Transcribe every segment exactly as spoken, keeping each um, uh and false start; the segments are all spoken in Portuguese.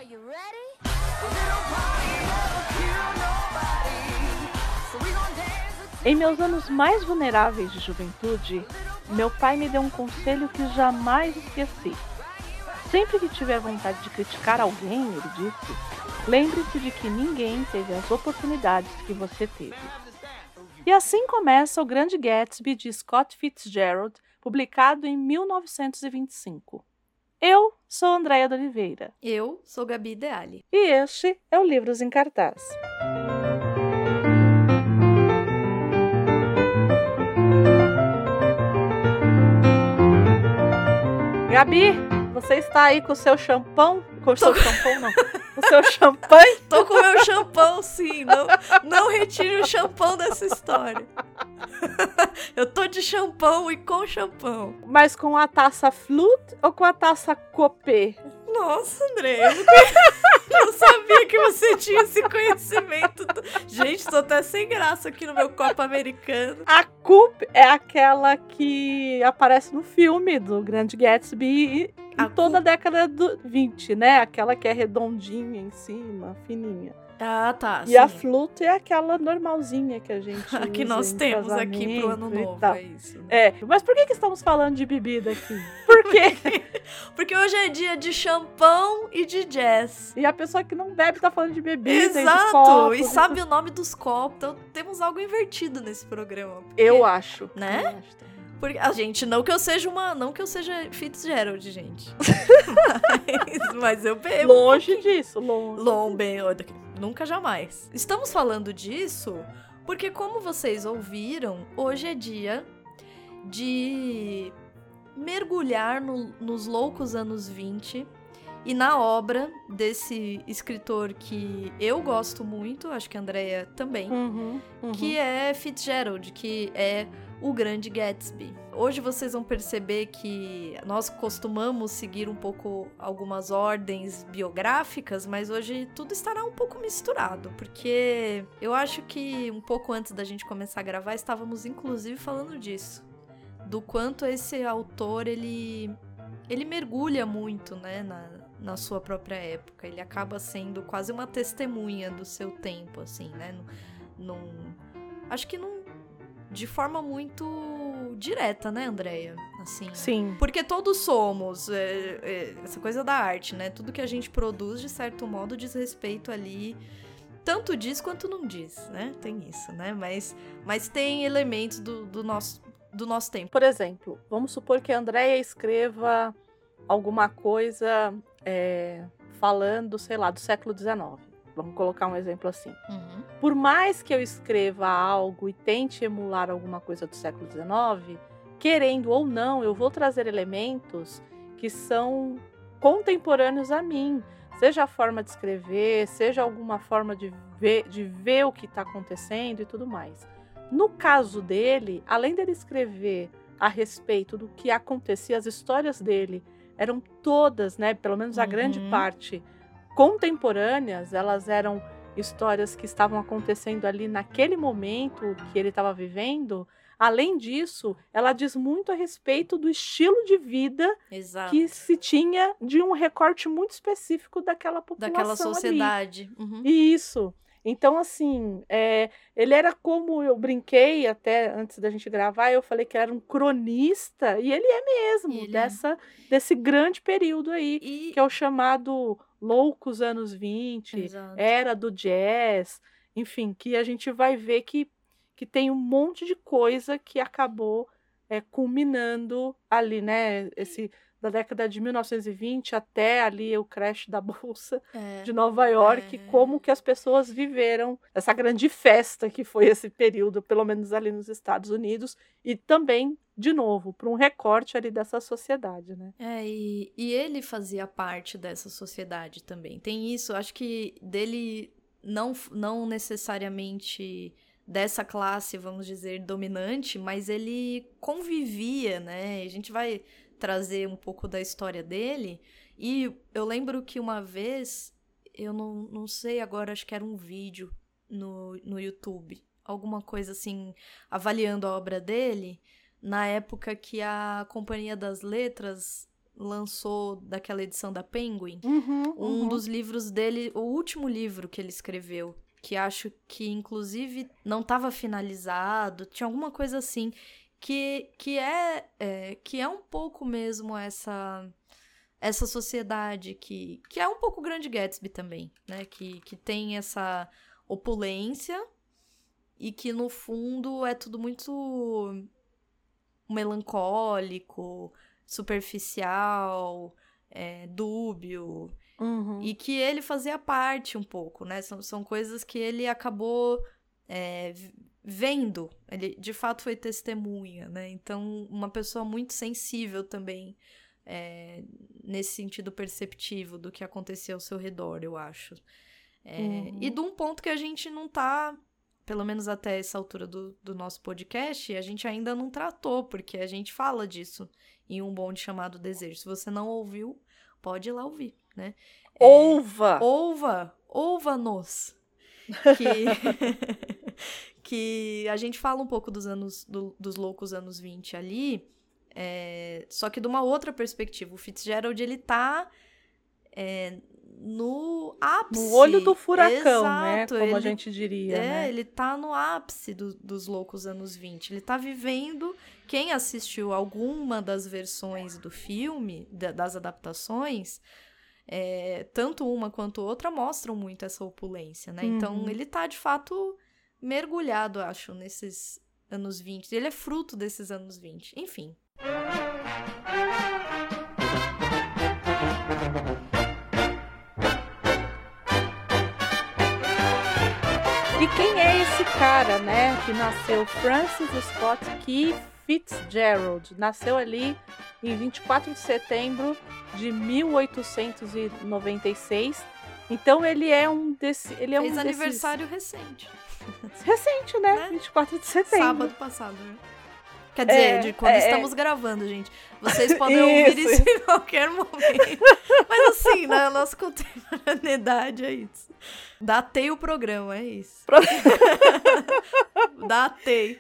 Em meus anos mais vulneráveis de juventude, meu pai me deu um conselho que jamais esqueci. Sempre que tiver vontade de criticar alguém, ele disse, lembre-se de que ninguém teve as oportunidades que você teve. E assim começa O Grande Gatsby, de Scott Fitzgerald, publicado em mil novecentos e vinte e cinco. Eu sou Andréia de Oliveira. Eu sou Gabi Deali. E este é o Livros em Cartaz. Gabi, você está aí com o seu champão? Com o seu Tô... champão, não. O seu champanhe? Tô com o meu champão, sim. Não, não retire o champão dessa história. Eu tô de champão e com champão. Mas com a taça flute ou com a taça copê? Nossa, André, eu não, não sabia que você tinha esse conhecimento. Gente, tô até sem graça aqui no meu copo americano. A coupe é aquela que aparece no filme do Grande Gatsby em a toda coupe. A década do vinte, né? Aquela que é redondinha em cima, fininha. Ah, tá. E sim. a flute é aquela normalzinha que a gente usa que nós temos aqui pro ano novo, é isso. Né? É, mas por que, que estamos falando de bebida aqui? Por quê? Porque hoje é dia de champão e de jazz. E a pessoa que não bebe tá falando de bebida. Exato, e, de copo, e sabe o nome dos copos. Então temos algo invertido nesse programa. Porque, eu acho. Né? Eu acho também. Porque, a gente, não que eu seja uma. Não que eu seja Fitzgerald, gente. mas, mas eu bebo. Longe um disso, longe. Longe, nunca jamais. Estamos falando disso porque, como vocês ouviram, hoje é dia de mergulhar no, nos loucos anos vinte e na obra desse escritor que eu gosto muito, acho que a Andréia também, uhum, uhum. que é Fitzgerald, que é O Grande Gatsby. Hoje vocês vão perceber que nós costumamos seguir um pouco algumas ordens biográficas, mas hoje tudo estará um pouco misturado, porque eu acho que um pouco antes da gente começar a gravar, estávamos inclusive falando disso, do quanto esse autor, ele, ele mergulha muito, né, na, na sua própria época. Ele acaba sendo quase uma testemunha do seu tempo, assim, né, num, num, acho que num de forma muito direta, né, Andréia? Assim, sim. Porque todos somos, é, é, essa coisa da arte, né? Tudo que a gente produz, de certo modo, diz respeito ali, tanto diz quanto não diz, né? Tem isso, né? Mas, mas tem elementos do, do, nosso, do nosso tempo. Por exemplo, vamos supor que a Andréia escreva alguma coisa é, falando, sei lá, do século dezenove. Vamos colocar um exemplo assim. Uhum. Por mais que eu escreva algo e tente emular alguma coisa do século dezenove, querendo ou não, eu vou trazer elementos que são contemporâneos a mim. Seja a forma de escrever, seja alguma forma de ver, de ver o que está acontecendo e tudo mais. No caso dele, além dele escrever a respeito do que acontecia, as histórias dele eram todas, né, pelo menos a uhum. grande parte, contemporâneas. Elas eram histórias que estavam acontecendo ali naquele momento que ele estava vivendo. Além disso, ela diz muito a respeito do estilo de vida Exato. Que se tinha de um recorte muito específico daquela população, daquela sociedade. Uhum. Isso. Então, assim, é, ele era, como eu brinquei até antes da gente gravar, eu falei que ele era um cronista, e ele é mesmo, ele dessa, é. desse grande período aí, e... que é o chamado loucos anos vinte, Exato. Era do jazz, enfim, que a gente vai ver que, que tem um monte de coisa que acabou é, culminando ali, né, esse... da década de mil novecentos e vinte até ali o crash da Bolsa é, de Nova York, é. como que as pessoas viveram essa grande festa que foi esse período, pelo menos ali nos Estados Unidos, e também, de novo, para um recorte ali dessa sociedade, né? É, e, e ele fazia parte dessa sociedade também. Tem isso, acho que dele não, não necessariamente dessa classe, vamos dizer, dominante, mas ele convivia, né? A gente vai trazer um pouco da história dele, e eu lembro que uma vez, eu não, não sei agora, acho que era um vídeo no, no YouTube, alguma coisa assim, avaliando a obra dele, na época que a Companhia das Letras lançou daquela edição da Penguin, Uhum, um uhum. dos livros dele, o último livro que ele escreveu, que acho que inclusive não estava finalizado, tinha alguma coisa assim, que, que, é, é, que é um pouco mesmo essa, essa sociedade que, que é um pouco Grande Gatsby também, né? Que, que tem essa opulência e que no fundo é tudo muito melancólico, superficial, é, dúbio, Uhum. e que ele fazia parte um pouco, né? São, são coisas que ele acabou é, vendo, ele de fato foi testemunha, né? Então, uma pessoa muito sensível também, é, nesse sentido perceptivo do que acontecia ao seu redor, eu acho. É, Uhum. E de um ponto que a gente não tá, pelo menos até essa altura do, do nosso podcast, a gente ainda não tratou, porque a gente fala disso em Um Bonde Chamado Desejo. Se você não ouviu, pode ir lá ouvir, né? Ouva! É, ouva! Ouva-nos! Que, que a gente fala um pouco dos anos, do, dos loucos anos vinte ali, é, só que de uma outra perspectiva. O Fitzgerald, ele tá é, no ápice. No olho do furacão, exato, né? Como a ele, gente diria, é, né? ele tá no ápice do, dos loucos anos vinte. Ele tá vivendo... Quem assistiu alguma das versões do filme, da, das adaptações, é, tanto uma quanto outra mostram muito essa opulência, né? Uhum. Então, ele tá, de fato, mergulhado, acho, nesses anos vinte. Ele é fruto desses anos vinte. Enfim. E quem é esse cara, né? Que nasceu Francis Scott Key Fitzgerald. Nasceu ali em vinte e quatro de setembro de mil oitocentos e noventa e seis. Então ele é um desse, ele é Fez um aniversário recente. desses... recente, né? Né? vinte e quatro de setembro. Sábado passado, né? Quer dizer, É, de quando é, estamos é. gravando, gente. Vocês podem ouvir Isso. isso em qualquer momento. Mas assim, né? A nossa contemporaneidade é isso. Datei o programa, é isso. Pro- Datei.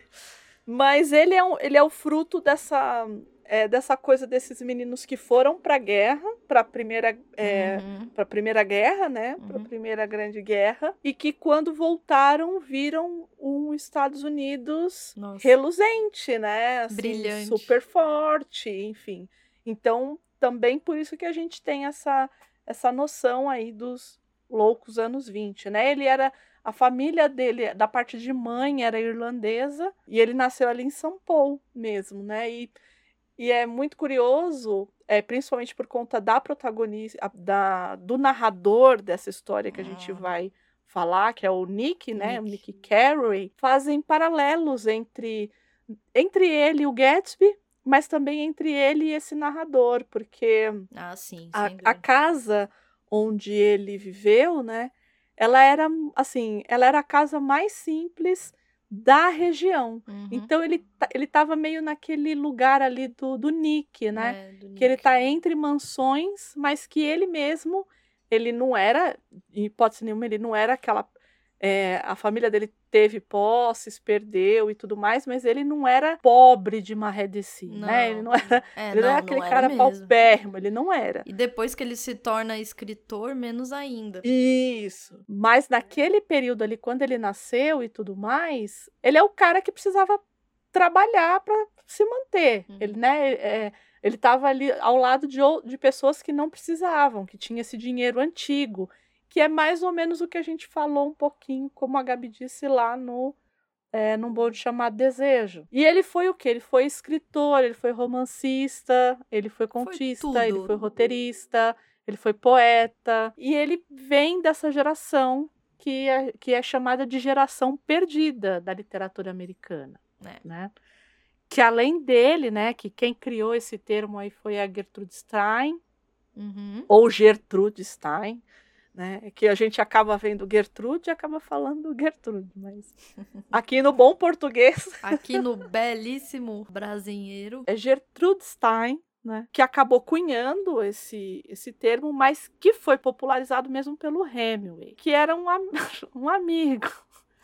Mas ele é, um, ele é o fruto dessa, é, dessa coisa desses meninos que foram para a guerra, para a primeira, é, Uhum. para a primeira guerra, né? Para a Uhum. primeira grande guerra, e que quando voltaram viram um Estados Unidos Nossa. reluzente, né? Assim, Brilhante. super forte, enfim. Então, também por isso que a gente tem essa, essa noção aí dos loucos anos vinte, né? Ele era... A família dele, da parte de mãe, era irlandesa, e ele nasceu ali em São Paulo mesmo, né? E, e é muito curioso, é, principalmente por conta da protagonista, da, do narrador dessa história que a gente Ah. vai falar, que é o Nick, né? O Nick. Nick Carraway, fazem paralelos entre, entre ele e o Gatsby, mas também entre ele e esse narrador, porque Ah, sim, a, sem a dúvida. casa onde ele viveu, né? Ela era, assim, ela era a casa mais simples da região. Uhum. Então, ele, ele estava meio naquele lugar ali do, do Nick, né? É, do Que ele Nick. está entre mansões, mas que ele mesmo, ele não era, em hipótese nenhuma, ele não era aquela... É, a família dele teve posses, perdeu e tudo mais, mas ele não era pobre de maré de si, Não. né? Ele não era, É, ele não não, era aquele não era cara mesmo. paupérrimo, ele não era. E depois que ele se torna escritor, menos ainda. Isso. Mas naquele período ali, quando ele nasceu e tudo mais, ele é o cara que precisava trabalhar para se manter. Uhum. Ele, né, é, ele estava ali ao lado de, ou- de pessoas que não precisavam, que tinha esse dinheiro antigo, que é mais ou menos o que a gente falou um pouquinho, como a Gabi disse lá no é, num bonde chamado Desejo. E ele foi o quê? Ele foi escritor, ele foi romancista, ele foi contista, tudo. ele foi roteirista, ele foi poeta. E ele vem dessa geração que é, que é chamada de geração perdida da literatura americana. É. Né? Que além dele, né, que quem criou esse termo aí foi a Gertrude Stein, Uhum. ou Gertrude Stein, né? Que a gente acaba vendo Gertrude e acaba falando Gertrude, mas aqui no bom português Aqui no belíssimo brasileiro. é Gertrude Stein, né? Que acabou cunhando esse, esse termo, mas que foi popularizado mesmo pelo Hemingway, que era um, am- um amigo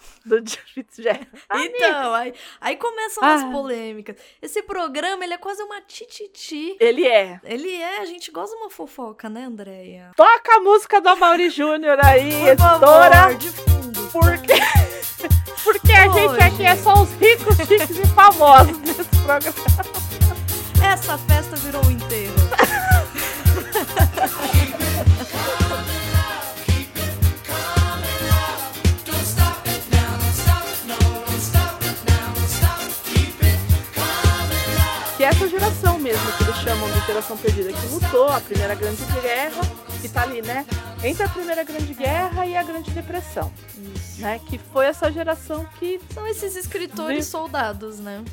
do Fitzgerald. Então, aí, aí começam Ah. as polêmicas. Esse programa, ele é quase uma tititi. Ele é. Ele é, a gente gosta de uma fofoca, né, Andréia? Toca a música do Amaury Júnior aí, Por favor, editora. de fundo. Porque, porque a Ô, gente aqui é gente. só os ricos, chiques e famosos nesse programa. Essa festa virou um enterro. Que é essa geração mesmo, que eles chamam de geração perdida, que lutou a Primeira Grande Guerra, que tá ali, né? Entre a Primeira Grande Guerra e a Grande Depressão, Isso. né? Que foi essa geração que... São esses escritores Vi- soldados, né?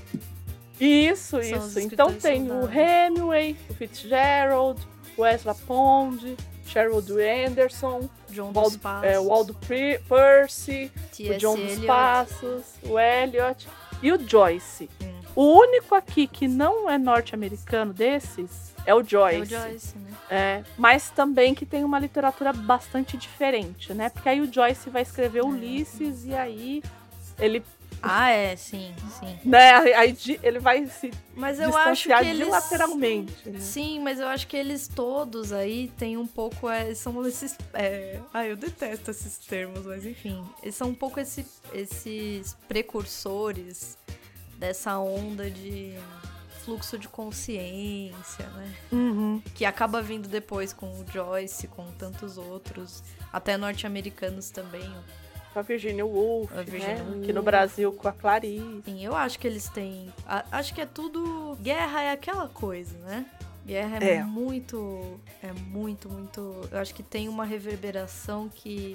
Isso, São os isso. escritores Então tem o soldados. Hemingway, o Fitzgerald, o Ezra Pound, Sherwood Anderson, John o dos Waldo, Passos, é, o Waldo Pre- Percy, T o S. John dos Eliot. Passos, o Eliot e o Joyce. Hum. O único aqui que não é norte-americano desses é o É Joyce. o Joyce, né? É, mas também que tem uma literatura bastante diferente, né? Porque aí o Joyce vai escrever Ulisses e aí ele, Ah, é, sim, sim. né, aí di- ele vai se Mas eu acho distanciar que eles... dilateralmente. Né? Sim, mas eu acho que eles todos aí têm um pouco... É, são esses... É... Ah, eu detesto esses termos, mas enfim. Eles são um pouco esse, esses precursores dessa onda de fluxo de consciência, né? Uhum. Que acaba vindo depois com o Joyce, com tantos outros, até norte-americanos também. Com a Virginia Woolf, A Virginia né? Woolf. Aqui no Brasil com a Clarice. Sim, eu acho que eles têm... a- acho que é tudo... Guerra é aquela coisa, né? Guerra é, É. muito... É muito, muito... Eu acho que tem uma reverberação que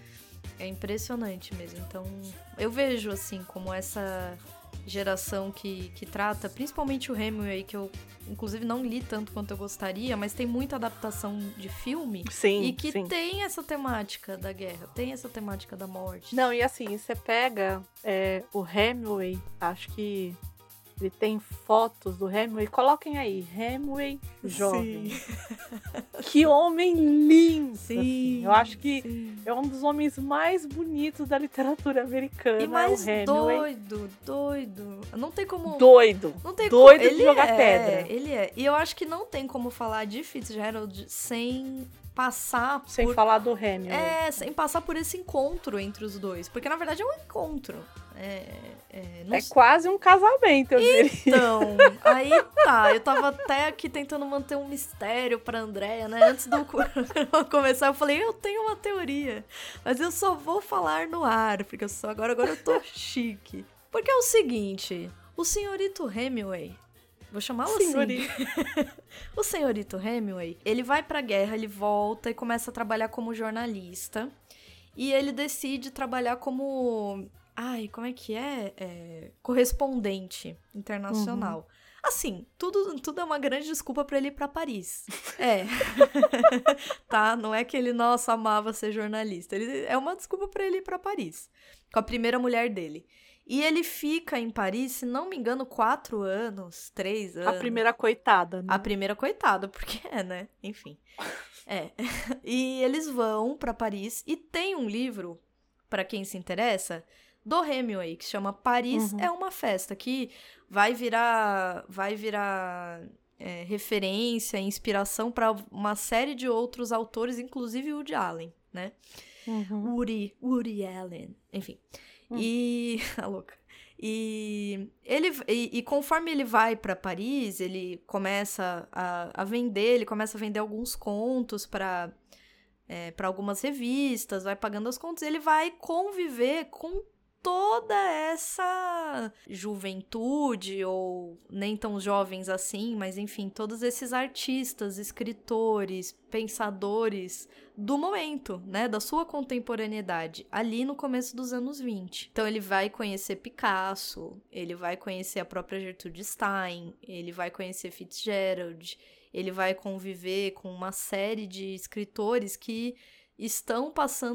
é impressionante mesmo. Então, eu vejo, assim, como essa geração que, que trata, principalmente o Hemingway, que eu, inclusive, não li tanto quanto eu gostaria, mas tem muita adaptação de filme. Sim, E que sim. tem essa temática da guerra, tem essa temática da morte. Não, e assim, você pega é, o Hemingway, acho que ele tem fotos do Hemingway, coloquem aí, Hemingway jovem. Sim. Que homem lindo! Sim, assim. Eu acho que sim. é um dos homens mais bonitos da literatura americana, E mais é o Hemingway. doido, doido. Não tem como... Doido. Não tem doido como... de ele jogar é, pedra. Ele é. E eu acho que não tem como falar de Fitzgerald sem passar Sem por... falar do Hemingway. É, sem passar por esse encontro entre os dois. Porque, na verdade, é um encontro. É, é, não É quase um casamento, eu diria. Então, aí tá, eu tava até aqui tentando manter um mistério pra Andréia, né? Antes do programa começar, eu falei, eu tenho uma teoria, mas eu só vou falar no ar, porque eu só, agora, agora eu tô chique. Porque é o seguinte, o senhorito Hemingway, vou chamá-lo assim. Senhorito. O senhorito Hemingway, ele vai pra guerra, ele volta e começa a trabalhar como jornalista. E ele decide trabalhar como... Ai, como é que é? é correspondente internacional. Uhum. Assim, tudo, tudo é uma grande desculpa pra ele ir pra Paris. É. Tá? Não é que ele, nossa, amava ser jornalista. Ele, é uma desculpa pra ele ir pra Paris. Com a primeira mulher dele. E ele fica em Paris, se não me engano, quatro anos, três anos. A primeira coitada, né? A primeira coitada, porque é, né? Enfim. É. E eles vão pra Paris e tem um livro, pra quem se interessa, do Hemingway, que se chama Paris uhum. é uma Festa, que vai virar, vai virar é, referência, inspiração pra uma série de outros autores, inclusive Woody Allen, né? Uhum. Woody, Woody Allen, enfim. Uhum. E... a louca. E, ele, e, e conforme ele vai para Paris, ele começa a, a vender, ele começa a vender alguns contos para é, para algumas revistas, vai pagando as contas, ele vai conviver com toda essa juventude, ou nem tão jovens assim, mas enfim, todos esses artistas, escritores, pensadores do momento, né, da sua contemporaneidade, ali no começo dos anos vinte. Então ele vai conhecer Picasso, ele vai conhecer a própria Gertrude Stein, ele vai conhecer Fitzgerald, ele vai conviver com uma série de escritores que estão passando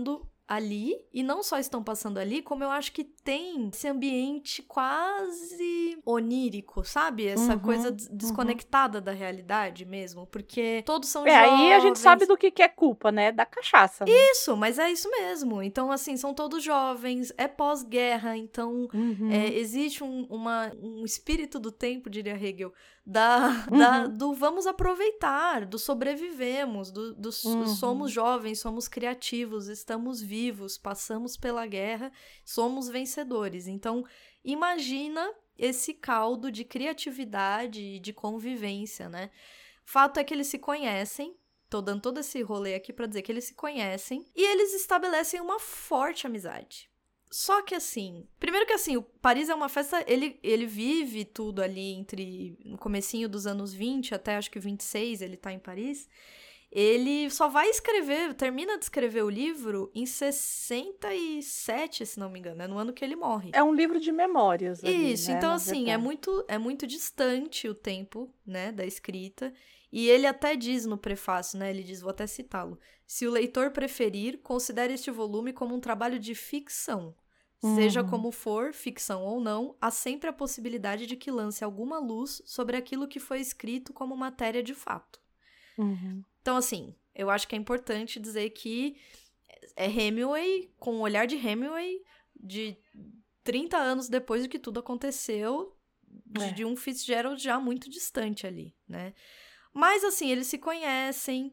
ali, e não só estão passando ali, como eu acho que tem esse ambiente quase onírico, sabe? Essa Uhum, coisa des- uhum. desconectada da realidade mesmo, porque todos são É, jovens. aí a gente sabe do que, que é culpa, né? Da cachaça, né? Isso, mas é isso mesmo. Então, assim, são todos jovens, é pós-guerra, então Uhum. é, existe um, uma, um espírito do tempo, diria Hegel, da, Uhum. da, do vamos aproveitar, do sobrevivemos, do, do Uhum. somos jovens, somos criativos, estamos vivos, passamos pela guerra, somos vencedores. Então, imagina esse caldo de criatividade e de convivência, né? Fato é que eles se conhecem. Tô dando todo esse rolê aqui pra dizer que eles se conhecem e eles estabelecem uma forte amizade. Só que assim, primeiro que assim, o Paris é uma festa, ele, ele vive tudo ali entre no comecinho dos anos vinte até acho que vinte e seis, ele tá em Paris. Ele só vai escrever, termina de escrever o livro em sessenta e sete, se não me engano, é no ano que ele morre. É um livro de memórias ali, Isso, né, então na assim, é verdade. muito, é muito distante o tempo, né, da escrita. E ele até diz no prefácio, né, ele diz, vou até citá-lo, se o leitor preferir, considere este volume como um trabalho de ficção. Seja Uhum. como for, ficção ou não, há sempre a possibilidade de que lance alguma luz sobre aquilo que foi escrito como matéria de fato. Uhum. Então, assim, eu acho que é importante dizer que é Hemingway, com o olhar de Hemingway, de trinta anos depois de que tudo aconteceu, de, É. de um Fitzgerald já muito distante ali, né? Mas, assim, eles se conhecem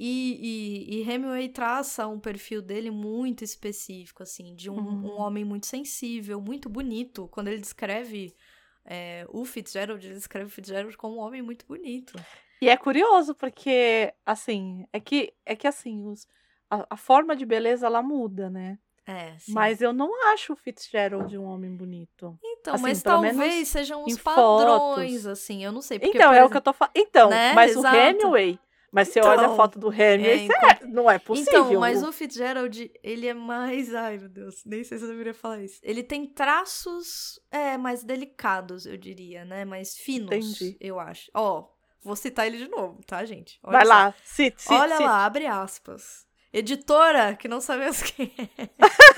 e, e, e Hemingway traça um perfil dele muito específico, assim, de um, Uhum. um homem muito sensível, muito bonito. Quando ele descreve é, o Fitzgerald, ele descreve o Fitzgerald como um homem muito bonito. E é curioso, porque, assim, é que, é que assim, os, a, a forma de beleza, ela muda, né? É, sim. Mas eu não acho o Fitzgerald um homem bonito. Então, assim, mas pelo talvez menos sejam os em padrões, fotos. assim, eu não sei. Porque, Então, por é o exemplo, que eu tô falando. Então, né? mas Exato. o Hemingway... Mas você Então, olha a foto do Hemingway, é, você enquanto- é- não é possível. Então, mas o Fitzgerald, ele é mais... Ai, meu Deus, nem sei se eu deveria falar isso. Ele tem traços é, mais delicados, eu diria, né? Mais finos, Entendi. eu acho. Ó, vou citar ele de novo, tá, gente? Olha Vai só. lá, cite, cite, Olha cite. lá, abre aspas. Editora, que não sabemos quem é.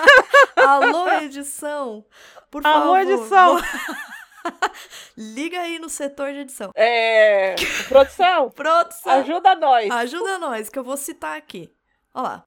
Alô, edição. Por Alô, favor. edição. vou- Liga aí no setor de edição. É... Produção, Produção, ajuda nós. ajuda nós, que eu vou citar aqui. Olha lá.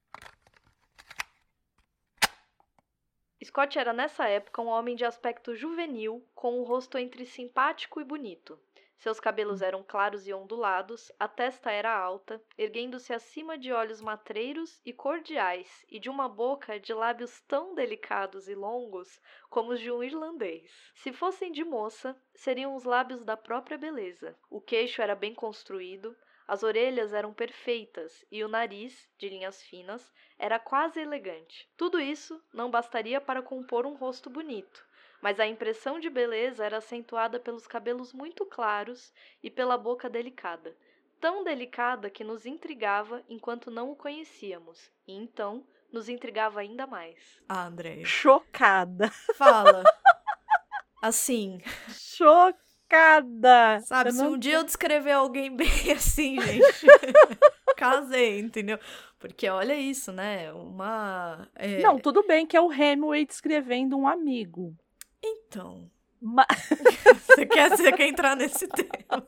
Scott era nessa época um homem de aspecto juvenil, com um rosto entre simpático e bonito. Seus cabelos eram claros e ondulados, a testa era alta, erguendo-se acima de olhos matreiros e cordiais, e de uma boca de lábios tão delicados e longos como os de um irlandês. Se fossem de moça, seriam os lábios da própria beleza. O queixo era bem construído, as orelhas eram perfeitas e o nariz, de linhas finas, era quase elegante. Tudo isso não bastaria para compor um rosto bonito, mas a impressão de beleza era acentuada pelos cabelos muito claros e pela boca delicada. Tão delicada que nos intrigava enquanto não o conhecíamos, e então nos intrigava ainda mais. Ah, Andréia. Chocada. Fala. Assim. Chocada. Sabe, Eu se não- um dia eu descrever alguém bem assim, gente, casei, entendeu? Porque olha isso, né? Uma. é, Não, tudo bem que é o Hemingway descrevendo um amigo. Então. Ma- Você quer, você quer entrar nesse tema?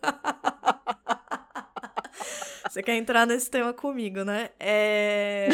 Você quer entrar nesse tema comigo, né? É.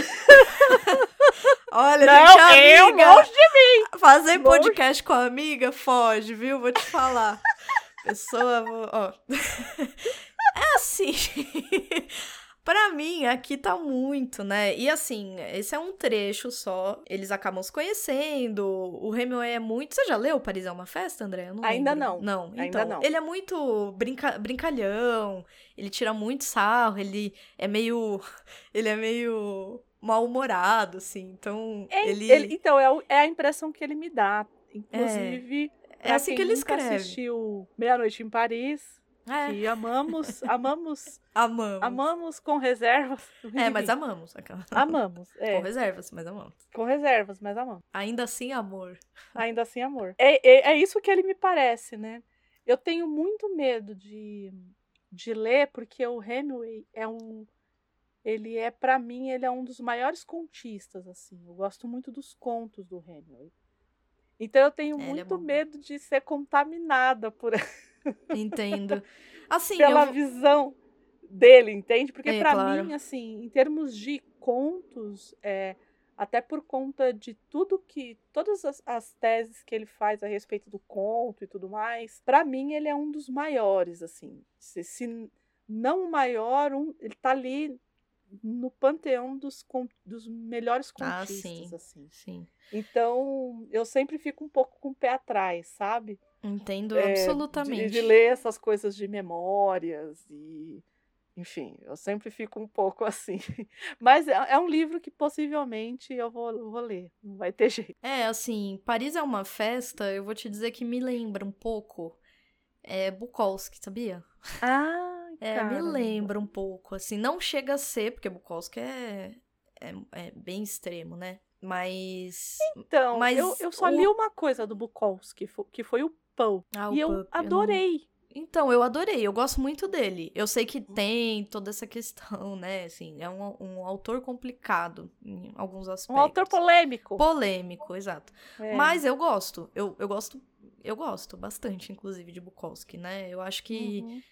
Olha, Não, gente, eu amiga, longe de mim. fazer longe. podcast com a amiga foge, viu? Vou te falar. Pessoa, vou- ó. É assim. Pra mim, aqui tá muito, né? E assim, esse é um trecho só. Eles acabam se conhecendo. O Hemingway é muito... Você já leu Paris é uma Festa, André? Eu não Ainda lembro. não. Não, Ainda então. não. Ele é muito brinca... brincalhão. Ele tira muito sarro. Ele é meio... Ele é meio mal-humorado, assim. Então, É, ele... ele- então, é, o- é a impressão que ele me dá. Inclusive, É pra assim quem que ele nunca escreve. assistiu Meia-Noite em Paris, É, que amamos, amamos, amamos. amamos com reservas. É, mas amamos. Aquela... Amamos, Com é. reservas, mas amamos. Com reservas, mas amamos. Ainda assim, amor. Ainda assim, amor. É, é, é isso que ele me parece, né? Eu tenho muito medo de, de ler, porque o Hemingway é um, ele é, pra mim, ele é um dos maiores contistas, assim. Eu gosto muito dos contos do Hemingway. Então eu tenho É, ele é muito bom. medo de ser contaminada por Entendo. Assim, eu pela vou... visão dele, entende? Porque É, pra claro. mim, assim, em termos de contos, é, até por conta de tudo que, todas as, as teses que ele faz a respeito do conto e tudo mais, pra mim ele é um dos maiores, assim. Se, se não o maior, um, ele tá ali no panteão dos, con- dos melhores Ah, contistas, sim, assim. sim. Então, eu sempre fico um pouco com o pé atrás, sabe? Entendo É, de, de absolutamente. ler essas coisas de memórias e, enfim, eu sempre fico um pouco assim. Mas é, é um livro que possivelmente eu vou, vou ler, não vai ter jeito. É, assim, Paris é uma festa, eu vou te dizer que me lembra um pouco é, Bukowski, sabia? Ai, É, me caramba. lembra um pouco, assim, não chega a ser, porque Bukowski é, é, é bem extremo, né? Mas, Então, eu, mas eu só li o... uma coisa do Bukowski, fo- que foi o Pão, Ah, o e eu Pup, eu não... adorei. Então, eu adorei, eu gosto muito dele. Eu sei que tem toda essa questão, né? Assim, é um, um autor complicado em alguns Um autor aspectos. polêmico. Polêmico, exato. É. Mas eu gosto, eu, eu gosto, eu gosto bastante, inclusive, de Bukowski, né? Eu acho que Uhum.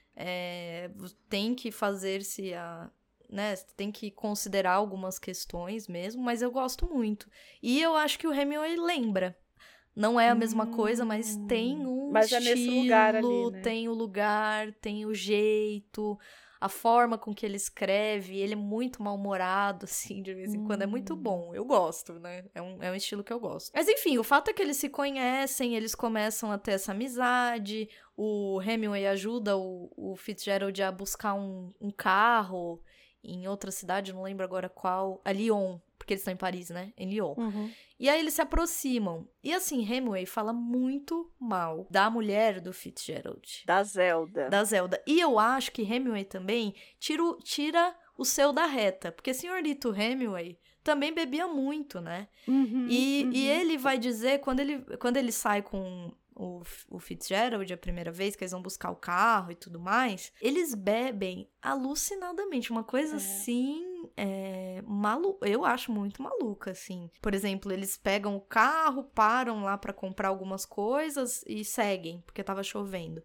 é, tem que fazer-se a. Né, tem que considerar algumas questões mesmo, mas eu gosto muito. E eu acho que o Hemingway lembra. Não é a mesma coisa, mas tem Hum. um Mas é nesse lugar ali, estilo, né? tem o lugar, tem o jeito, a forma com que ele escreve. Ele é muito mal-humorado, assim, de vez em quando. É muito Hum. bom. Eu gosto, né? É um, é um estilo que eu gosto. Mas enfim, o fato é que eles se conhecem, eles começam a ter essa amizade. O Hemingway ajuda o, o Fitzgerald a buscar um, um carro em outra cidade, não lembro agora qual. A Lyon, porque eles estão em Paris, né? Em Lyon. Uhum. E aí eles se aproximam. E assim, Hemingway fala muito mal da mulher do Fitzgerald, Da Zelda. da Zelda. E eu acho que Hemingway também tira, o- tira o seu da reta. Porque senhorito Hemingway também bebia muito, né? Uhum, E, e uhum. ele vai dizer, quando ele, quando ele sai com o, o Fitzgerald a primeira vez, que eles vão buscar o carro e tudo mais, eles bebem alucinadamente. Uma coisa É. assim, é, malu eu acho muito maluca, assim. Por exemplo, eles pegam o carro, param lá pra comprar algumas coisas e seguem, porque tava chovendo.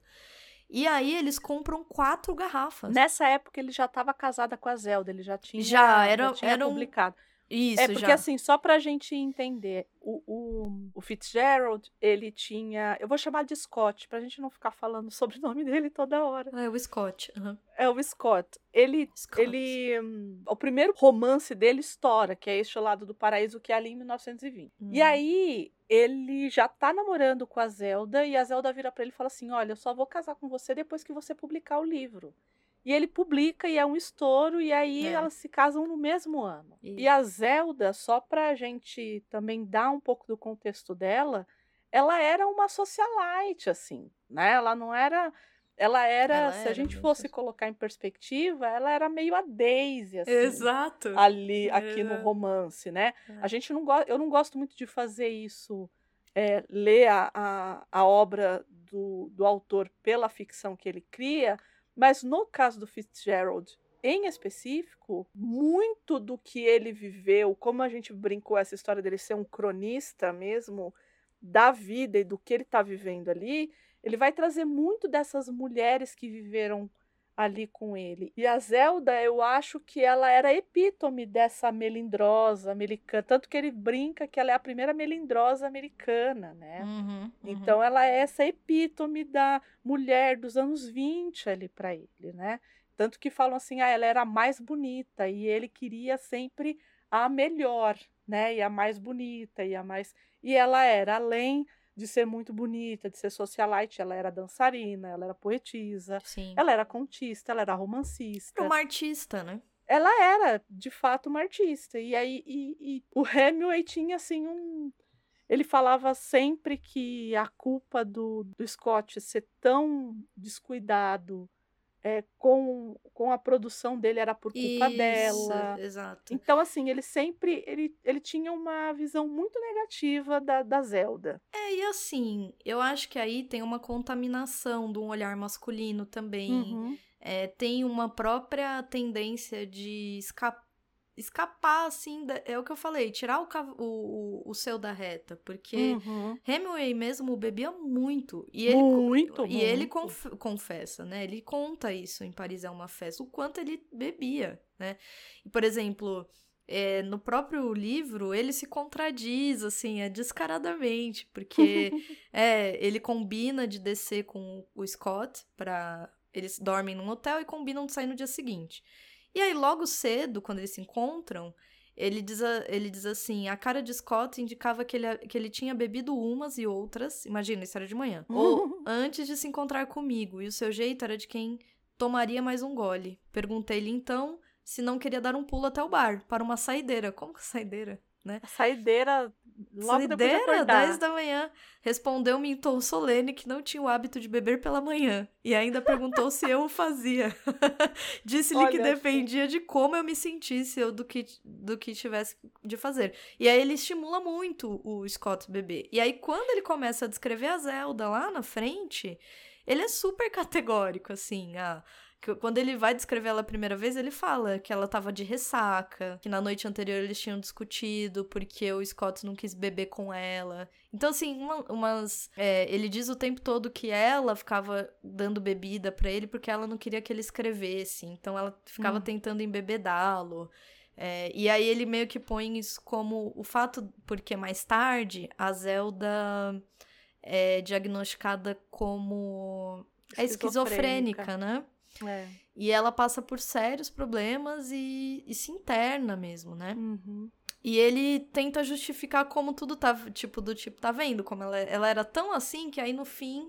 E aí eles compram quatro garrafas. Nessa época ele já estava casada com a Zelda, ele já tinha, Já, já era, tinha era um... publicado. É, Isso, porque já. assim, só pra gente entender, o, o, o Fitzgerald, ele tinha, eu vou chamar de Scott, pra gente não ficar falando sobre o nome dele toda hora. É o Scott. Uhum. É o Scott. Ele, Scott. ele, hum, o primeiro romance dele estoura, que é Este Lado do Paraíso, que é ali em mil novecentos e vinte. Hum. E aí, ele já tá namorando com a Zelda, e a Zelda vira pra ele e fala assim, olha, eu só vou casar com você depois que você publicar o livro. E ele publica e é um estouro, e aí É. elas se casam no mesmo ano. E- E a Zelda, só pra gente também dar um pouco do contexto dela, ela era uma socialite, assim, né? Ela não era... Ela era, Ela se a era gente muito fosse social. colocar em perspectiva, ela era meio a Daisy, assim, Exato. ali, aqui no Exato. romance, né? É. A gente não go... Eu não gosto muito de fazer isso, é, ler a, a, a obra do, do autor pela ficção que ele cria, mas no caso do Fitzgerald, em específico, muito do que ele viveu, como a gente brincou essa história dele ser um cronista mesmo da vida e do que ele está vivendo ali, ele vai trazer muito dessas mulheres que viveram ali com ele. E a Zelda, eu acho que ela era a epítome dessa melindrosa americana, tanto que ele brinca que ela é a primeira melindrosa americana, né? Uhum, uhum. Então ela é essa epítome da mulher dos anos vinte ali para ele, né? Tanto que falam assim, ah, ela era a mais bonita e ele queria sempre a melhor, né? E a mais bonita e a mais... E ela era, além de ser muito bonita, de ser socialite, ela era dançarina, ela era poetisa, Sim. ela era contista, ela era romancista. Era uma artista, né? Ela era, de fato, uma artista. E aí e, e o Hemingway tinha, assim, um... Ele falava sempre que a culpa do, do Scott ser tão descuidado é, com, com a produção dele era por culpa Isso, dela. exato. Então, assim, ele sempre ele, ele tinha uma visão muito negativa da, da Zelda. É, e assim, eu acho que aí tem uma contaminação de um olhar masculino também. Uhum. é, tem uma própria tendência de escapar, escapar, assim, da, é o que eu falei, tirar o, o, o seu da reta, porque Uhum. Hemingway mesmo bebia muito, e ele, Muito, e muito. ele conf, confessa, né, ele conta isso em Paris é uma Festa, o quanto ele bebia, né, e, por exemplo, é, no próprio livro, ele se contradiz, assim, é, descaradamente, porque é, ele combina de descer com o Scott, pra, eles dormem num hotel e combinam de sair no dia seguinte. E aí, logo cedo, quando eles se encontram, ele diz, a, ele diz assim, a cara de Scott indicava que ele, que ele tinha bebido umas e outras, imagina, isso era de manhã, ou antes de se encontrar comigo, e o seu jeito era de quem tomaria mais um gole. Perguntei-lhe, então, se não queria dar um pulo até o bar, para uma saideira. Como que é saideira, né? A saideira logo Saideira, depois de acordar. dez da manhã. Respondeu-me em tom solene que não tinha o hábito de beber pela manhã. E ainda perguntou se eu o fazia. Disse-lhe que dependia de como eu me sentisse ou do que, do que tivesse de fazer. E aí ele estimula muito o Scott beber. E aí quando ele começa a descrever a Zelda lá na frente, ele é super categórico, assim, ah... Quando ele vai descrever ela a primeira vez, ele fala que ela tava de ressaca, que na noite anterior eles tinham discutido porque o Scott não quis beber com ela. Então, assim, uma, umas... É, ele diz o tempo todo que ela ficava dando bebida pra ele porque ela não queria que ele escrevesse. Então, ela ficava hum. tentando embebedá-lo. É, e aí ele meio que põe isso como o fato, porque mais tarde a Zelda é diagnosticada como... É esquizofrênica, né? É. E ela passa por sérios problemas e, e se interna mesmo, né? Uhum. E ele tenta justificar como tudo tá, tipo, do tipo, tá vendo? Como ela, ela era tão assim que aí no fim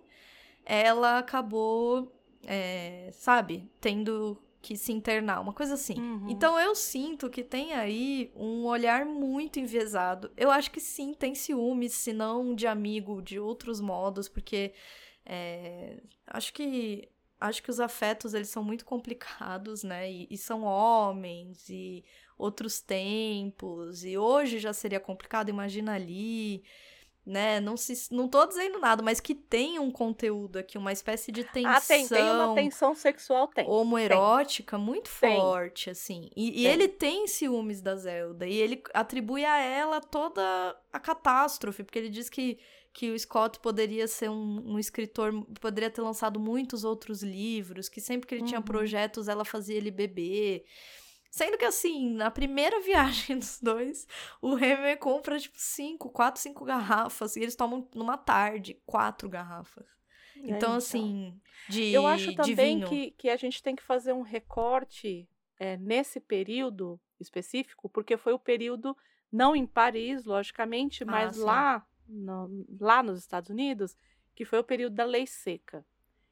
ela acabou, é, sabe, tendo que se internar, uma coisa assim. Uhum. Então eu sinto que tem aí um olhar muito enviesado. Eu acho que sim, tem ciúmes, se não de amigo, de outros modos, porque é, acho que... Acho que os afetos, eles são muito complicados, né? E, e são homens, e outros tempos, e hoje já seria complicado, imagina ali, né? Não, se, não tô dizendo nada, mas que tem um conteúdo aqui, uma espécie de tensão... Ah, tem, tem uma tensão sexual, tem. Homoerótica, tem. muito tem. forte, assim. E, e ele tem ciúmes da Zelda, e ele atribui a ela toda a catástrofe, porque ele diz que que o Scott poderia ser um, um escritor, poderia ter lançado muitos outros livros, que sempre que ele uhum. tinha projetos, ela fazia ele beber. Sendo que, assim, na primeira viagem dos dois, o Hemingway compra, tipo, cinco, quatro, cinco garrafas, e eles tomam numa tarde, quatro garrafas. É, então, então, assim, de Eu acho também de que, que a gente tem que fazer um recorte é, nesse período específico, porque foi o período, não em Paris, logicamente, mas ah, lá... No, lá nos Estados Unidos, que foi o período da lei seca.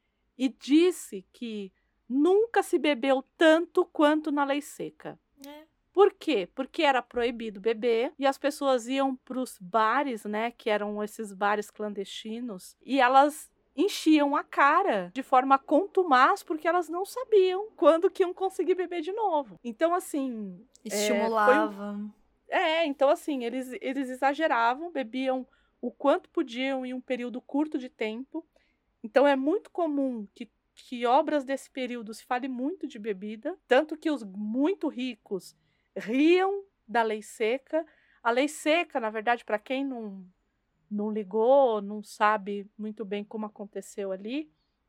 E disse que nunca se bebeu tanto quanto na lei seca. É. Por quê? Porque era proibido beber e as pessoas iam para os bares, né, que eram esses bares clandestinos, e elas enchiam a cara de forma contumaz porque elas não sabiam quando que iam conseguir beber de novo. Então, assim... Estimulava. É, um... é então, assim, eles, eles exageravam, bebiam o quanto podiam em um período curto de tempo. Então, é muito comum que, que obras desse período se fale muito de bebida, tanto que os muito ricos riam da lei seca. A lei seca, na verdade, para quem não, não ligou, não sabe muito bem como aconteceu ali,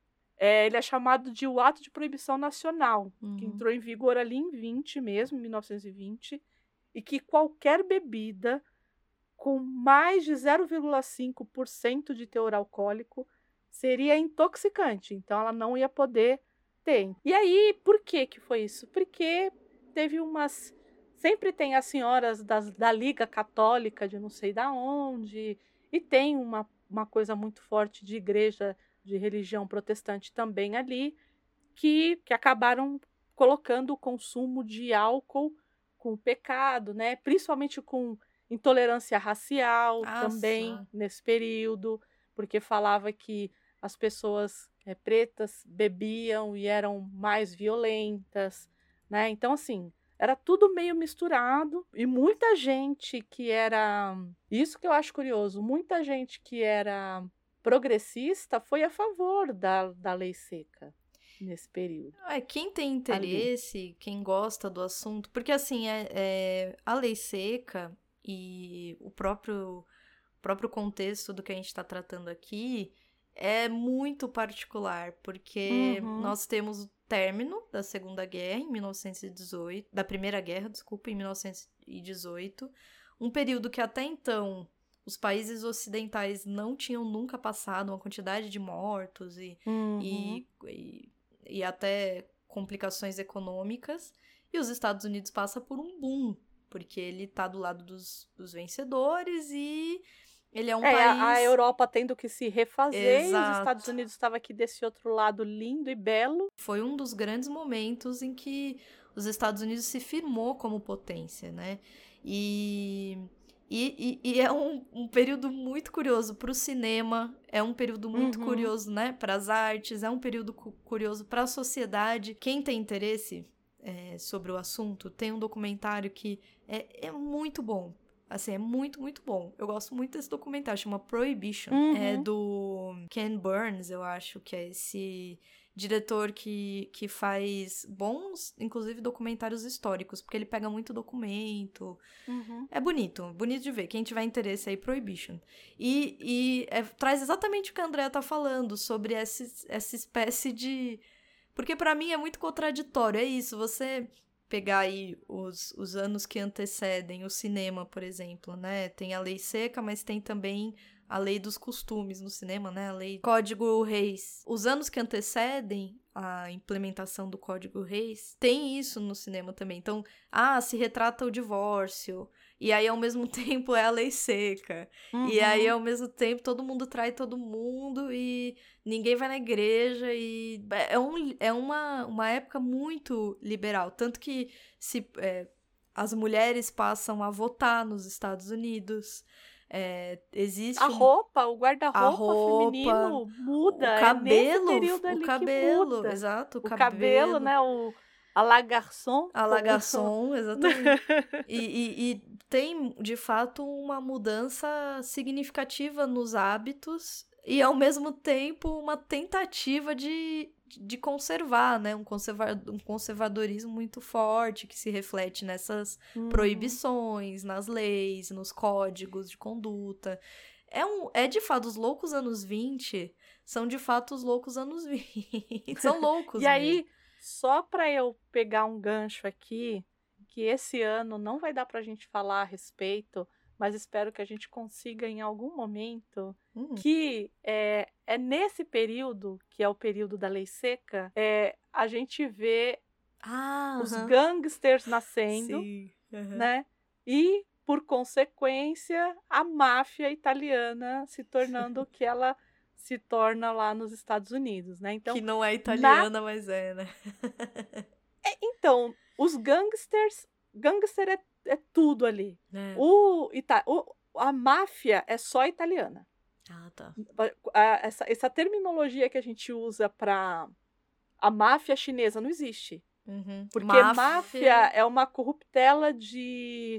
é, ele é chamado de o Ato de Proibição Nacional, uhum. que entrou em vigor ali em vinte mesmo, em mil novecentos e vinte, e que qualquer bebida com mais de zero vírgula cinco por cento de teor alcoólico seria intoxicante, então ela não ia poder ter. E aí, por que que foi isso? Porque teve umas... Sempre tem as senhoras das, da Liga Católica de não sei da onde, e tem uma, uma coisa muito forte de igreja, de religião protestante também ali, que, que acabaram colocando o consumo de álcool com pecado, né? Principalmente com intolerância racial Nossa. também nesse período, porque falava que as pessoas é, pretas bebiam e eram mais violentas, né? Então, assim, era tudo meio misturado e muita gente que era... Isso que eu acho curioso, muita gente que era progressista foi a favor da, da lei seca, nesse período. É, quem tem interesse, ali. Quem gosta do assunto, porque assim, é, é, a lei seca e o próprio, próprio contexto do que a gente está tratando aqui é muito particular, porque Uhum. nós temos o término da Segunda Guerra em mil novecentos e dezoito, da Primeira Guerra, desculpa, em mil novecentos e dezoito, um período que até então os países ocidentais não tinham nunca passado uma quantidade de mortos e, uhum. e, e, e até complicações econômicas, e os Estados Unidos passam por um boom, porque ele tá do lado dos, dos vencedores e ele é um é, país... A Europa tendo que se refazer. Exato. E os Estados Unidos estavam aqui desse outro lado lindo e belo. Foi um dos grandes momentos em que os Estados Unidos se firmou como potência, né? E, e, e, e é um, um período muito curioso para o cinema, é um período muito uhum. curioso, né, para as artes, é um período cu- curioso para a sociedade. Quem tem interesse é, sobre o assunto, tem um documentário que é, é muito bom. Assim, é muito, muito bom. Eu gosto muito desse documentário, chama Prohibition. Uhum. É do Ken Burns, eu acho, que é esse diretor que, que faz bons, inclusive, documentários históricos, porque ele pega muito documento. Uhum. É bonito, bonito de ver. Quem tiver interesse aí, Prohibition. E, e é, traz exatamente o que a Andrea tá falando, sobre essa, essa espécie de... Porque pra mim é muito contraditório, é isso, você... pegar aí os, os anos que antecedem o cinema, por exemplo, né? Tem a lei seca, mas tem também a lei dos costumes no cinema, né? A lei Código Reis. Os anos que antecedem a implementação do Código Reis, tem isso no cinema também. Então, ah, se retrata o divórcio, e aí ao mesmo tempo é a lei seca, uhum. e aí ao mesmo tempo todo mundo trai todo mundo e ninguém vai na igreja, e é, um, é uma, uma época muito liberal, tanto que se, é, as mulheres passam a votar nos Estados Unidos. É, existe a roupa, o guarda-roupa feminino muda, o cabelo, é nesse período ali o cabelo, que muda. exato, o, o cabelo, cabelo, né, o a la garçon, a la garçon, exatamente. e, e, e tem, de fato, uma mudança significativa nos hábitos e, ao mesmo tempo, uma tentativa de, de conservar, né, um, conserva, um conservadorismo muito forte que se reflete nessas uhum. proibições, nas leis, nos códigos de conduta. É, um, é, de fato, os loucos anos vinte são, de fato, os loucos anos vinte. São loucos E mesmo. aí, só para eu pegar um gancho aqui, que esse ano não vai dar para a gente falar a respeito, mas espero que a gente consiga em algum momento, hum. que é, é nesse período, que é o período da lei seca, é, a gente vê ah, os uh-huh. gangsters nascendo, Sim. Uh-huh. né? E, por consequência, a máfia italiana se tornando o que ela se torna lá nos Estados Unidos, né? Então, que não é italiana, na... mas é, né? é, então, os gangsters... Gangster é, é tudo ali. É. O, ita, o, a máfia é só italiana. Ah, tá. A, essa, essa terminologia que a gente usa para a máfia chinesa não existe. Uhum. Porque máfia... máfia é uma corruptela de...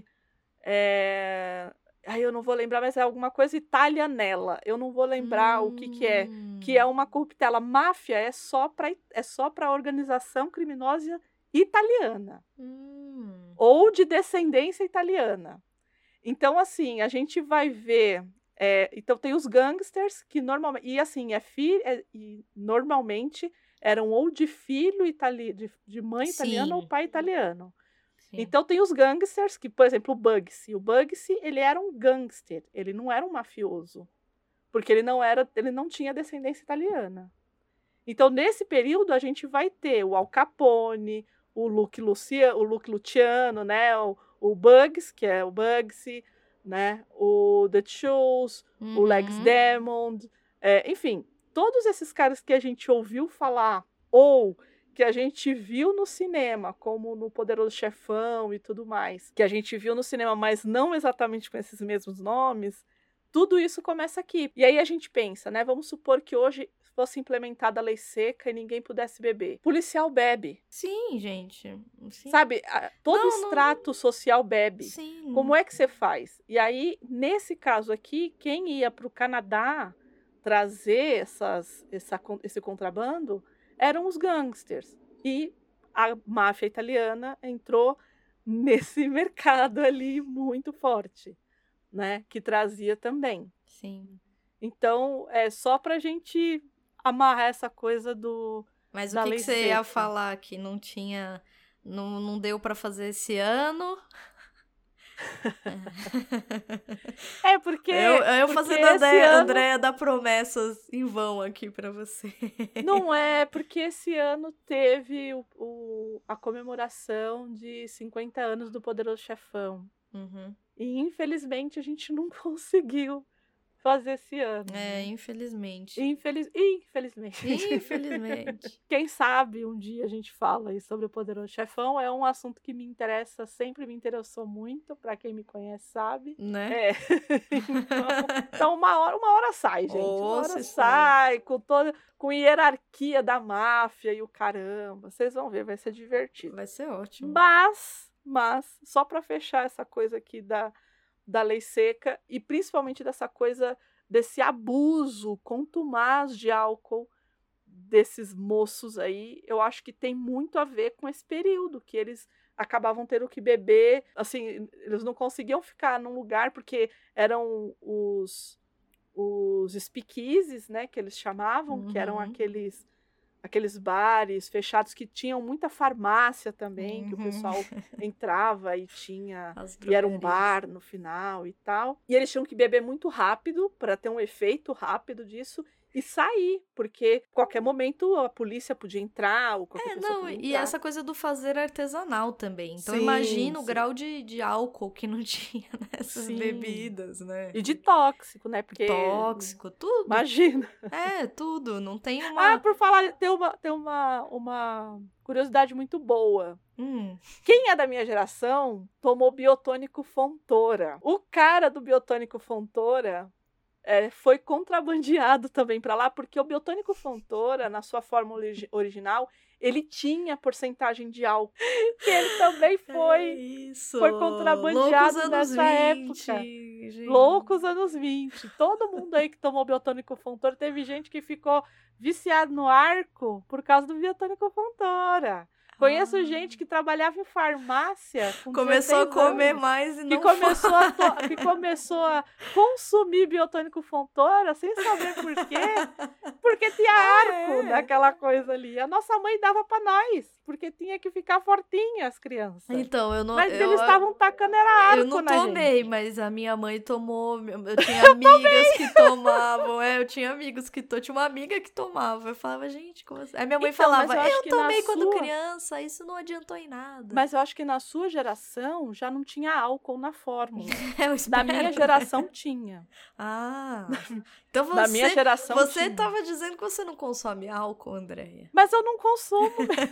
É... Ai, eu não vou lembrar, mas é alguma coisa italianela. Eu não vou lembrar hum... o que, que é. Que é uma corruptela. Máfia é só para é só para organização criminosa italiana. Hum. Ou de descendência italiana. Então, assim, a gente vai ver... É, então, tem os gangsters, que normalmente... E, assim, é fi, é, e normalmente eram ou de filho itali, de, de mãe Sim. italiana ou pai italiano. Sim. Então, tem os gangsters, que, por exemplo, o Bugsy. O Bugsy, ele era um gangster, ele não era um mafioso. Porque ele não, era, ele não tinha descendência italiana. Então, nesse período, a gente vai ter o Al Capone, o Luke, Lucia, o Luke Luciano, né? O, o Bugs, que é o Bugsy, né? O The Chills, uhum. o Lex Diamond, é, enfim, todos esses caras que a gente ouviu falar, ou que a gente viu no cinema, como no Poderoso Chefão e tudo mais, que a gente viu no cinema, mas não exatamente com esses mesmos nomes, tudo isso começa aqui. E aí a gente pensa, né? Vamos supor que hoje fosse implementada a lei seca e ninguém pudesse beber. Policial bebe. Sim, gente. Sim. Sabe? Todo não, extrato não... social bebe. Sim. Como é que você faz? E aí, nesse caso aqui, quem ia para o Canadá trazer essas, essa, esse contrabando eram os gangsters. E a máfia italiana entrou nesse mercado ali muito forte, né? Que trazia também. Sim. Então, é só pra gente amarrar essa coisa do Mas o da que, lei que você ia seca. falar que não tinha... Não, não deu pra fazer esse ano? É porque... Eu, eu porque fazendo a esse André, ano... Andréia dar promessas em vão aqui pra você. Não é, porque esse ano teve o, o- a comemoração de cinquenta anos do Poderoso Chefão. Uhum. E infelizmente a gente não conseguiu fazer esse ano. É, né? infelizmente. Infeliz... Infelizmente. Infelizmente. Quem sabe um dia a gente fala aí sobre o Poderoso Chefão. É um assunto que me interessa, sempre me interessou muito. Pra quem me conhece sabe. Né? É. Então, então uma hora, uma hora sai, gente. Ô, Uma hora se sai com toda, com hierarquia da máfia e o caramba. Vocês vão ver, vai ser divertido. Vai ser ótimo. Mas, mas só pra fechar essa coisa aqui da da lei seca e principalmente dessa coisa desse abuso contumaz de álcool desses moços aí, eu acho que tem muito a ver com esse período que eles acabavam tendo que beber, assim, eles não conseguiam ficar num lugar porque eram os os speakeasies, né, que eles chamavam, uhum. que eram aqueles aqueles bares fechados que tinham muita farmácia também, uhum. que o pessoal entrava e tinha... E era um bar no final e tal. E eles tinham que beber muito rápido para ter um efeito rápido disso e sair, porque qualquer momento a polícia podia entrar ou qualquer é, pessoa não, podia entrar. E essa coisa do fazer artesanal também. Então sim, imagina sim. o grau de, de álcool que não tinha nessas sim. bebidas, né? E de tóxico, né? Porque... Tóxico, tudo. Imagina. É, tudo. Não tem uma... Ah, por falar, tem uma, tem uma, uma curiosidade muito boa. Hum. Quem é da minha geração tomou biotônico Fontoura. O cara do biotônico Fontoura é, foi contrabandeado também para lá, porque o biotônico Fontoura, na sua forma original, ele tinha porcentagem de álcool. Que ele também foi, é isso. foi contrabandeado nessa vinte, época. Gente. Loucos anos vinte. Todo mundo aí que tomou biotônico Fontoura, teve gente que ficou viciado no arco por causa do biotônico Fontoura. Conheço ah. gente que trabalhava em farmácia com começou a comer anos, mais e que não começou a to- que começou a consumir biotônico Fontoura sem saber por quê. Porque tinha arco ah, é. naquela coisa ali. A nossa mãe dava pra nós, porque tinha que ficar fortinha as crianças. Então, eu não... Mas eu, eles estavam tacando era arco Eu não na tomei, gente. mas a minha mãe tomou. Eu tinha amigas que tomavam. É, eu tinha amigas que to... Tinha uma amiga que tomava. Eu falava, gente, como assim? Aí minha mãe então, falava, eu, eu tomei quando sua... criança, isso não adiantou em nada. Mas eu acho que na sua geração já não tinha álcool na fórmula. eu espero, na minha geração né? tinha. Ah, então você... Na minha geração Você tinha. tava dizendo que você não consome álcool, Andréia. Mas eu não consumo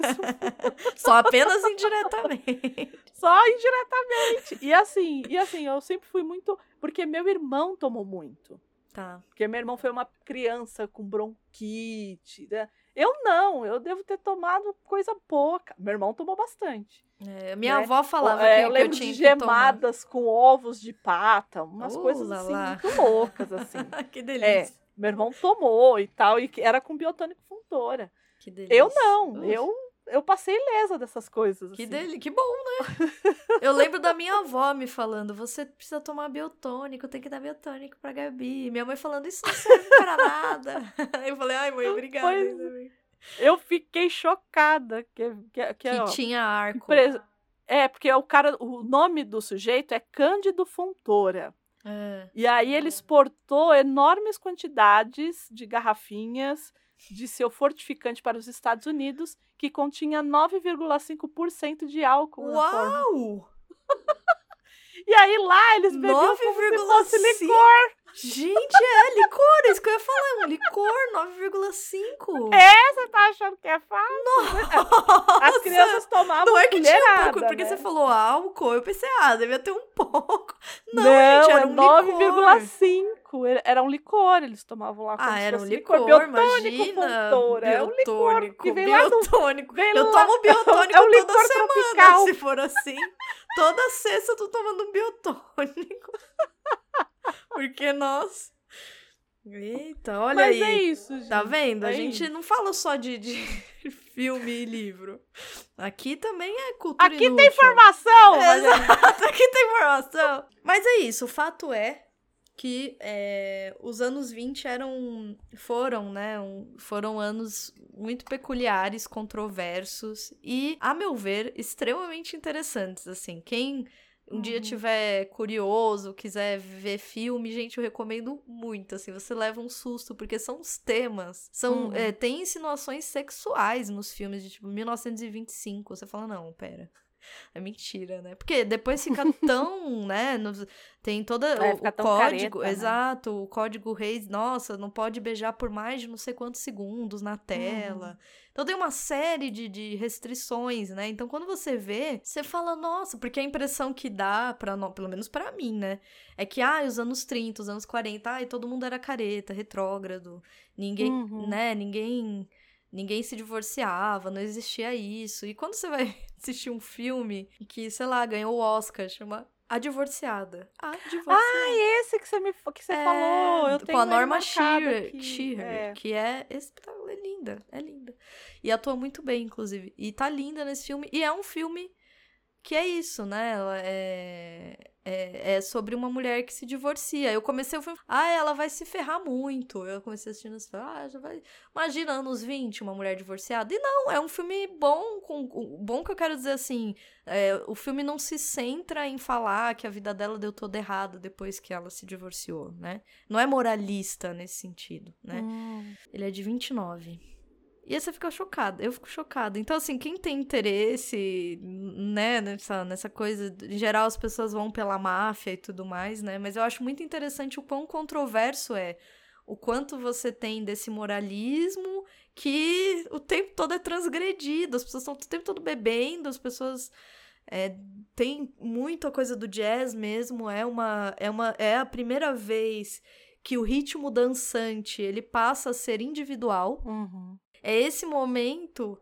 mesmo. Só apenas indiretamente. Só indiretamente. E assim, e assim, eu sempre fui muito... Porque meu irmão tomou muito. Tá. Porque meu irmão foi uma criança com bronquite, né? Eu não, eu devo ter tomado coisa pouca. Meu irmão tomou bastante. É, minha né? avó falava é, que eu eu, lembro que eu tinha de que gemadas com ovos de pata, umas uh, coisas lá, assim lá. muito loucas, assim. Que delícia. É, meu irmão tomou e tal, e era com biotônico Fontoura. Que delícia. Eu não, Uf. eu, eu passei ilesa dessas coisas. Que assim. dele, que bom, né? Eu lembro da minha avó me falando, você precisa tomar biotônico, tem que dar biotônico pra Gabi. Minha mãe falando, isso não serve para nada. Eu falei, ai mãe, obrigada. Pois, eu fiquei chocada que, que, que, que ó, tinha arco. Pres... É, porque o cara, o nome do sujeito é Cândido Fontoura. É. E aí ele exportou enormes quantidades de garrafinhas de seu fortificante para os Estados Unidos, que continha nove vírgula cinco por cento de álcool. Uau! E aí lá eles bebiam como se fosse licor. Gente, é licor, é isso que eu ia falar, um licor, nove vírgula cinco. É, você tá achando que é fácil? Nossa! As crianças tomavam Não é que tinha pouco, né? porque você falou álcool, eu pensei, ah, devia ter um pouco. Não, Não gente, era é um nove vírgula licor. cinco. Era um licor, eles tomavam lá como Ah, se era um fosse licor, licor. Biotônico, Fontoura. É um licor que vem biotônico. Lá do... vem eu lá... tomo biotônico é um toda semana, tropical. se for assim. Toda sexta eu tô tomando um biotônico. Porque, nossa... Eita, olha Mas aí. é isso, gente. Tá vendo? É A gente isso. não fala só de, de filme e livro. Aqui também é cultura Aqui inútil. tem informação! Exato, aqui tem informação. Mas é isso, o fato é que é, os anos vinte eram, foram, né, um, foram anos muito peculiares, controversos e, a meu ver, extremamente interessantes, assim. Quem um uhum. dia tiver curioso, quiser ver filme, gente, eu recomendo muito, assim, você leva um susto, porque são os temas, são, uhum. é, tem insinuações sexuais nos filmes de, tipo, mil novecentos e vinte e cinco, você fala, não, pera... É mentira, né? Porque depois fica tão, né? No, tem todo é, o, o código, careta, exato, né? o código Reis, nossa, não pode beijar por mais de não sei quantos segundos na tela. Uhum. Então tem uma série de, de restrições, né? Então quando você vê, você fala, nossa, porque a impressão que dá, pra, pelo menos pra mim, né? É que, ah, os anos trinta, os anos quarenta, ai, todo mundo era careta, retrógrado, ninguém, uhum. né? Ninguém... Ninguém se divorciava, não existia isso. E quando você vai assistir um filme que, sei lá, ganhou o Oscar, chama A Divorciada. A Divorciada. Ah, esse que você, me, que você é, falou. Eu tenho com a Norma Shearer, é. que é espetacular, é linda, é linda. E atua muito bem, inclusive. E tá linda nesse filme. E é um filme que é isso, né? Ela é... É, é sobre uma mulher que se divorcia. Eu comecei o filme... Ah, ela vai se ferrar muito. Eu comecei assistindo assim... Ah, já vai... Imagina, anos vinte, uma mulher divorciada. E não, é um filme bom. Com, bom que eu quero dizer assim... É, o filme não se centra em falar que a vida dela deu toda errada depois que ela se divorciou, né? Não é moralista nesse sentido, né? Hum. Ele é de vinte e nove. E aí você fica chocada, eu fico chocada. Então, assim, quem tem interesse, né, nessa, nessa coisa... Em geral, as pessoas vão pela máfia e tudo mais, né? Mas eu acho muito interessante o quão controverso é. O quanto você tem desse moralismo que o tempo todo é transgredido. As pessoas estão o tempo todo bebendo, as pessoas... É, tem muita coisa do jazz mesmo. É, uma, é, uma, é a primeira vez que o ritmo dançante, ele passa a ser individual. Uhum. É esse momento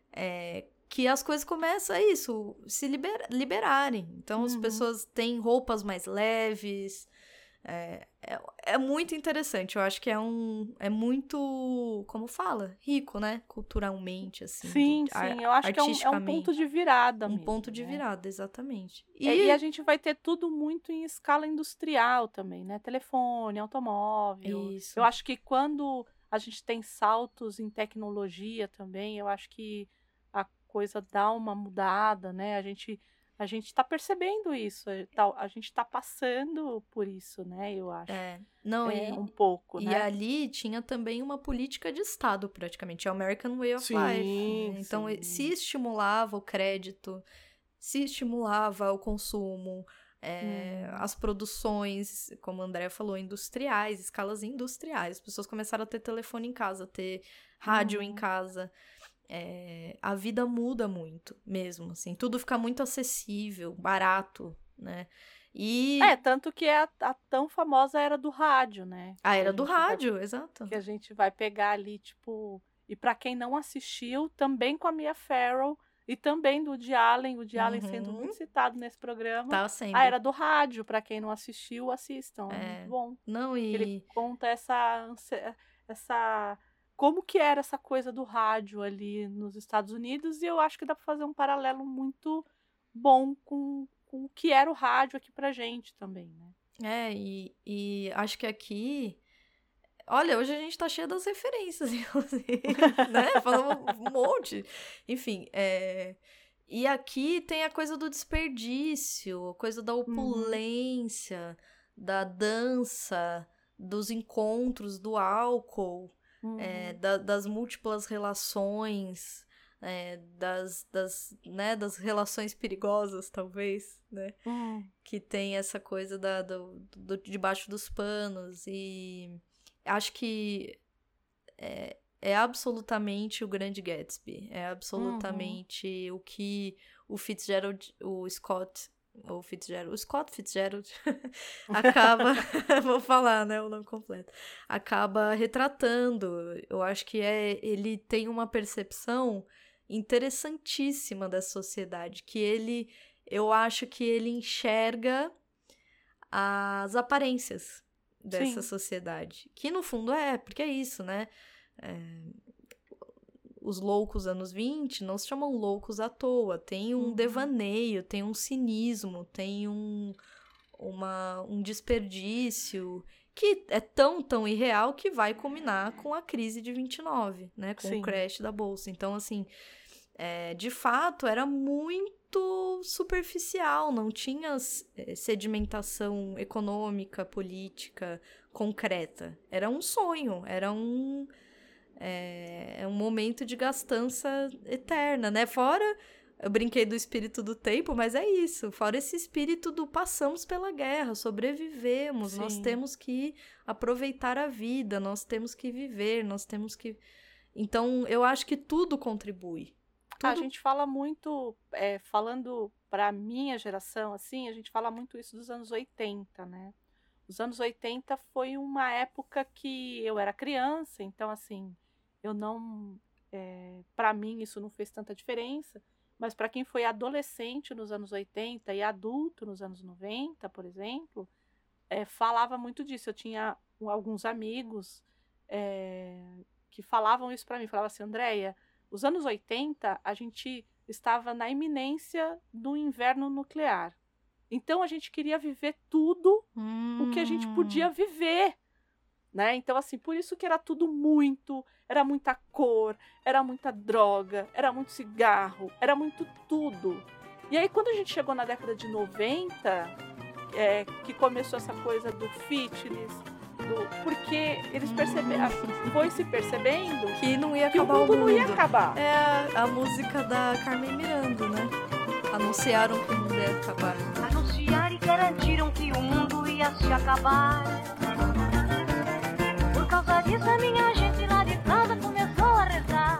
é, que as coisas começam a isso, se liber, liberarem. Então, uhum. as pessoas têm roupas mais leves. É, é, é muito interessante. Eu acho que é um... É muito... Como fala? Rico, né? Culturalmente, assim. Sim, de, sim. Eu acho que é um, é um ponto de virada um mesmo. Um ponto de né? virada, exatamente. E... É, e a gente vai ter tudo muito em escala industrial também, né? Telefone, automóvel. Isso. Eu acho que quando... A gente tem saltos em tecnologia também, eu acho que a coisa dá uma mudada, né? A gente a gente está percebendo isso, a gente está passando por isso, né? Eu acho. É, não, é, e, um pouco, e né? ali tinha também uma política de Estado, praticamente, a American Way of sim, Life. Né? Então, sim. se estimulava o crédito, se estimulava o consumo, É, hum. as produções, como a Andrea falou, industriais, escalas industriais. As pessoas começaram a ter telefone em casa, ter rádio hum. em casa. É, a vida muda muito, mesmo, assim. Tudo fica muito acessível, barato, né? E... É, tanto que é a, a tão famosa era do rádio, né? A era a do rádio, vai, exato. Que a gente vai pegar ali, tipo... E pra quem não assistiu, também com a Mia Farrow... E também do Woody Allen, o Woody Allen uhum. sendo muito citado nesse programa. Tá sendo. A Era do Rádio, para quem não assistiu, assistam. É, é muito bom. Não, e... Ele conta essa, essa... Como que era essa coisa do rádio ali nos Estados Unidos. E eu acho que dá para fazer um paralelo muito bom com, com o que era o rádio aqui pra gente também, né? É, e, e acho que aqui... Olha, hoje a gente tá cheia das referências, inclusive, né? Falando um monte. Enfim, é... E aqui tem a coisa do desperdício, a coisa da opulência, uhum. da dança, dos encontros, do álcool, uhum. é, da, das múltiplas relações, é, das, das, né, das relações perigosas, talvez, né? Uhum. Que tem essa coisa da, do, do, debaixo dos panos e... Acho que é, é absolutamente o Grande Gatsby. É absolutamente uhum. o que o Fitzgerald, o Scott, o Fitzgerald, o Scott Fitzgerald acaba, vou falar, né, o nome completo, acaba retratando. Eu acho que é, ele tem uma percepção interessantíssima da sociedade, que ele, eu acho que ele enxerga as aparências. dessa Sim. sociedade. Que no fundo é, porque é isso, né? É, os loucos anos vinte não se chamam loucos à toa. Tem um Uhum. devaneio, tem um cinismo, tem um, uma, um desperdício que é tão, tão irreal que vai culminar com a crise de vinte e nove, né? Com Sim. o crash da Bolsa. Então, assim, é, de fato, era muito superficial, não tinha é, sedimentação econômica, política, concreta. Era um sonho, era um... É, é um momento de gastança eterna, né? Fora, eu brinquei do espírito do tempo, mas é isso. Fora esse espírito do passamos pela guerra, sobrevivemos, Sim. nós temos que aproveitar a vida, nós temos que viver, nós temos que... Então, eu acho que tudo contribui. Tudo... A gente fala muito, é, falando para minha geração, assim, a gente fala muito isso dos anos oitenta, né? Os anos oitenta foi uma época que eu era criança, então, assim, eu não... É, para mim, isso não fez tanta diferença, mas para quem foi adolescente nos anos oitenta e adulto nos anos noventa, por exemplo, é, falava muito disso. Eu tinha alguns amigos é, que falavam isso para mim, falavam assim, Andréia, os anos oitenta, a gente estava na iminência do inverno nuclear. Então, a gente queria viver tudo hum... o que a gente podia viver, né? Então, assim, por isso que era tudo muito... Era muita cor, era muita droga, era muito cigarro, era muito tudo. E aí, quando a gente chegou na década de noventa, é, que começou essa coisa do fitness, do, porque eles perceberam, foi se percebendo que não ia que acabar o mundo, o mundo não ia acabar. É a, a música da Carmen Miranda, né? Anunciaram que o mundo ia acabar. Anunciaram e garantiram que o mundo ia se acabar. Por causa disso, a minha gente lá de casa começou a rezar.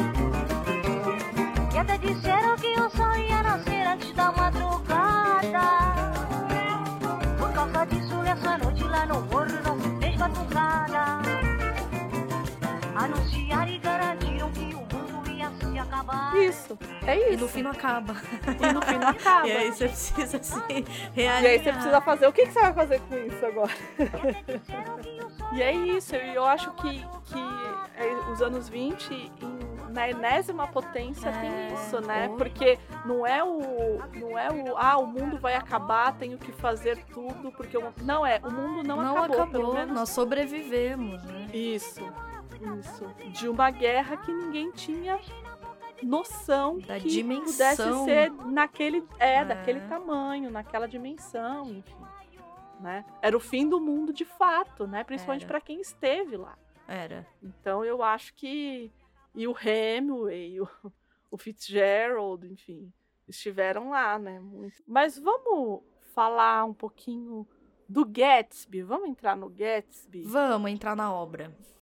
E até disseram que o sol ia nascer antes da madrugada. Por causa disso, nessa noite lá no morro não se fez batucada. Anunciaram e garantiram que o mundo ia se acabar. Isso, é isso. E no fim não acaba. E no fim não acaba. E aí você precisa se realinhar. E aí você precisa fazer. O que, que você vai fazer com isso agora? E é isso. Eu acho que, que os anos vinte, em, na enésima potência, É, tem isso, né? oh. Porque não é o. Não é o. Ah, o mundo vai acabar, tenho que fazer tudo. Porque o, não é. O mundo não, Não acabou. acabou, Pelo menos. nós sobrevivemos, né? Isso. Isso. De uma guerra que ninguém tinha noção Da que dimensão. pudesse ser naquele, é, É. daquele tamanho, naquela dimensão, enfim, né? Era o fim do mundo de fato, né? Principalmente para quem esteve lá. Era. Então eu acho que e o Hemingway, o, o Fitzgerald, enfim, estiveram lá, né? Muito. Mas vamos falar um pouquinho do Gatsby. Vamos entrar no Gatsby? Vamos entrar na obra.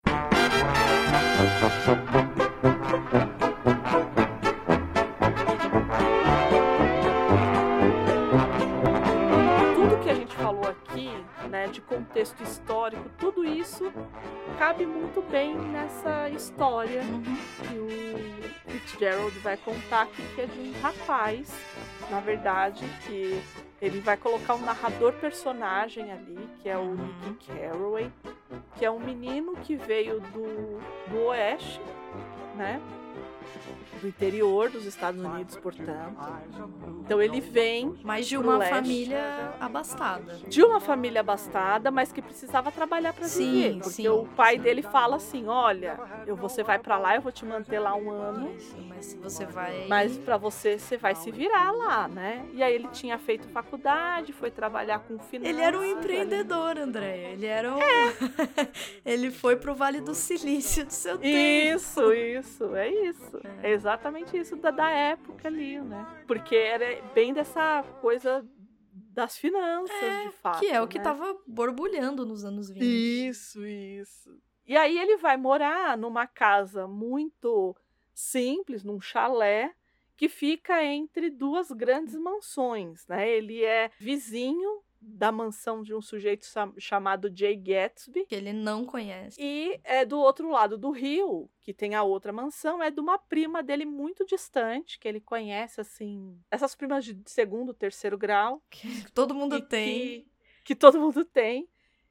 Tudo que a gente falou aqui, né, de contexto histórico, tudo isso cabe muito bem nessa história que o Fitzgerald vai contar aqui, que é de um rapaz, na verdade, que ele vai colocar um narrador personagem ali, que é o Nick Carraway, que é um menino que veio do, do Oeste, né? Do interior dos Estados Unidos, portanto. Então ele vem Mas de pro uma leste, família abastada. de uma família abastada, mas que precisava trabalhar para Sim, viver, porque sim, o pai sim. dele fala assim, olha, eu, você vai para lá, eu vou te manter lá um ano, Isso, mas se você vai... mas para você, você vai se virar lá, né? E aí ele tinha feito faculdade, foi trabalhar com finanças. Ele era um ali. empreendedor, Andréia. Ele era um... Ele foi pro Vale do Silício do seu tempo. Isso, isso, é isso. É. É exatamente isso da, da época ali, né? Porque era bem dessa coisa das finanças, de fato. Que é o que né? tava borbulhando nos anos vinte. Isso, isso. E aí ele vai morar numa casa muito simples, num chalé, que fica entre duas grandes mansões, né? Ele é vizinho da mansão de um sujeito chamado Jay Gatsby. Que ele não conhece. E é do outro lado do rio, que tem a outra mansão, é de uma prima dele muito distante, que ele conhece, assim... Essas primas de segundo, terceiro grau. Que todo mundo e tem. Que, que todo mundo tem.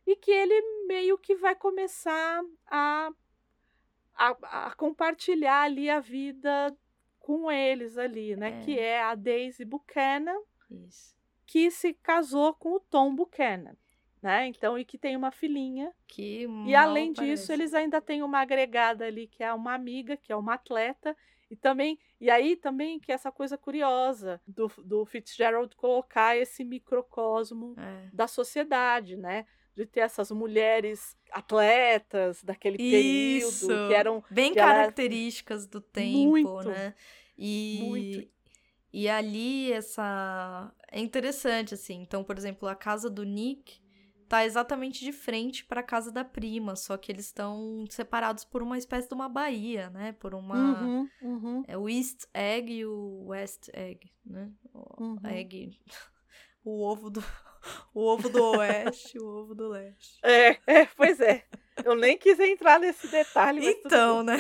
e que ele meio que vai começar a, a, a compartilhar ali a vida com eles ali, né? É. Que é a Daisy Buchanan, Isso. que se casou com o Tom Buchanan, né? Então, e que tem uma filhinha. Que E mal além disso, aparece. eles ainda têm uma agregada ali, que é uma amiga, que é uma atleta. E também, e aí também que é essa coisa curiosa do, do Fitzgerald colocar esse microcosmo É. da sociedade, né? De ter essas mulheres atletas daquele período, Isso. que eram Bem que ela- características do tempo, Muito. né? E, Muito. e ali essa é interessante assim. Então, por exemplo, a casa do Nick tá exatamente de frente para a casa da prima, só que eles estão separados por uma espécie de uma baía, né? Por uma Uhum, uhum. é o East Egg e o West Egg, né? O Uhum. Egg, o ovo do o ovo do oeste, o ovo do leste. É, é, pois é. Eu nem quis entrar nesse detalhe, mas tudo Então, né?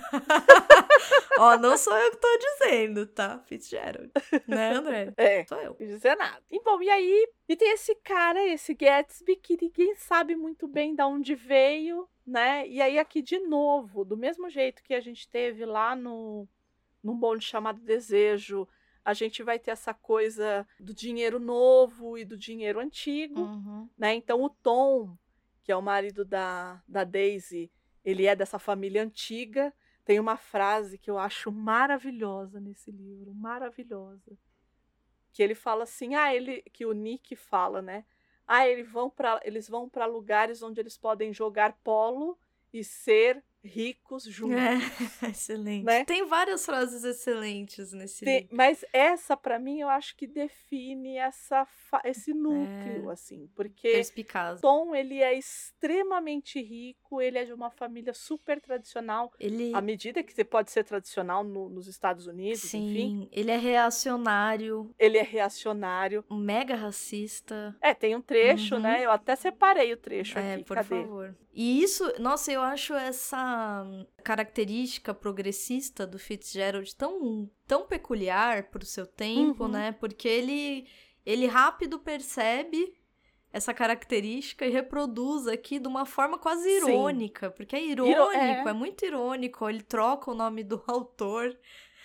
Ó, não sou eu que tô dizendo, tá? Fitzgerald. Né, André? bem. É. Sou eu. Não quis dizer nada. E bom, e aí, e tem esse cara, esse Gatsby, que ninguém sabe muito bem de onde veio, né? E aí aqui de novo, do mesmo jeito que a gente teve lá no num bonde chamado Desejo, a gente vai ter essa coisa do dinheiro novo e do dinheiro antigo, Uhum. né? Então o Tom, que é o marido da, da Daisy, ele é dessa família antiga. Tem uma frase que eu acho maravilhosa nesse livro, maravilhosa. Que ele fala assim, ah, ele, que o Nick fala, né? Ah, eles vão para eles vão para lugares onde eles podem jogar polo e ser ricos juntos. É, excelente. Né? Tem várias frases excelentes nesse Tem- livro. mas essa, para mim, eu acho que define essa, fa- esse núcleo, É. assim. Porque Perspicaz. Tom, ele é extremamente rico, ele é de uma família super tradicional. Ele, À medida que você pode ser tradicional no- nos Estados Unidos, enfim, sim, ele é reacionário, ele é reacionário. um mega racista. É, tem um trecho, Uhum. né? Eu até separei o trecho É, aqui. por Cadê? favor. E isso, nossa, eu acho essa característica progressista do Fitzgerald tão, tão peculiar pro seu tempo, Uhum. né? Porque ele, ele rápido percebe essa característica e reproduz aqui de uma forma quase Sim. irônica, porque é irônico, é. é muito irônico. Ele troca o nome do autor,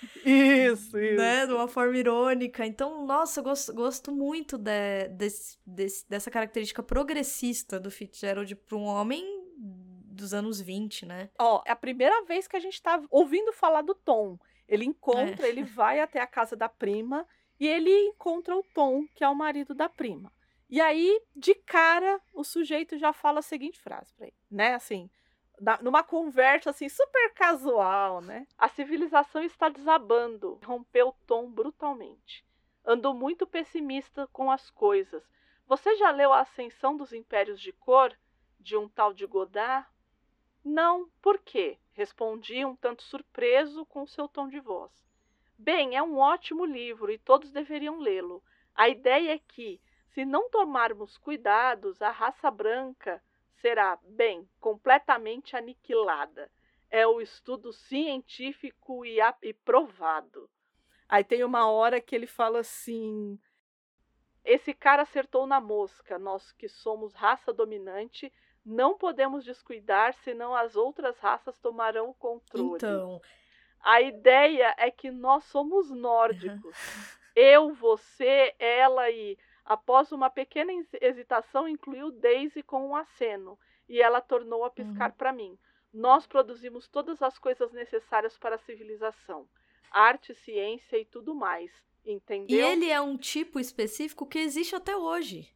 Isso, isso. né, de uma forma irônica. Então, nossa, eu gosto, gosto muito de, desse, desse- dessa característica progressista do Fitzgerald para um homem dos anos vinte, né? Ó, é a primeira vez que a gente tá ouvindo falar do Tom. Ele encontra, É. ele vai até a casa da prima e ele encontra o Tom, que é o marido da prima. E aí, de cara, o sujeito já fala a seguinte frase pra ele, né? Assim, na- numa conversa assim super casual, né? A civilização está desabando, rompeu Tom brutalmente. Ando muito pessimista com as coisas. Você já leu A Ascensão dos Impérios de Cor, de um tal de Godard? Não, por quê? Respondi um tanto surpreso com seu tom de voz. Bem, é um ótimo livro e todos deveriam lê-lo. A ideia é que, se não tomarmos cuidados, a raça branca será, bem, completamente aniquilada. É o estudo científico e, a- e provado. Aí tem uma hora que ele fala assim: esse cara acertou na mosca, nós que somos raça dominante, não podemos descuidar, senão as outras raças tomarão o controle. Então, A ideia é que nós somos nórdicos. Eu, você, ela e... Após uma pequena hes- hesitação, incluiu Daisy com um aceno, e ela tornou a piscar para mim. Nós produzimos todas as coisas necessárias para a civilização. Arte, ciência e tudo mais. Entendeu? e ele é um tipo específico que existe até hoje.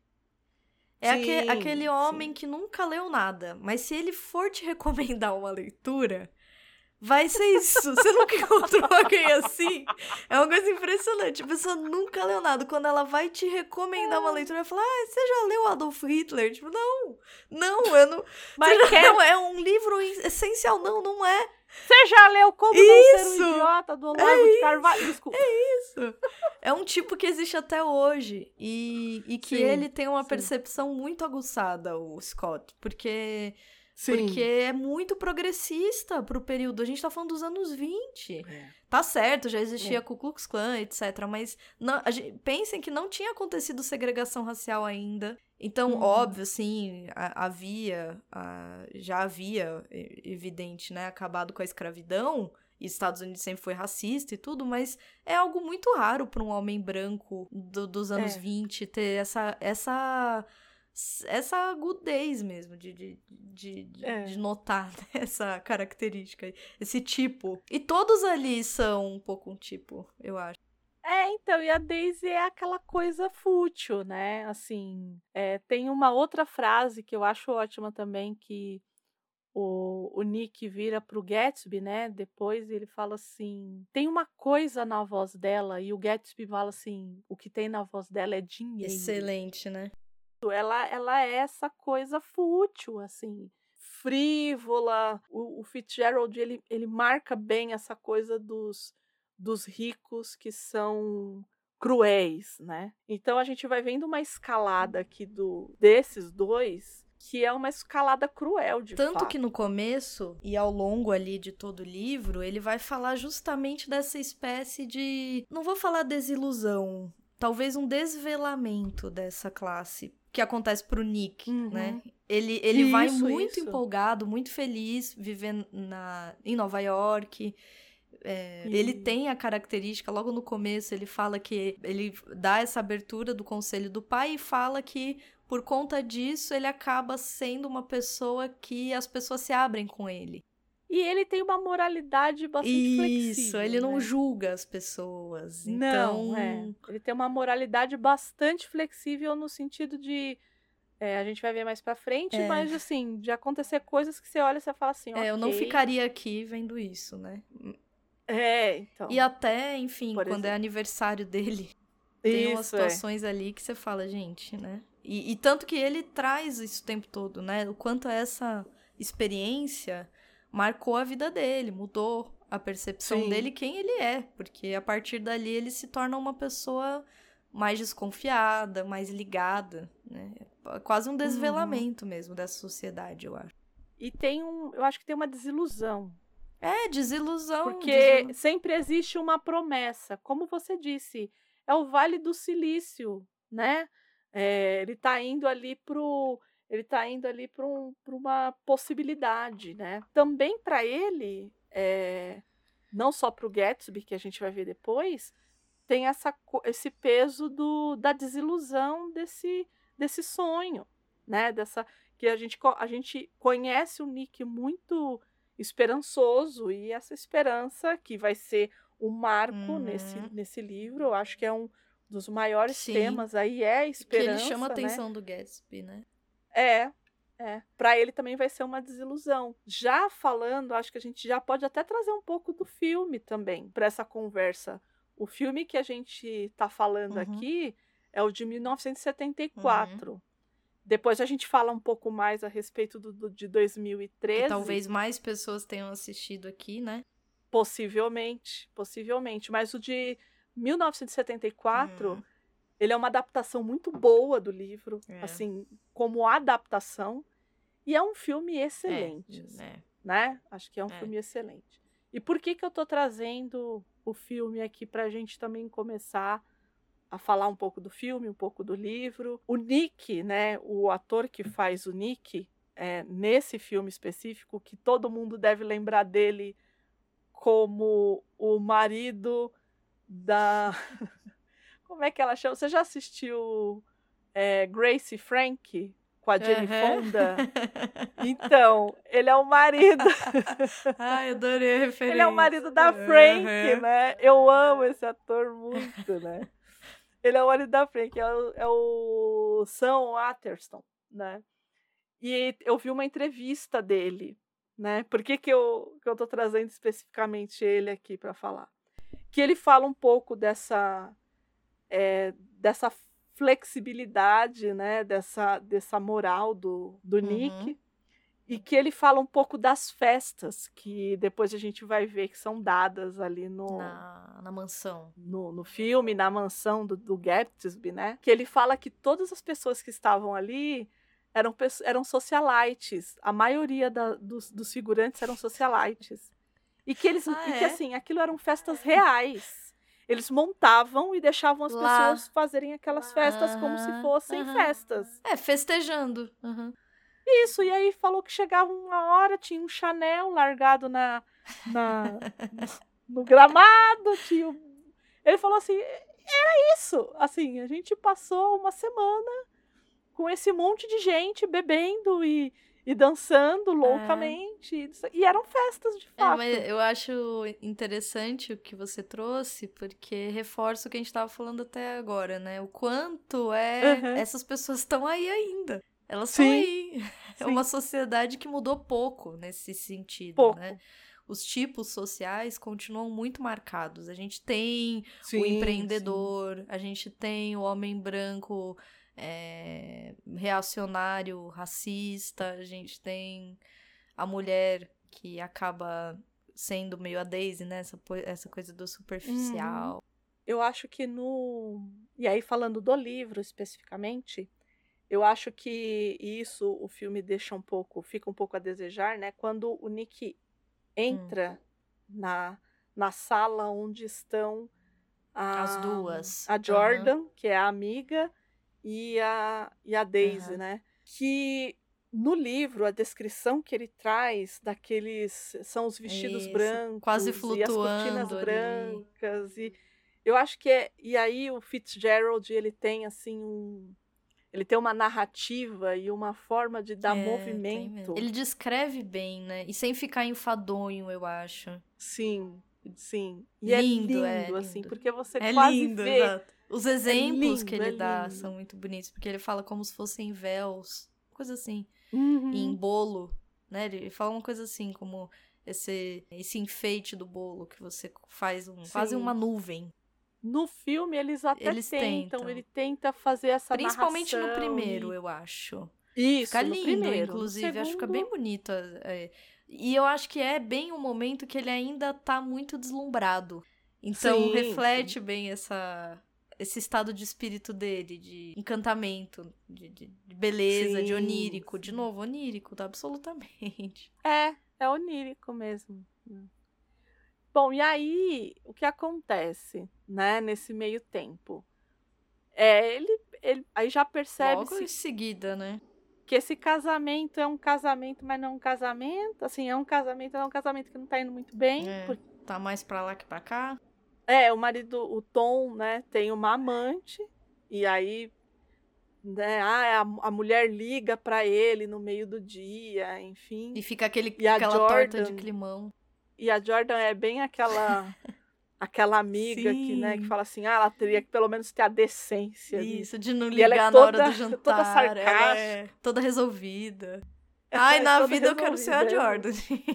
É aque- Sim, aquele homem sim. que nunca leu nada, mas se ele for te recomendar uma leitura, vai ser isso. Você nunca encontrou alguém assim? É uma coisa impressionante. A pessoa nunca leu nada. Quando ela vai te recomendar uma leitura, ela fala: ah, você já leu Adolf Hitler? Tipo, não, não, eu não. Mas Você já- quer- não, é um livro essencial. Não, não é. Você já leu Como Não Ser Isso! um Idiota, do Olavo de Carvalho? Desculpa. Isso. É um tipo que existe até hoje. E, e que Sim, ele tem uma sim. percepção muito aguçada, o Scott. Porque Sim. Porque é muito progressista pro período. A gente tá falando dos anos vinte. É. Tá certo, já existia É. Ku Klux Klan, etcétera. Mas não, a gente, pensem que não tinha acontecido segregação racial ainda. Então, Uhum. óbvio, sim, a- havia, a- já havia, é, evidente, né, acabado com a escravidão. E Estados Unidos sempre foi racista e tudo, mas é algo muito raro para um homem branco do- dos anos É. vinte ter essa, essa, essa agudez mesmo de, de, de, de- É. de notar essa característica, esse tipo. E todos ali são um pouco um tipo, eu acho. É, então, e a Daisy é aquela coisa fútil, né? Assim, é, tem uma outra frase que eu acho ótima também, que o, o Nick vira pro Gatsby, né? Depois ele fala assim: tem uma coisa na voz dela, e o Gatsby fala assim: o que tem na voz dela é dinheiro. Excelente, né? Ela, ela é essa coisa fútil, assim, frívola. O, o Fitzgerald, ele, ele marca bem essa coisa dos, dos ricos que são cruéis, né? Então a gente vai vendo uma escalada aqui do, desses dois, que é uma escalada cruel, de Tanto fato. que no começo e ao longo ali de todo o livro, ele vai falar justamente dessa espécie de, não vou falar desilusão, talvez um desvelamento dessa classe que acontece pro Nick, Uhum. né? Ele, ele vai Isso, muito isso. empolgado, muito feliz, vivendo na, em Nova York. É, E- Ele tem a característica, logo no começo, ele fala que ele dá essa abertura do conselho do pai e fala que, por conta disso, ele acaba sendo uma pessoa que as pessoas se abrem com ele. E ele tem uma moralidade bastante Isso, flexível. ele não né? julga as pessoas. Não, Então, é. Ele tem uma moralidade bastante flexível no sentido de. É, a gente vai ver mais pra frente, É. mas assim, de acontecer coisas que você olha e você fala assim, é, eu não ok. ficaria aqui vendo isso, né? É, então. E até, enfim, Por quando é exemplo. aniversário dele, tem umas Isso, é. situações ali que você fala, gente, né? E, e tanto que ele traz isso o tempo todo, né? O quanto essa experiência marcou a vida dele, mudou a percepção Sim. dele quem ele é. Porque a partir dali ele se torna uma pessoa mais desconfiada, mais ligada, né? É quase um desvelamento mesmo dessa sociedade, eu acho. E tem um. Eu acho que tem uma desilusão. É, desilusão. Porque desilu- sempre existe uma promessa. Como você disse, é o Vale do Silício, né? É, ele tá indo ali pro. Ele tá indo ali para um, uma possibilidade, né? Também para ele, é, não só para o Gatsby, que a gente vai ver depois, tem essa, co- esse peso do, da desilusão desse, desse sonho, né? Dessa, que a gente, co- a gente conhece o Nick muito esperançoso, e essa esperança que vai ser um marco Uhum. nesse, nesse livro, eu acho que é um dos maiores Sim. temas aí, é a Que esperança, ele chama a né? atenção do Gatsby, né? É, é. Para ele também vai ser uma desilusão. Já falando, acho que a gente já pode até trazer um pouco do filme também para essa conversa. O filme que a gente está falando Uhum. aqui é o de mil novecentos e setenta e quatro. Depois a gente fala um pouco mais a respeito do, do de dois mil e treze. Que talvez mais pessoas tenham assistido aqui, né? Possivelmente, possivelmente. Mas o de mil novecentos e setenta e quatro, Hum. ele é uma adaptação muito boa do livro, É. assim, como adaptação. E é um filme excelente, É, assim, é. né? Acho que é um É. filme excelente. E por que que eu tô trazendo o filme aqui pra gente também começar a falar um pouco do filme, um pouco do livro? O Nick, né? O ator que faz o Nick, é, nesse filme específico, que todo mundo deve lembrar dele como o marido da... Como é que ela chama? Você já assistiu é, Grace Frank com a Jane Aham. Fonda? Então, ele é o marido. Ai, adorei a referência. Ele é o marido da Frank, Aham. né? Eu amo esse ator muito, né? Ele é o marido da Frank, é o, é o Sam Waterston, né? E eu vi uma entrevista dele, né? Por que que eu, que eu tô trazendo especificamente ele aqui para falar? Que ele fala um pouco dessa, é, dessa flexibilidade, né? Dessa, dessa moral do, do Uhum. Nick. E que ele fala um pouco das festas, que depois a gente vai ver que são dadas ali no, Na, na mansão. no, no filme, na mansão do, do Gatsby, né? Que ele fala que todas as pessoas que estavam ali eram, eram socialites. A maioria da, dos, dos figurantes eram socialites. E que eles, ah, e é? que assim, aquilo eram festas reais. Eles montavam e deixavam as Lá. pessoas fazerem aquelas festas como se Aham, fossem aham. festas. É, festejando. Uhum. Isso, e aí falou que chegava uma hora, tinha um Chanel largado na, na, no gramado, tinha um... Ele falou assim, era isso, assim, a gente passou uma semana com esse monte de gente bebendo e, e dançando loucamente, é. e eram festas de fato. É, mas eu acho interessante o que você trouxe, porque reforça o que a gente estava falando até agora, né? O quanto é uhum. essas pessoas estão aí ainda. Elas estão aí. É uma sociedade que mudou pouco nesse sentido, pouco. né? Os tipos sociais continuam muito marcados. A gente tem sim, o empreendedor, sim. a gente tem o homem branco é, reacionário, racista, a gente tem a mulher que acaba sendo meio a Daisy, né? Essa, essa coisa do superficial. Uhum. Eu acho que no... E aí, falando do livro especificamente... Eu acho que isso o filme deixa um pouco, fica um pouco a desejar, né? Quando o Nick entra hum. na, na sala onde estão a, as duas. A Jordan, uhum. que é a amiga, e a, e a Daisy, uhum. né? Que no livro, a descrição que ele traz daqueles... São os vestidos isso. brancos. Quase flutuando e as cortinas ali. brancas. E eu acho que é... E aí o Fitzgerald, ele tem assim um... Ele tem uma narrativa e uma forma de dar é, movimento. Ele descreve bem, né? E sem ficar enfadonho, eu acho. Sim, sim. E lindo, é lindo, é assim, lindo. porque você é quase lindo, vê... Exato. Os exemplos é lindo, que ele é dá lindo. são muito bonitos, porque ele fala como se fossem véus, coisa assim, uhum. em bolo, né? Ele fala uma coisa assim, como esse, esse enfeite do bolo que você faz um, quase uma nuvem. No filme, eles até eles tentam, tentam. Ele tenta fazer essa Principalmente narração. no primeiro, e... eu acho. Isso, Fica no lindo, primeiro. inclusive. No segundo... Acho que fica bem bonito. É... E eu acho que é bem um momento que ele ainda tá muito deslumbrado. Então, sim, reflete sim. bem essa... esse estado de espírito dele, de encantamento, de, de, de beleza, sim, de onírico. Sim. De novo, onírico, tá? Absolutamente. É, é onírico mesmo. Bom, e aí, o que acontece, né, nesse meio tempo? É, ele, ele aí já percebe... Logo em seguida, né? Que esse casamento é um casamento, mas não é um casamento. Assim, é um casamento, é um casamento que não tá indo muito bem. É, porque... tá mais pra lá que pra cá. É, o marido, o Tom, né, tem uma amante. E aí, né, ah, a, a mulher liga pra ele no meio do dia, enfim. E fica aquele, e aquela Jordan, torta de climão. E a Jordan é bem aquela... Aquela amiga que, né, que fala assim, ah, ela teria que pelo menos ter a decência. Isso, de, de não ligar é na toda, hora do jantar. Toda sarcástica. Ela é toda resolvida. Ai, na toda vida eu quero ser a Jordan.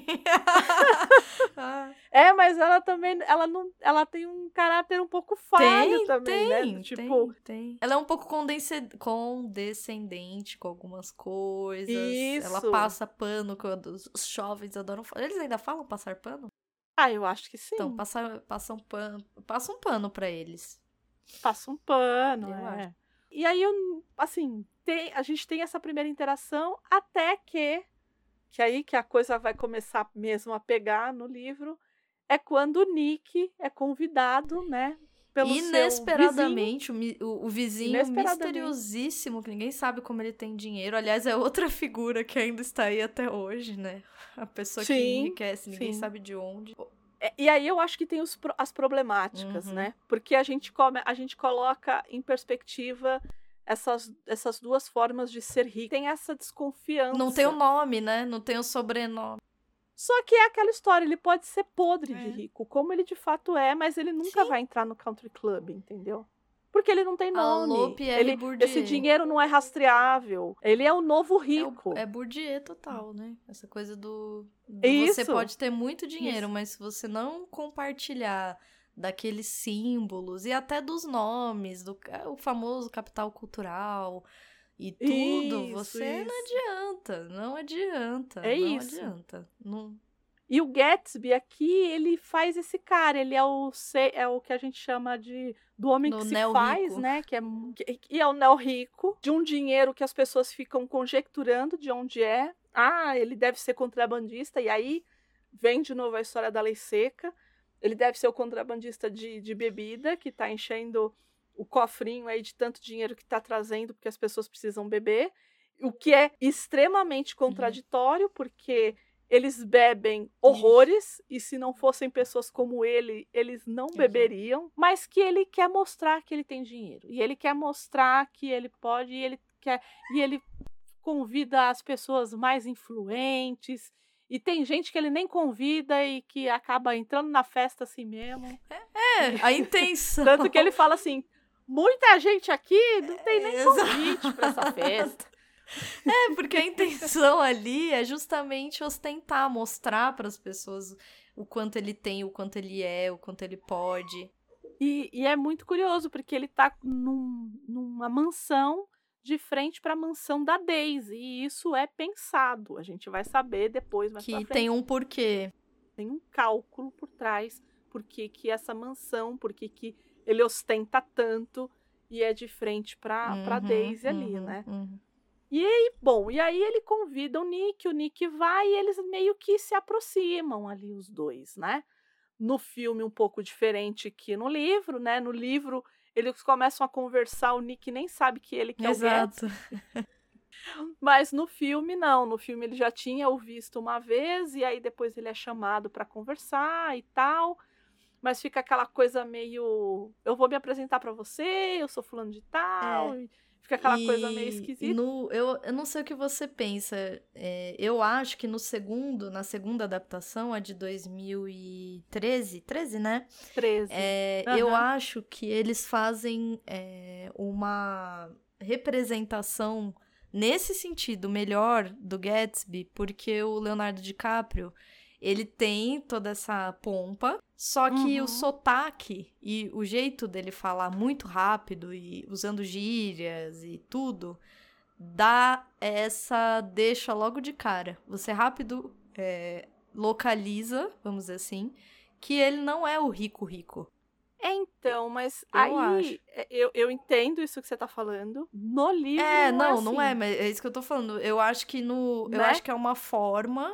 É, mas ela também, ela não, ela tem um caráter um pouco falho tem, também, tem, né? Tipo, tem, tem. Ela é um pouco condescendente com algumas coisas. Isso. Ela passa pano quando os jovens adoram falar. Eles ainda falam passar pano? Ah, eu acho que sim. Então, passa, passa, um, pano, passa um pano pra eles. Passa um pano, eu é. acho. E aí, eu, assim, tem, a gente tem essa primeira interação até que, que aí que a coisa vai começar mesmo a pegar no livro, é quando o Nick é convidado, né, pelo Inesperadamente, seu vizinho. O, o vizinho misteriosíssimo, que ninguém sabe como ele tem dinheiro. Aliás, é outra figura que ainda está aí até hoje, né? A pessoa sim, que enriquece, ninguém sim. sabe de onde. E aí eu acho que tem os, as problemáticas, uhum. né? Porque a gente, come, a gente coloca em perspectiva essas, essas duas formas de ser rico. Tem essa desconfiança. Não tem o nome, né? Não tem o sobrenome. Só que é aquela história, ele pode ser podre é. de rico, como ele de fato é, mas ele nunca Sim. vai entrar no country club, entendeu? Porque ele não tem nome. Ele, esse dinheiro não é rastreável. Ele é o novo rico. É, o, é Bourdieu total, né? Essa coisa do... do você pode ter muito dinheiro, Isso. mas se você não compartilhar daqueles símbolos e até dos nomes, do o famoso capital cultural... E tudo, isso, você isso. não adianta, não adianta, é não isso. adianta. Não... E o Gatsby aqui, ele faz esse cara, ele é o, é o que a gente chama de do homem No que se neo faz, rico. né? Que é, que é o neo-rico, de um dinheiro que as pessoas ficam conjecturando de onde é. Ah, ele deve ser contrabandista, e aí vem de novo a história da lei seca. Ele deve ser o contrabandista de, de bebida, que está enchendo o cofrinho aí de tanto dinheiro que está trazendo, porque as pessoas precisam beber. O que é extremamente contraditório, uhum. porque eles bebem horrores, Isso. e se não fossem pessoas como ele, eles não Exato. beberiam, mas que ele quer mostrar que ele tem dinheiro. E ele quer mostrar que ele pode, e ele quer. E ele convida as pessoas mais influentes. E tem gente que ele nem convida e que acaba entrando na festa assim mesmo. É, a intenção. Tanto que ele fala assim: muita gente aqui não tem nem convite para essa festa. É, porque a intenção ali é justamente ostentar, mostrar para as pessoas o quanto ele tem, o quanto ele é, o quanto ele pode. E, e é muito curioso, porque ele tá num, numa mansão de frente para a mansão da Daisy, e isso é pensado. A gente vai saber depois, mais que pra frente. Tem um porquê. Tem um cálculo por trás, por que que essa mansão, por que que ele ostenta tanto e é de frente para uhum, para Daisy ali, uhum, né? Uhum. E aí, bom, e aí ele convida o Nick, o Nick vai e eles meio que se aproximam ali, os dois, né? No filme um pouco diferente que no livro, né? No livro eles começam a conversar, o Nick nem sabe que ele quer Exato. o Gatsby. Mas no filme não, no filme ele já tinha o visto uma vez e aí depois ele é chamado para conversar e tal. Mas fica aquela coisa meio, eu vou me apresentar para você, eu sou fulano de tal. É. E fica aquela e coisa meio esquisita. No, eu, eu não sei o que você pensa. É, eu acho que no segundo, na segunda adaptação, a de dois mil e treze, treze, né? treze. É, uhum. Eu acho que eles fazem é, uma representação nesse sentido melhor do Gatsby, porque o Leonardo DiCaprio, ele tem toda essa pompa, só que uhum. o sotaque e o jeito dele falar muito rápido e usando gírias e tudo, dá essa deixa logo de cara. Você rápido é, localiza, vamos dizer assim, que ele não é o rico-rico. É, então, mas eu aí acho. Eu, eu entendo isso que você tá falando. No livro É, não, não, é assim. não é, mas é isso que eu tô falando. Eu acho que no, né? Eu acho que é uma forma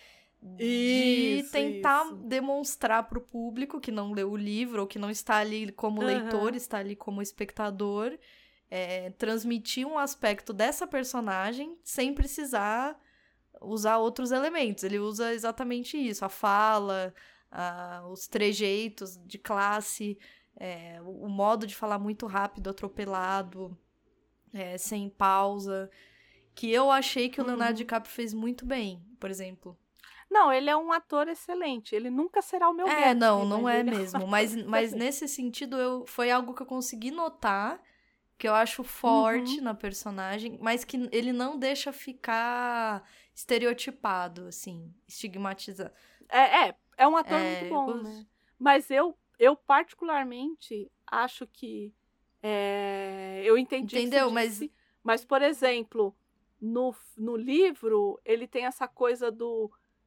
de isso, tentar isso. demonstrar pro público que não leu o livro ou que não está ali como uhum. leitor, está ali como espectador, é, transmitir um aspecto dessa personagem sem precisar usar outros elementos. Ele usa exatamente isso, a fala, a, os trejeitos de classe, é, o, o modo de falar muito rápido, atropelado, é, sem pausa, que eu achei que o Leonardo uhum. DiCaprio fez muito bem, por exemplo. Não, ele é um ator excelente. Ele nunca será o meu Gatsby. É, não, não é ele... mesmo. Mas, mas nesse sentido, eu, foi algo que eu consegui notar, que eu acho forte uhum. na personagem, mas que ele não deixa ficar estereotipado, assim, estigmatizado. É, é, é um ator é, muito bom, eu... né? Mas eu, eu particularmente, acho que... É, eu entendi Entendeu? o que você mas... disse, mas, por exemplo, no, no livro, ele tem essa coisa do...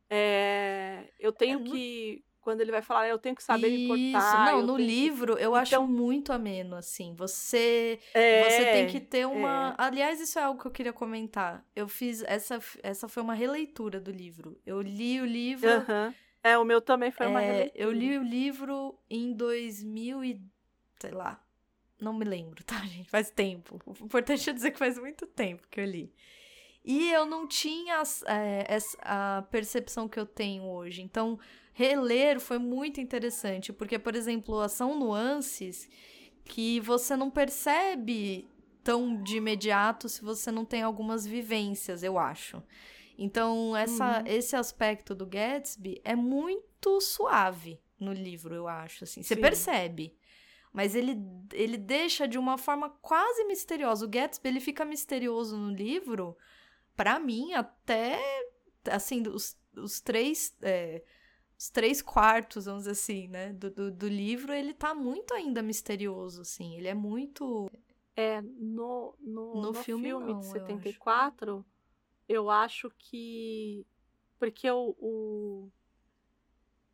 É, eu tenho é, que... Quando ele vai falar, eu tenho que saber Isso. me portar. Não, no livro, que... eu então... acho muito ameno, assim. Você, é, você tem que ter uma... É. Aliás, isso é algo que eu queria comentar. Eu fiz... Essa, essa foi uma releitura do livro. Eu li o livro... Uh-huh. É, o meu também foi uma é, releitura. Eu li o livro em dois mil e... Sei lá. Não me lembro, tá, gente? Faz tempo. O importante é dizer que faz muito tempo que eu li. E eu não tinha é, essa, a percepção que eu tenho hoje. Então, reler foi muito interessante. Porque, por exemplo, são nuances que você não percebe tão de imediato se você não tem algumas vivências, eu acho. Então, essa, uhum. esse aspecto do Gatsby é muito suave no livro, eu acho. Assim. Você Sim. percebe. Mas ele, ele deixa de uma forma quase misteriosa. O Gatsby, ele fica misterioso no livro... Pra mim, até, assim, os, os três... É, os três quartos, vamos dizer assim, né? Do, do, do livro, ele tá muito ainda misterioso, assim. Ele é muito... É, no, no, no, no filme, filme não, de setenta e quatro, eu acho, eu acho que... Porque o, o...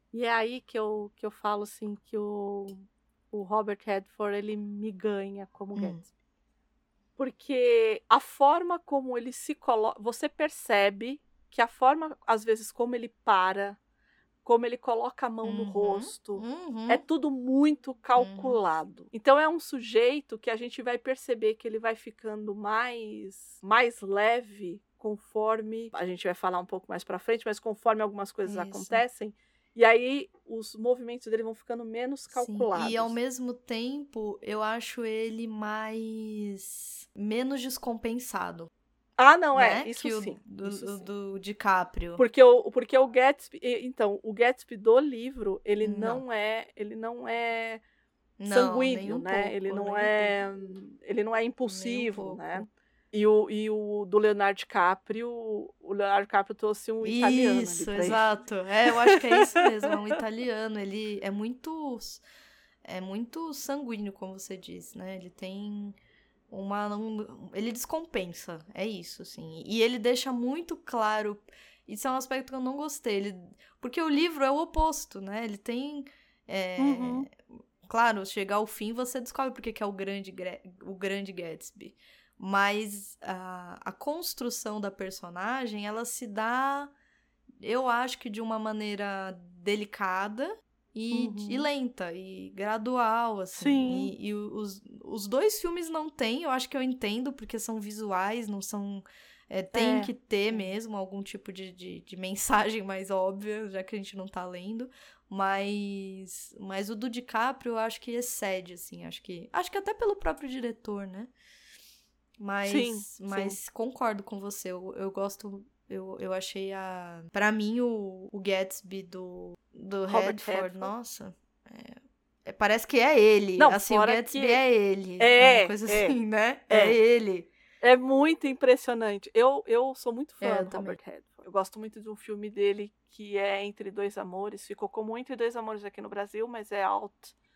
E é aí que eu, que eu falo assim que o, o Robert Redford ele me ganha como Hum. Gatsby. Porque a forma como ele se coloca, você percebe que a forma, às vezes, como ele para, como ele coloca a mão no Uhum, rosto, uhum. é tudo muito calculado. Então é um sujeito que a gente vai perceber que ele vai ficando mais, mais leve conforme, a gente vai falar um pouco mais pra frente, mas conforme algumas coisas Isso. acontecem, e aí os movimentos dele vão ficando menos calculados. Sim, e ao mesmo tempo, eu acho ele mais... menos descompensado, Ah, não, né? é, isso que o sim. do, isso do- sim. do DiCaprio. Porque o, porque o Gatsby, e- então, o Gatsby do livro, ele Não. não é, ele não é Não, nem sanguíneo, um né? pouco, Ele não nem um é, ele não é Nem um impulsivo, pouco. né? E o, e o do Leonardo DiCaprio, o Leonardo DiCaprio trouxe um italiano ali Isso, pra ele. exato. É, eu acho que é isso mesmo, é um italiano. Ele é muito, é muito sanguíneo, como você disse, né? Ele tem uma, um- ele descompensa, é isso, assim. E ele deixa muito claro. Isso é um aspecto que eu não gostei, ele, porque o livro é o oposto, né? Ele tem, é, Uhum. claro, chegar ao fim você descobre porque que é o grande, Gre- o grande Gatsby. Mas a, a construção da personagem, ela se dá, eu acho que de uma maneira delicada e, Uhum. e lenta e gradual, assim. Sim. E, e os, os dois filmes não tem, eu acho que eu entendo, porque são visuais, não são... É, tem É, que ter é. mesmo algum tipo de, de, de mensagem mais óbvia, já que a gente não tá lendo. Mas, mas o do DiCaprio eu acho que excede, assim. Acho que, acho que até pelo próprio diretor, né? Mas, Sim, mas sim. concordo com você. Eu, eu gosto. Eu, eu achei a. Pra mim, o, o Gatsby do, do Robert Redford, Redford. nossa. é- é- parece que é ele. Não, Assim, o fora Gatsby que é ele. é, uma coisa é, assim, né? É, é. ele. É muito impressionante. Eu, eu sou muito fã É, eu do também. Robert Redford. Eu gosto muito de um filme dele que é Entre Dois Amores. Ficou como Entre Dois Amores aqui no Brasil, mas é Out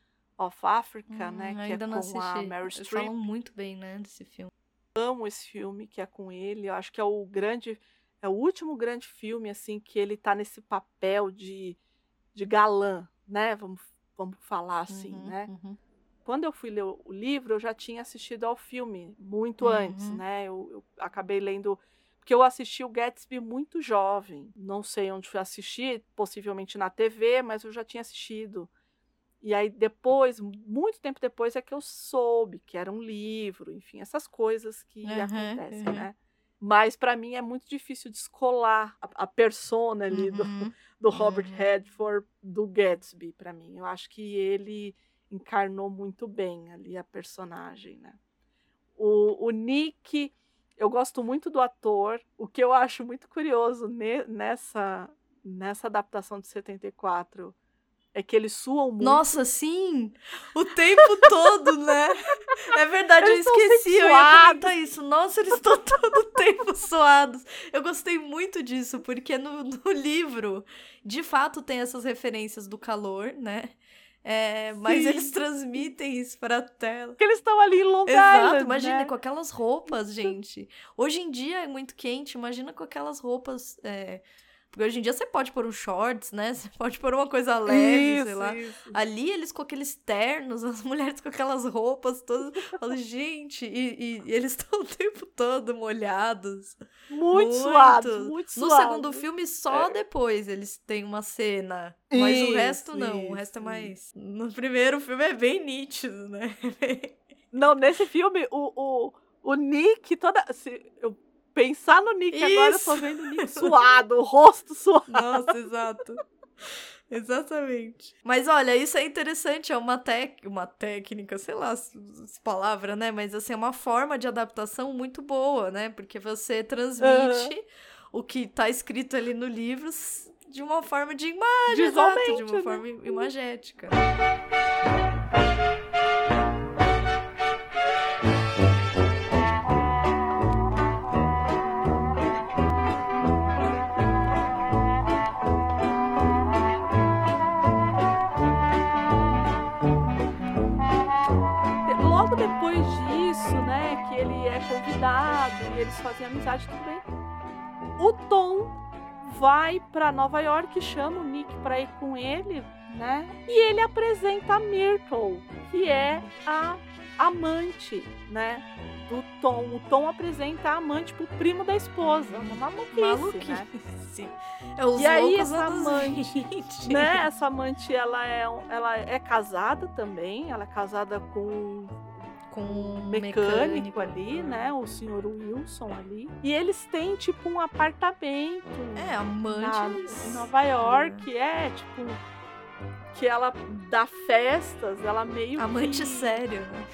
of Africa, Hum, né? Que é ainda não com a assisti. Meryl Eles Streep. falam muito bem, né, desse filme. Amo esse filme que é com ele. Eu acho que é o grande, é o último grande filme assim que ele tá nesse papel de, de galã, né? Vamos, vamos falar assim, Uhum, né? uhum. Quando eu fui ler o livro, eu já tinha assistido ao filme muito Uhum. antes, né? Eu, eu acabei lendo. Porque eu assisti o Gatsby muito jovem. Não sei onde fui assistir, possivelmente na T V, mas eu já tinha assistido. E aí depois, muito tempo depois, é que eu soube que era um livro, enfim, essas coisas que Uhum, acontecem, uhum. né? Mas para mim é muito difícil descolar a, a persona ali do, Uhum, do Robert uhum. Redford do Gatsby para mim. Eu acho que ele encarnou muito bem ali a personagem, né? O, o Nick, eu gosto muito do ator. O que eu acho muito curioso ne- nessa, nessa adaptação de setenta e quatro é que eles suam muito. Nossa, sim! O tempo todo, né? É verdade, Eles eu estão esqueci, sempre eu ia suados. comentar isso. Nossa, eles estão todo o tempo suados. Eu gostei muito disso, porque no, no livro, de fato, tem essas referências do calor, né? É, mas Sim. eles transmitem isso pra tela. Porque eles estão ali em Long Exato, Island, imagina, né? com aquelas roupas, gente. Hoje em dia é muito quente, imagina com aquelas roupas. é, Porque hoje em dia você pode pôr um shorts, né? Você pode pôr uma coisa leve, Isso, sei lá. isso. Ali eles com aqueles ternos, as mulheres com aquelas roupas todas. Eu falo, gente, e, e- e eles estão o tempo todo molhados. Muito suados, muito No suados. segundo filme, só É. depois eles têm uma cena. Mas o Isso, resto não, o isso, resto é isso. mais. No primeiro filme é bem nítido, né? Não, nesse filme, o, o, o Nick, toda. Se eu pensar no Nick agora, eu tô Isso. vendo o Nick suado, o rosto suado. Nossa, exato. Exatamente. Mas olha, isso é interessante, é uma, tec... uma técnica, sei lá as as palavras, né? Mas assim, é uma forma de adaptação muito boa, né? Porque você transmite o que tá escrito ali no livro s- de uma forma de imagem, exato, de Visualmente, uma né? forma imagética. Logo depois disso, né, que ele é convidado e eles fazem amizade, tudo bem. O Tom vai pra Nova York, chama o Nick pra ir com ele, né? E ele apresenta a Myrtle, que é a amante, né? Do Tom. O Tom apresenta a amante pro primo da esposa. Uma maluquice, Maluquice. né? É os E aí loucos essa anos amante, vinte. né? Essa amante, ela é, um- ela é casada também. Ela é casada com Com um um mecânico, ali, né? O senhor Wilson ali. E eles têm, tipo, um apartamento É, na, amantes. em Nova York. É, tipo, que ela dá festas, ela meio Amante que... sério, né?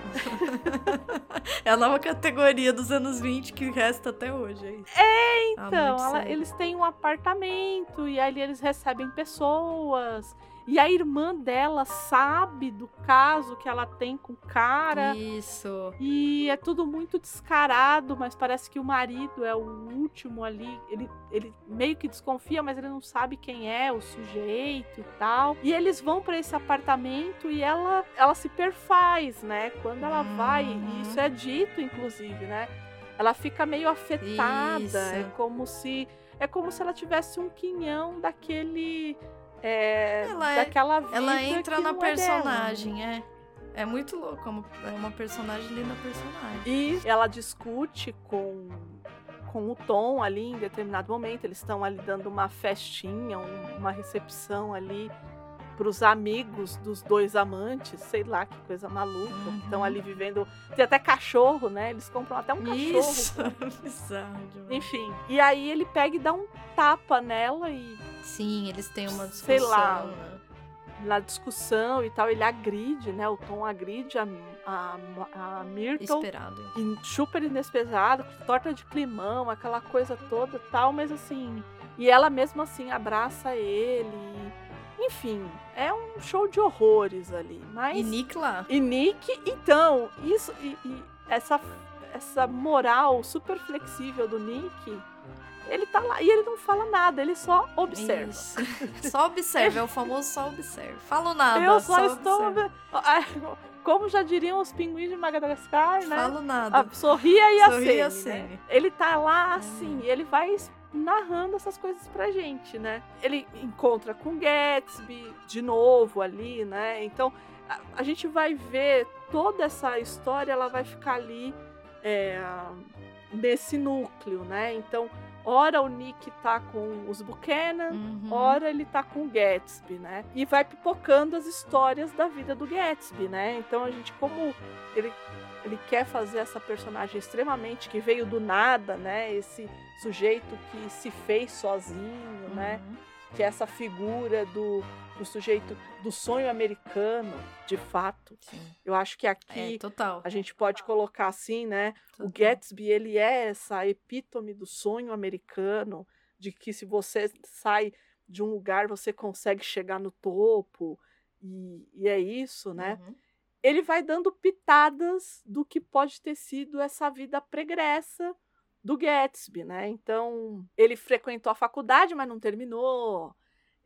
É a nova categoria dos anos vinte que resta até hoje. É isso. Então, Amante ela- sério. eles têm um apartamento e ali eles recebem pessoas. E a irmã dela sabe do caso que ela tem com o cara. Isso. E é tudo muito descarado, mas parece que o marido é o último ali. Ele, ele meio que desconfia, mas ele não sabe quem é o sujeito e tal. E eles vão pra esse apartamento e ela, ela se perfaz, né? Quando ela vai, e isso é dito, inclusive, né? Ela fica meio afetada. Isso. É como se é como se ela tivesse um quinhão daquele é, Ela é- daquela vida. Ela entra que na não é dela. personagem, é. É muito louco, é uma, é uma personagem dentro da personagem. E ela discute com, com o Tom ali em determinado momento. Eles estão ali dando uma festinha, um- uma recepção ali para os amigos dos dois amantes, sei lá, que coisa maluca. Uhum. Estão ali vivendo. Tem até cachorro, né? Eles compram até um cachorro. Isso, bizarro demais. Enfim. E aí ele pega e dá um tapa nela e Sim, eles têm uma discussão, Sei lá. né? na discussão e tal, ele agride, né? O Tom agride a, a, a Myrtle. Esperado. in- super inesperado, torta de climão, aquela coisa toda e tal, mas assim. E ela mesmo assim abraça ele. Enfim, é um show de horrores ali. Mas. E Nick lá. E Nick, então, isso. E, e essa, essa moral super flexível do Nick, ele tá lá e ele não fala nada, ele só observa. Isso. Só observa, é o famoso só observa. Falo nada, Eu só, só estou. observa. Como já diriam os pinguins de Madagascar, né? Falo nada. Ah, sorria e Sorria e acene, né? acene. Ele tá lá assim, e ele vai narrando essas coisas pra gente, né? Ele encontra com Gatsby de novo ali, né? Então a, a gente vai ver toda essa história, ela vai ficar ali é, nesse núcleo, né? Então, ora o Nick tá com os Buchanan, Uhum. ora ele tá com o Gatsby, né? E vai pipocando as histórias da vida do Gatsby, né? Então a gente, como ele, ele quer fazer essa personagem extremamente que veio do nada, né? Esse sujeito que se fez sozinho, né? Uhum. Que é essa figura do, do sujeito do sonho americano, de fato. Sim. Eu acho que aqui É, total. a gente pode colocar assim, né? O Total. Gatsby, ele é essa epítome do sonho americano, de que se você sai de um lugar, você consegue chegar no topo, e, e é isso, né? Uhum. Ele vai dando pitadas do que pode ter sido essa vida pregressa do Gatsby, né? Então, ele frequentou a faculdade, mas não terminou.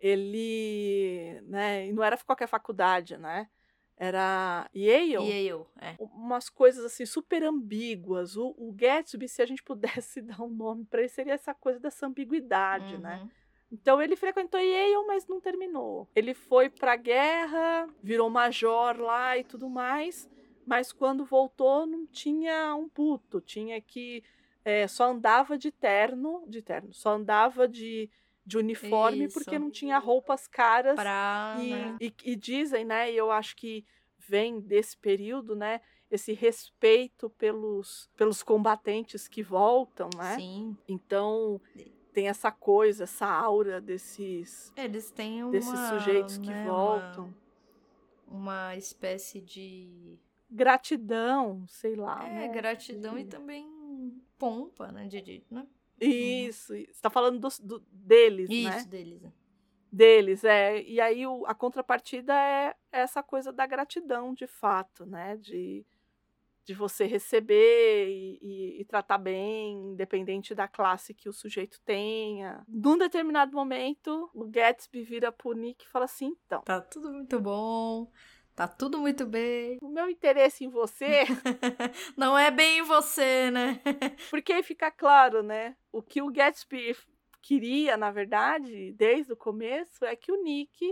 Ele, né? E não era qualquer faculdade, né? Era Yale. E eu, é. Umas coisas assim super ambíguas. O, o Gatsby, se a gente pudesse dar um nome para ele, seria essa coisa dessa ambiguidade, né? Uhum. Então ele frequentou Yale, mas não terminou. Ele foi pra guerra, virou major lá e tudo mais, mas quando voltou não tinha um puto, tinha que é, só andava de terno, de terno, só andava de, de uniforme Isso. porque não tinha roupas caras. Pra, E, né? e, e dizem, né, e eu acho que vem desse período, né, esse respeito pelos, pelos combatentes que voltam, né? Sim. Então tem essa coisa, essa aura desses, Eles têm uma, desses sujeitos que né, voltam. Uma, uma espécie de Gratidão, sei lá. é, né? gratidão e De- também pompa, né? De, de, né? Isso, você está falando dos, do, deles, Isso, né? deles. né? Deles, é. E aí o, a contrapartida é essa coisa da gratidão, de fato, né? De, de você receber e, e- e tratar bem, independente da classe que o sujeito tenha. Num determinado momento, o Gatsby vira pro Nick e fala assim, então, Tá tudo muito bom, tá tudo muito bem. o meu interesse em você, Não é bem você, né? porque aí fica claro, né? O que o Gatsby queria, na verdade, desde o começo, é que o Nick,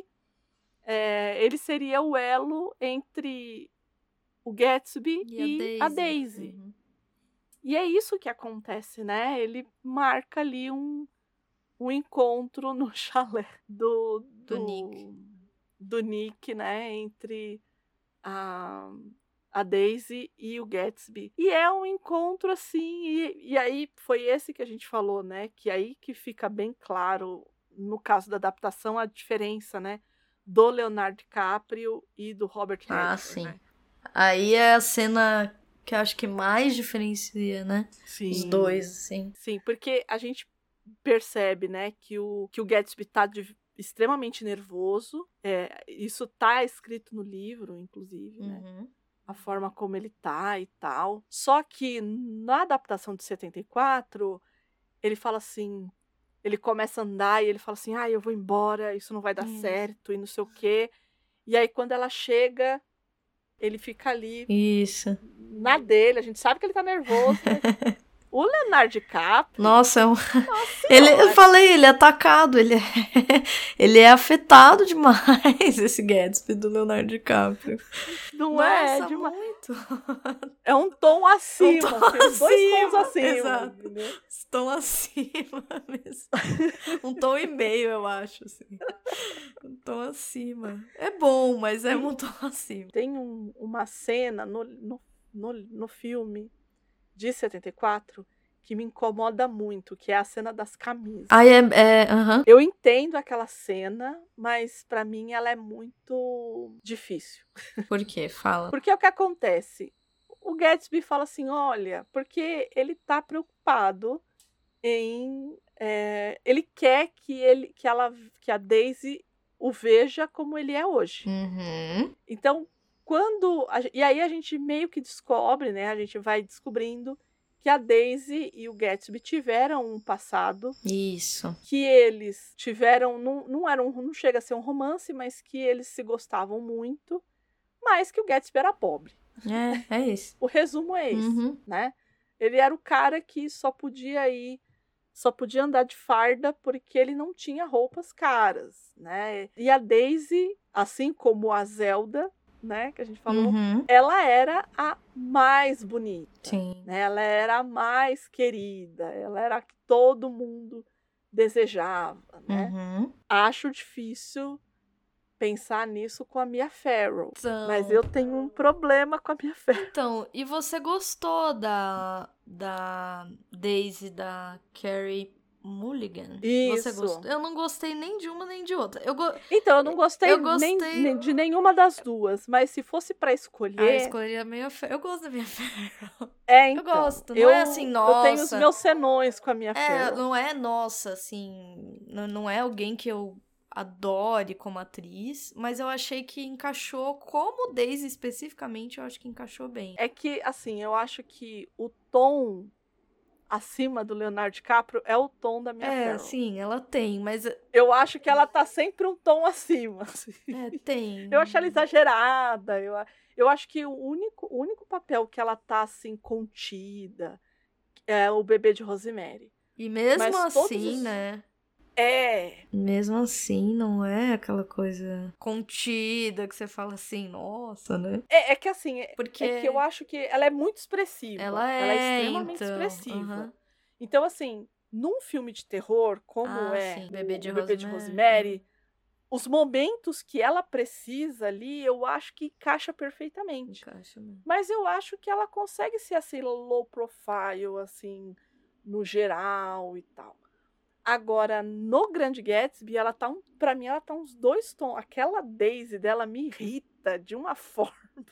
é, ele seria o elo entre o Gatsby E a e Daisy. a Daisy. Uhum. E é isso que acontece, né? Ele marca ali um, um encontro no chalé do, Do do, Nick. do Nick, né? Entre a, a Daisy e o Gatsby. E é um encontro assim, e, e aí foi esse que a gente falou, né? Que aí que fica bem claro, no caso da adaptação, a diferença, né? Do Leonardo DiCaprio e do Robert Ah, Redford, sim. né? Aí é a cena que eu acho que mais diferencia, né? Sim. Os dois, assim. Sim, porque a gente percebe, né, que o, que o Gatsby tá de- extremamente nervoso. É, isso tá escrito no livro, inclusive, né? Uhum. A forma como ele tá e tal. Só que na adaptação de setenta e quatro, ele fala assim, ele começa a andar e ele fala assim, ah, eu vou embora, isso não vai dar Isso. certo e não sei o quê. E aí quando ela chega, ele fica ali Isso. na dele, a gente sabe que ele tá nervoso, mas o Leonardo DiCaprio, Nossa, é um... nossa ele, senhora, eu falei, ele é atacado, ele é, ele é afetado demais, esse Gatsby do Leonardo DiCaprio. não é Nossa, demais. muito. É um tom acima, Um tom assim, os dois tons acima, acima. exato. Entendeu? Estão acima mesmo. Um tom e meio, eu acho, assim. Um tom acima. É bom, mas é um tom acima. Tem um- uma cena no, no, no, no filme de setenta e quatro que me incomoda muito, que é a cena das camisas. Aí é, é, aham. Eu entendo aquela cena, mas pra mim ela é muito difícil. Por quê? Fala. Porque é o que acontece. O Gatsby fala assim, olha, porque ele tá preocupado em... é, ele quer que, ele, que, ela, que a Daisy o veja como ele é hoje. Uhum. Então, quando... a gen- e aí a gente meio que descobre, né? A gente vai descobrindo que a Daisy e o Gatsby tiveram um passado, Isso. que eles tiveram... Não, não, era um, não chega a ser um romance, mas que eles se gostavam muito, mas que o Gatsby era pobre. É, é isso. O resumo é esse, Uhum. né? Ele era o cara que só podia ir, só podia andar de farda porque ele não tinha roupas caras, né? E a Daisy, assim como a Zelda, né, que a gente falou, Uhum. ela era a mais bonita, Sim. né? Ela era a mais querida, ela era a que todo mundo desejava, né? Uhum. Acho difícil pensar nisso com a Mia Farrow, Então, mas eu tenho um problema com a Mia Farrow. então, e você gostou da, da Daisy da Carey Mulligan? Você Isso. gostou? Eu não gostei nem de uma nem de outra. Eu go... Então, eu não gostei, Eu nem- gostei- nem de nenhuma das duas, mas se fosse pra Ah, eu escolher, escolheria a minha Fe... Eu gosto da minha Farrow. é então. gosto, não eu, é assim, Eu tenho os nossa. meus senões com a minha É, Farrow. não é nossa, assim. Não, não é alguém que eu adore como atriz, mas eu achei que encaixou, como Daisy especificamente, eu acho que encaixou bem. É que, assim, eu acho que o tom acima do Leonardo DiCaprio é o tom da minha É, Farrow. sim, ela tem, mas. Eu acho que ela tá sempre um tom acima. assim. É, tem. Eu acho ela exagerada. Eu, a- eu acho que o único, o único papel que ela tá, assim, contida é o Bebê de Rosemary. E mesmo Mas todos assim, os- né? É, Mesmo assim, não é aquela coisa contida que você fala assim, nossa, né? é, é que assim, é, Porque é que eu acho que ela é muito expressiva. ela é, extremamente então, expressiva. aham. Então, assim, num filme de terror, como Ah, é sim, Bebê de o Bebê de Rosemary. Rosemary, os momentos que ela precisa ali, eu acho que encaixa perfeitamente. Encaixa mesmo. Mas eu acho que ela consegue ser assim, low profile, assim, no geral e tal. Agora, no Grande Gatsby, ela tá um, pra mim, ela tá uns dois tons. Aquela Daisy dela me irrita de uma forma.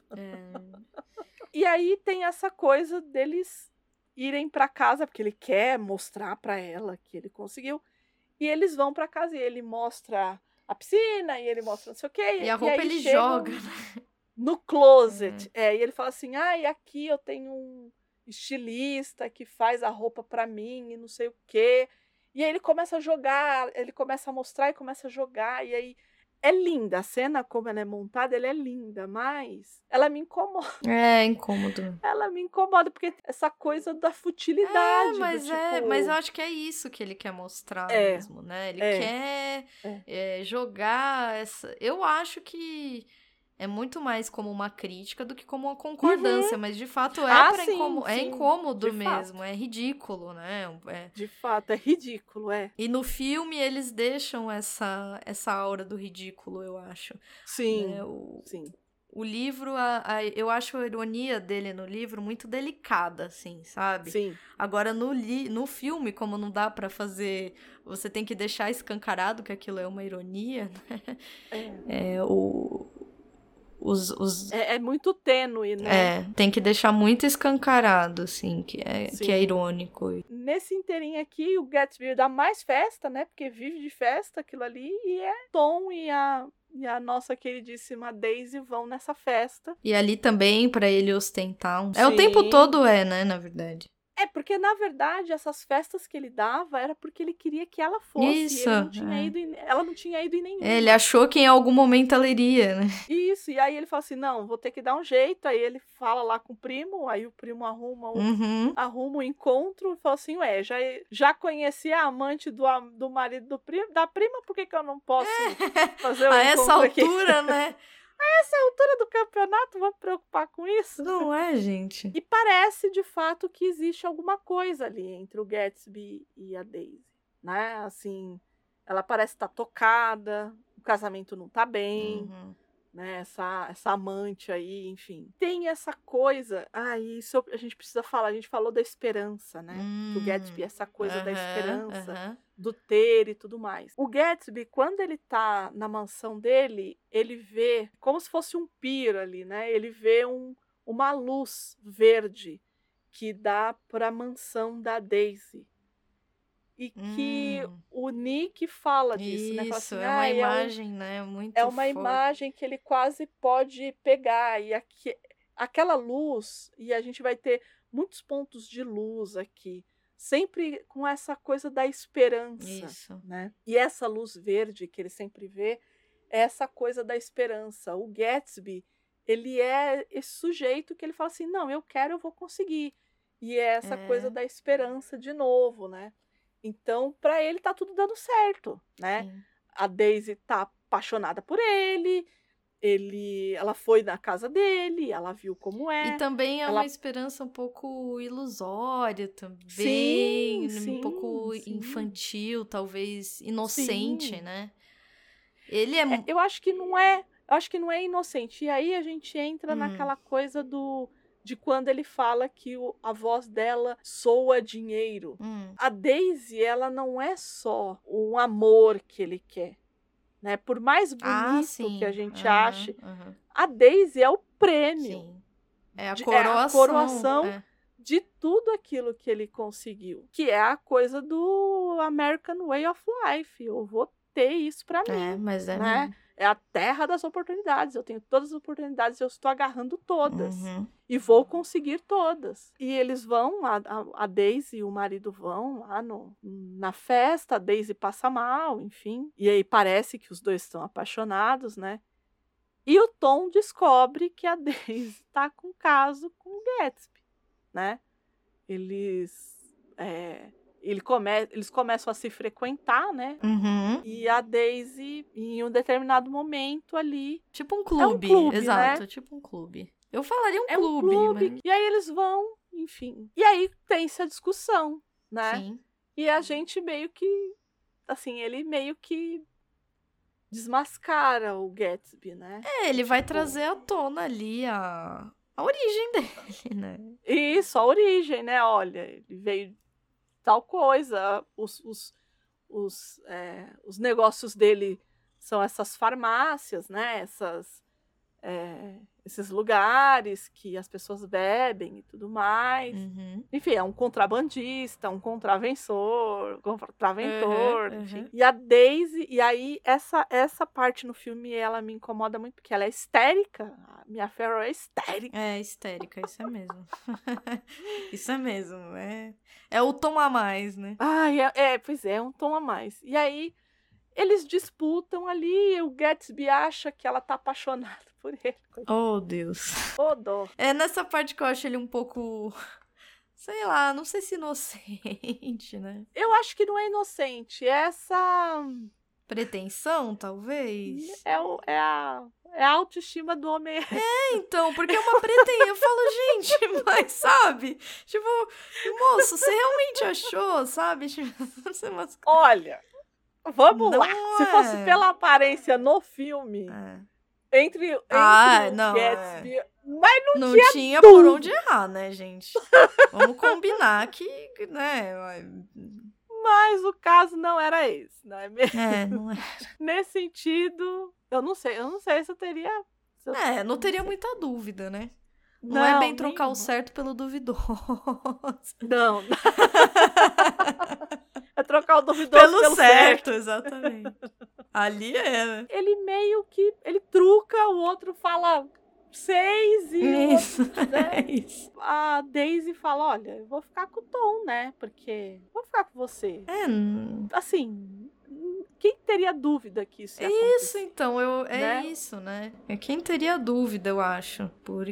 É. E aí tem essa coisa deles irem pra casa, porque ele quer mostrar pra ela que ele conseguiu. E eles vão pra casa e ele mostra a piscina, e ele mostra não sei o quê. E a roupa aí ele chegam joga. no closet. É, e ele fala assim, ah, e aqui eu tenho um estilista que faz a roupa pra mim e não sei o quê. E aí ele começa a jogar, ele começa a mostrar e começa a jogar. E aí é linda, a cena como ela é montada, ela é linda, mas ela me incomoda. É incômodo. Ela me incomoda, porque essa coisa da futilidade. É, mas do, tipo... é, mas eu acho que é isso que ele quer mostrar É, mesmo, né? Ele é, quer é. é, jogar essa. Eu acho que é muito mais como uma crítica do que como uma concordância, mas de fato é Ah, para sim, incômodo, é sim, incômodo de mesmo, fato. é ridículo, né? É. De fato, é ridículo, é. E no filme eles deixam essa, essa aura do ridículo, eu acho. Sim, né? o, sim. o livro, a, a, eu acho a ironia dele no livro muito delicada, assim, sabe? Sim. Agora, no, li, no filme, como não dá pra fazer... Você tem que deixar escancarado que aquilo é uma ironia, né? É. É, o... Os, os... É, é muito tênue, né? É, tem que deixar muito escancarado, assim, que é, que é irônico. Nesse inteirinho aqui, o Gatsby dá mais festa, né? Porque vive de festa aquilo ali, e é Tom e a, e a nossa queridíssima Daisy vão nessa festa. E ali também, pra ele ostentar. Um... É, Sim. o tempo todo é, né, na verdade. É, porque na verdade essas festas que ele dava era porque ele queria que ela fosse. Isso, e ele não tinha é. ido em, ela não tinha ido em nenhum. É, ele achou que em algum momento ela iria, né? Isso, e aí ele fala assim, não, vou ter que dar um jeito. Aí ele fala lá com o primo, aí o primo arruma o, Uhum. arruma o encontro e fala assim, ué, já, já conheci a amante do, do marido do primo, da prima, por que, que eu não posso fazer o A encontro essa aqui? altura, né? A essa altura do campeonato, vou me preocupar com isso? Não é, gente? E parece, de fato, que existe alguma coisa ali entre o Gatsby e a Daisy, né? Assim, ela parece estar tocada, o casamento não tá bem, Uhum. né? Essa, essa amante aí, enfim. Tem essa coisa, ah, isso a gente precisa falar, a gente falou da esperança, né? Hum. Que o Gatsby, essa coisa Uhum, da esperança, uhum. do ter e tudo mais. O Gatsby, quando ele tá na mansão dele, ele vê como se fosse um piro ali, né? Ele vê um, uma luz verde que dá para a mansão da Daisy. E que hum. o Nick fala disso, Isso, né? Fala assim, é uma ah, imagem, é um, né? Muito é uma forte. imagem que ele quase pode pegar. E aqui, aquela luz, e a gente vai ter muitos pontos de luz aqui. Sempre com essa coisa da esperança, Isso. né? E essa luz verde que ele sempre vê é essa coisa da esperança. O Gatsby, ele é esse sujeito que ele fala assim, não, eu quero, eu vou conseguir. E é essa É. coisa da esperança de novo, né? Então, para ele tá tudo dando certo, né? Sim. A Daisy tá apaixonada por ele, ele, ela foi na casa dele, ela viu como é. E também é ela... uma esperança um pouco ilusória também, sim, um sim, pouco sim. infantil, talvez inocente, sim. né? Ele é... é... Eu acho que não é, eu acho que não é inocente. E aí a gente entra hum. naquela coisa do de quando ele fala que o, a voz dela soa dinheiro. Hum. A Daisy, ela não é só um amor que ele quer. Né? Por mais bonito ah, sim. que a gente uhum, ache, uhum. a Daisy é o prêmio. Sim. É a de, coroação, é a coroação é. de tudo aquilo que ele conseguiu. Que é a coisa do American Way of Life. Eu vou ter isso pra mim. É, mas é né? mesmo. É a terra das oportunidades. Eu tenho todas as oportunidades e eu estou agarrando todas. Uhum. E vou conseguir todas. E eles vão, a, a, a Daisy e o marido vão lá no, na festa, a Daisy passa mal, enfim. E aí parece que os dois estão apaixonados, né? E o Tom descobre que a Daisy está com caso com o Gatsby, né? Eles... É, ele come, eles começam a se frequentar, né? Uhum. E a Daisy, em um determinado momento ali... Tipo um clube, é um clube, exato, né? tipo um clube. Eu falaria um é clube. um clube. Mas... E aí eles vão, enfim. E aí tem essa discussão, né? Sim. E a gente meio que... Assim, ele meio que desmascara o Gatsby, né? É, ele vai Tipo, trazer à tona ali a, a origem dele, né? Isso, a origem, né? Olha, ele veio tal coisa, os, os, os, é, os negócios dele são essas farmácias, né? Essas, é, esses lugares que as pessoas bebem e tudo mais. Uhum. Enfim, é um contrabandista, um contraventor, contraventor, Uhum, enfim. uhum. E a Daisy, e aí essa, essa parte no filme, ela me incomoda muito, porque ela é histérica. A Mia Farrow é histérica. É, histérica, isso é mesmo. Isso é mesmo, é, é o tom a mais, né? Ai, é, é, pois é, um tom a mais. E aí, eles disputam ali, o Gatsby acha que ela tá apaixonada por ele. Oh, Deus. Ô, dó. É nessa parte que eu acho ele um pouco, sei lá, não sei se inocente, né? Eu acho que não é inocente, essa Pretensão, talvez? é, o, é, a, é a autoestima do homem. É, então, porque é uma pretensão. Eu falo, gente, mas sabe? Tipo, moço, você realmente achou, sabe? Tipo, você mas... Olha, vamos Não lá. Se fosse é. pela aparência no filme, É. entre, entre Ah, o não, Gatsby... Mas não, Não tinha, tinha dúvida. por onde errar, né, gente? Vamos combinar que, né? Mas o caso não era esse, não é mesmo? É, não é. Nesse sentido, eu não sei, eu não sei se eu teria... se eu- É, não teria sei. muita dúvida, né? Não, é bem trocar o nenhuma. certo pelo duvidoso. Não. É trocar o duvidoso Pelo, pelo, certo, certo. exatamente. Ali é, né? Ele meio que... Ele truca, o outro fala seis e o Isso, outro, né? é isso. A Daisy fala, olha, eu vou ficar com o Tom, né? Porque... Vou ficar com você. É, hum, Assim... Quem teria dúvida que isso ia isso, acontecer? então, eu, é né? isso, né? É quem teria dúvida, eu acho.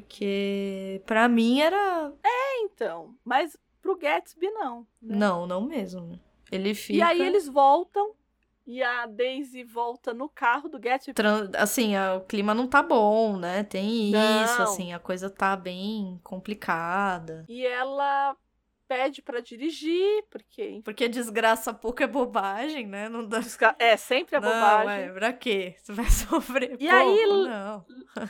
Porque pra mim era... Então, mas pro Gatsby não. Né? Não, não mesmo. Ele fica... E aí eles voltam, e a Daisy volta no carro do Gatsby. Tran- Assim, a- o clima não tá bom, né? Tem isso, Não. assim, a coisa tá bem complicada. E ela pede pra dirigir, porque... enfim, Porque desgraça pouco é bobagem, né? Não dá... desca- É, sempre é Não, bobagem. é, pra quê? Você vai sofrer E pouco? aí, Não.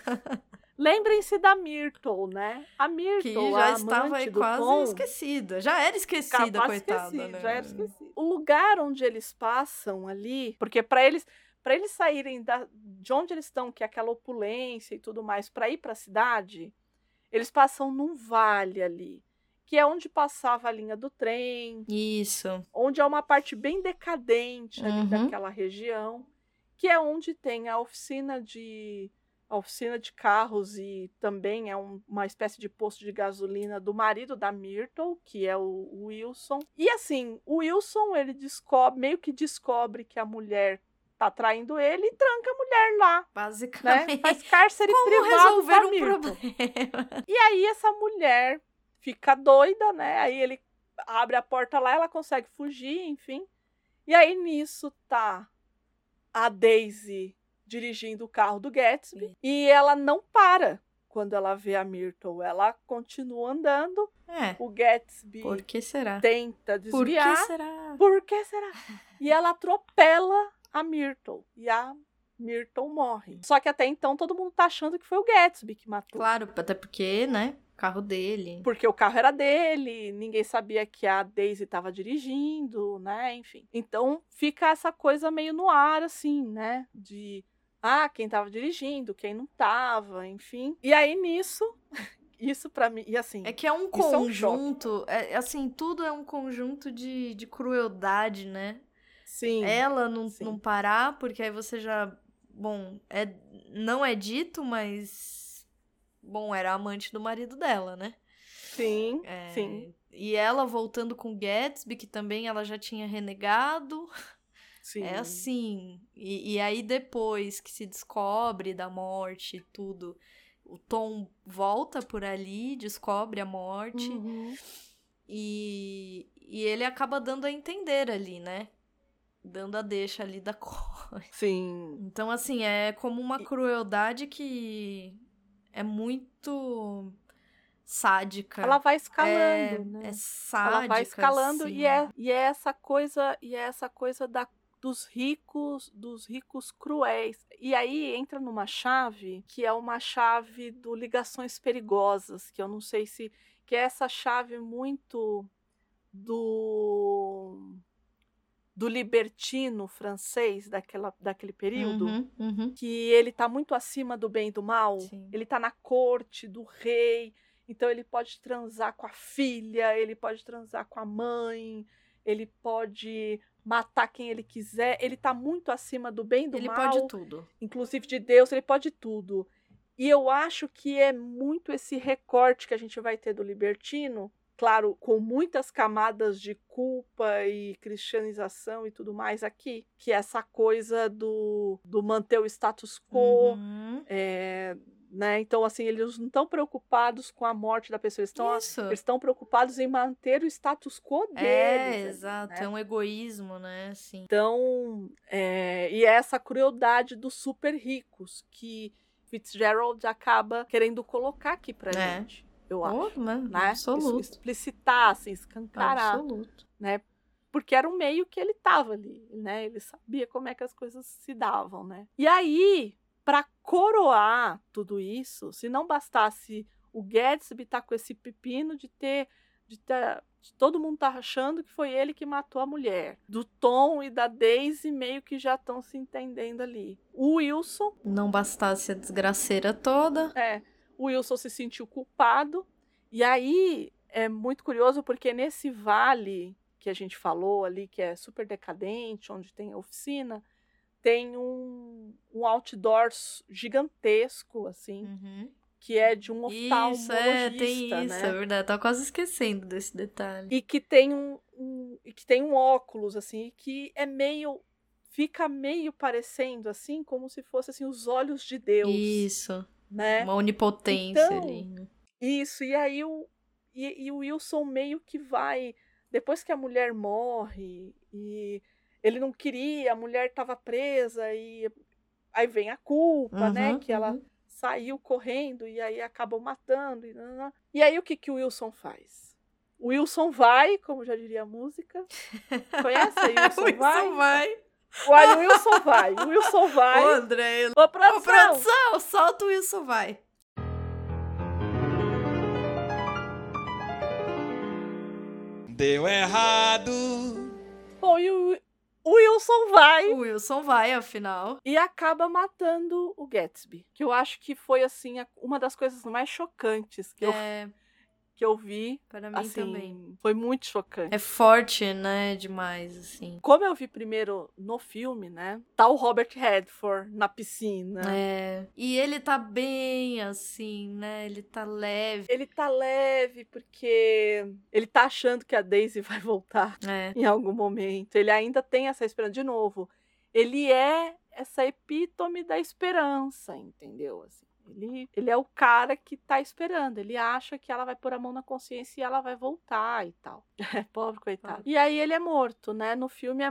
Lembrem-se da Myrtle, né? A Myrtle, Que já a estava amante aí do quase Tom, esquecida. Já era esquecida, capaz coitada, esquecido, né? já era esquecido. O lugar onde eles passam ali, porque para eles, para eles saírem da, de onde eles estão, que é aquela opulência e tudo mais, para ir para a cidade, eles passam num vale ali, que é onde passava a linha do trem, Isso. onde é uma parte bem decadente ali Uhum. daquela região, que é onde tem a oficina de a oficina de carros e também é um- uma espécie de posto de gasolina do marido da Myrtle, que é o, o Wilson. E assim, o Wilson, ele descobre, meio que descobre que a mulher tá traindo ele e tranca a mulher lá, né? Basicamente. Faz cárcere Como privado resolver da um Myrtle. problema? E aí essa mulher fica doida, né? Aí ele abre a porta lá, ela consegue fugir, enfim. E aí nisso tá a Daisy dirigindo o carro do Gatsby. Sim. E ela não para quando ela vê a Myrtle. Ela continua andando. É. O Gatsby Por que será? tenta Por desviar. que será? Por que será? E ela atropela a Myrtle. E a Myrtle morre. Só que até então todo mundo tá achando que foi o Gatsby que matou. Claro, até porque, né? Carro dele. Porque o carro era dele, ninguém sabia que a Daisy estava dirigindo, né? Enfim. Então fica essa coisa meio no ar, assim, né? De ah, quem tava dirigindo, quem não tava, enfim. E aí nisso, isso pra mim, e assim. É que é um Isso é um conjunto, é, assim, tudo é um conjunto de, de crueldade, né? Sim. Ela não, sim. não parar, porque aí você já. Bom, é, não é dito, mas. Bom, era amante do marido dela, né? Sim, É, sim, E ela voltando com Gatsby, que também ela já tinha renegado. sim. É assim. E, e aí depois que se descobre da morte e tudo, o Tom volta por ali, descobre a morte. Uhum. E, e ele acaba dando a entender ali, né? Dando a deixa ali da coisa. Sim. Então, assim, é como uma crueldade que é muito sádica. Ela vai escalando, é, né? é sádica, Ela vai escalando assim. e é, e é essa coisa, e é essa coisa da, dos ricos, dos ricos cruéis. E aí entra numa chave que é uma chave do Ligações Perigosas, que eu não sei se que é essa chave muito do do libertino francês daquela, daquele período. Uhum, uhum. Que ele tá muito acima do bem e do mal. Sim. Ele tá na corte do rei, então ele pode transar com a filha, ele pode transar com a mãe, ele pode matar quem ele quiser, ele tá muito acima do bem e do Ele mal. pode tudo. Inclusive de Deus, ele pode tudo. E eu acho que é muito esse recorte que a gente vai ter do libertino claro, com muitas camadas de culpa e cristianização e tudo mais aqui, que é essa coisa do, do manter o status quo, Uhum. é, né? Então, assim, eles não estão preocupados com a morte da pessoa, eles estão, Isso. eles estão preocupados em manter o status quo deles. É, ali, exato. né? É um egoísmo, né? Assim. Então, é, e é essa crueldade dos super ricos que Fitzgerald acaba querendo colocar aqui pra É. gente, eu Oh, acho. né? Né? Absoluto. Es- Explicitar, assim, escancarar, Absoluto. né? Porque era um meio que ele tava ali, né? Ele sabia como é que as coisas se davam, né? E aí, pra coroar tudo isso, se não bastasse o Gatsby estar com esse pepino de ter, de ter, de todo mundo tá achando que foi ele que matou a mulher, do Tom e da Daisy meio que já estão se entendendo ali. O Wilson, Não bastasse a desgraceira toda. é, o Wilson se sentiu culpado, e aí é muito curioso porque nesse vale que a gente falou ali, que é super decadente, onde tem a oficina, tem um, um outdoor gigantesco, assim, Uhum. que é de um Isso, oftalmologista, é, tem isso, né? é verdade. Tava quase esquecendo desse detalhe. E que tem um, um, e que tem um óculos, assim, que é meio... Fica meio parecendo, assim, como se fosse, assim, os olhos de Deus, Isso. né? Uma onipotência Então, ali. Né? Isso, e aí o, e, e o Wilson meio que vai... Depois que a mulher morre, e ele não queria, a mulher estava presa, e aí vem a culpa, Uhum, né? Que ela uhum. saiu correndo, e aí acabou matando. E, nanana. E aí o que, que o Wilson faz? O Wilson vai, como já diria a música. Conhece aí o Wilson, O Wilson vai. Vai, o Wilson vai. O Wilson vai. Ô, André. Ô, produção! Ô, produção, solta o Wilson vai. Deu errado. Bom, e o, o Wilson vai O Wilson vai, afinal. e acaba matando o Gatsby. Que eu acho que foi, assim, a- uma das coisas mais chocantes que, eu, É, que eu vi. para mim Assim, também. foi muito chocante. É forte, né? Demais, assim. Como eu vi primeiro no filme, né? Tá o Robert Redford na piscina. É. E ele tá bem, assim, né? Ele tá leve. Ele tá leve porque ele tá achando que a Daisy vai voltar É. em algum momento. Ele ainda tem essa esperança. De novo, ele é essa epítome da esperança, entendeu? Assim, ele, ele é o cara que tá esperando. Ele acha que ela vai pôr a mão na consciência e ela vai voltar e tal. É, pobre coitado. Pobre. E aí ele é morto, né? No filme é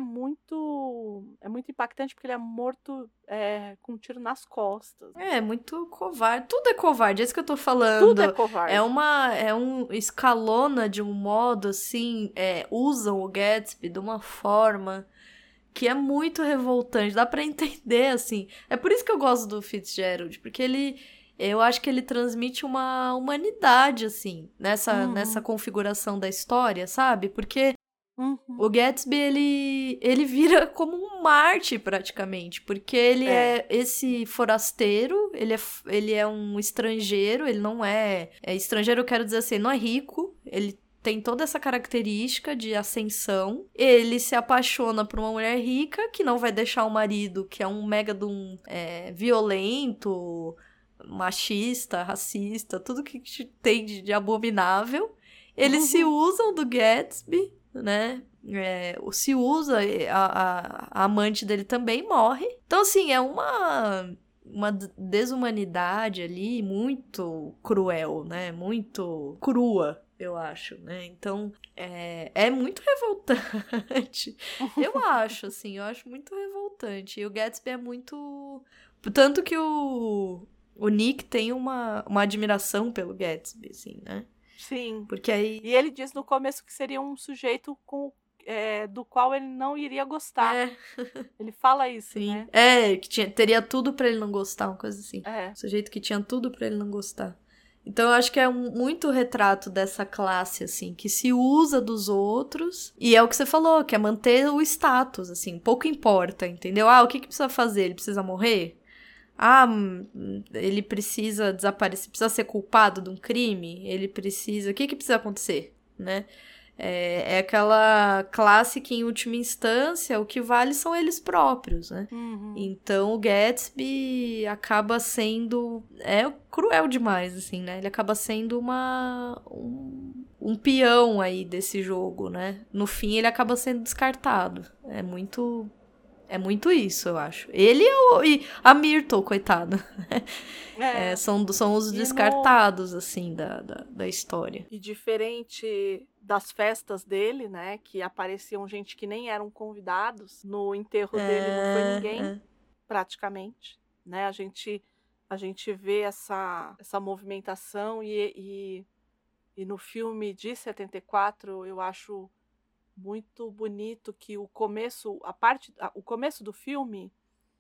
muito é muito impactante porque ele é morto é, com um tiro nas costas. É, muito covarde. Tudo é covarde, é isso que eu tô falando. Tudo é covarde. É uma. É um. Escalona de um modo assim. É, usam o Gatsby de uma forma que é muito revoltante. Dá pra entender, assim. É por isso que eu gosto do Fitzgerald, porque ele. Eu acho que ele transmite uma humanidade, assim, nessa, Uhum. nessa configuração da história, sabe? Porque Uhum. o Gatsby, ele, ele vira como um Marte, praticamente, porque ele é, É. esse forasteiro, ele é, f- ele é um estrangeiro, ele não é, é... Estrangeiro, eu quero dizer assim, não é rico, ele tem toda essa característica de ascensão, ele se apaixona por uma mulher rica, que não vai deixar o marido, que é um mega de um é, violento, machista, racista, tudo que tem de, de abominável. Eles se usam do Gatsby, né? É, o- se usa, a, a, a amante dele também morre. Então, assim, é uma, uma d- desumanidade ali muito cruel, né? Muito crua, eu acho, né? Então, é, é muito revoltante. Eu acho, assim, eu acho muito revoltante. E o Gatsby é muito... Tanto que o, o Nick tem uma, uma admiração pelo Gatsby, assim, né? Sim. Porque aí... E ele diz no começo que seria um sujeito com, é, do qual ele não iria gostar. É, Ele fala isso, sim. né? É, que tinha, teria tudo pra ele não gostar, uma coisa assim. É. Um sujeito que tinha tudo pra ele não gostar. Então eu acho que é um, muito retrato dessa classe, assim, que se usa dos outros. E é o que você falou, que é manter o status, assim, pouco importa, entendeu? Ah, o que que precisa fazer? Ele precisa morrer? Ah, hum, ele precisa desaparecer, precisa ser culpado de um crime? Ele precisa... O que que precisa acontecer, né? É, é aquela classe que, em última instância, o que vale são eles próprios, né? Uhum. Então, o Gatsby acaba sendo... É cruel demais, assim, né? Ele acaba sendo uma... Um, um peão aí desse jogo, né? No fim, ele acaba sendo descartado. É muito... É muito isso, eu acho. Ele e, o, e a Myrtle, coitada. É. É, são, são os E descartados, assim, da, da, da história. E diferente das festas dele, né? Que apareciam gente que nem eram convidados. No enterro dele não foi ninguém, É. praticamente. Né? A gente, a gente vê essa, essa movimentação e, e, e no filme de setenta e quatro eu acho muito bonito que o começo, a parte, a, o começo do filme,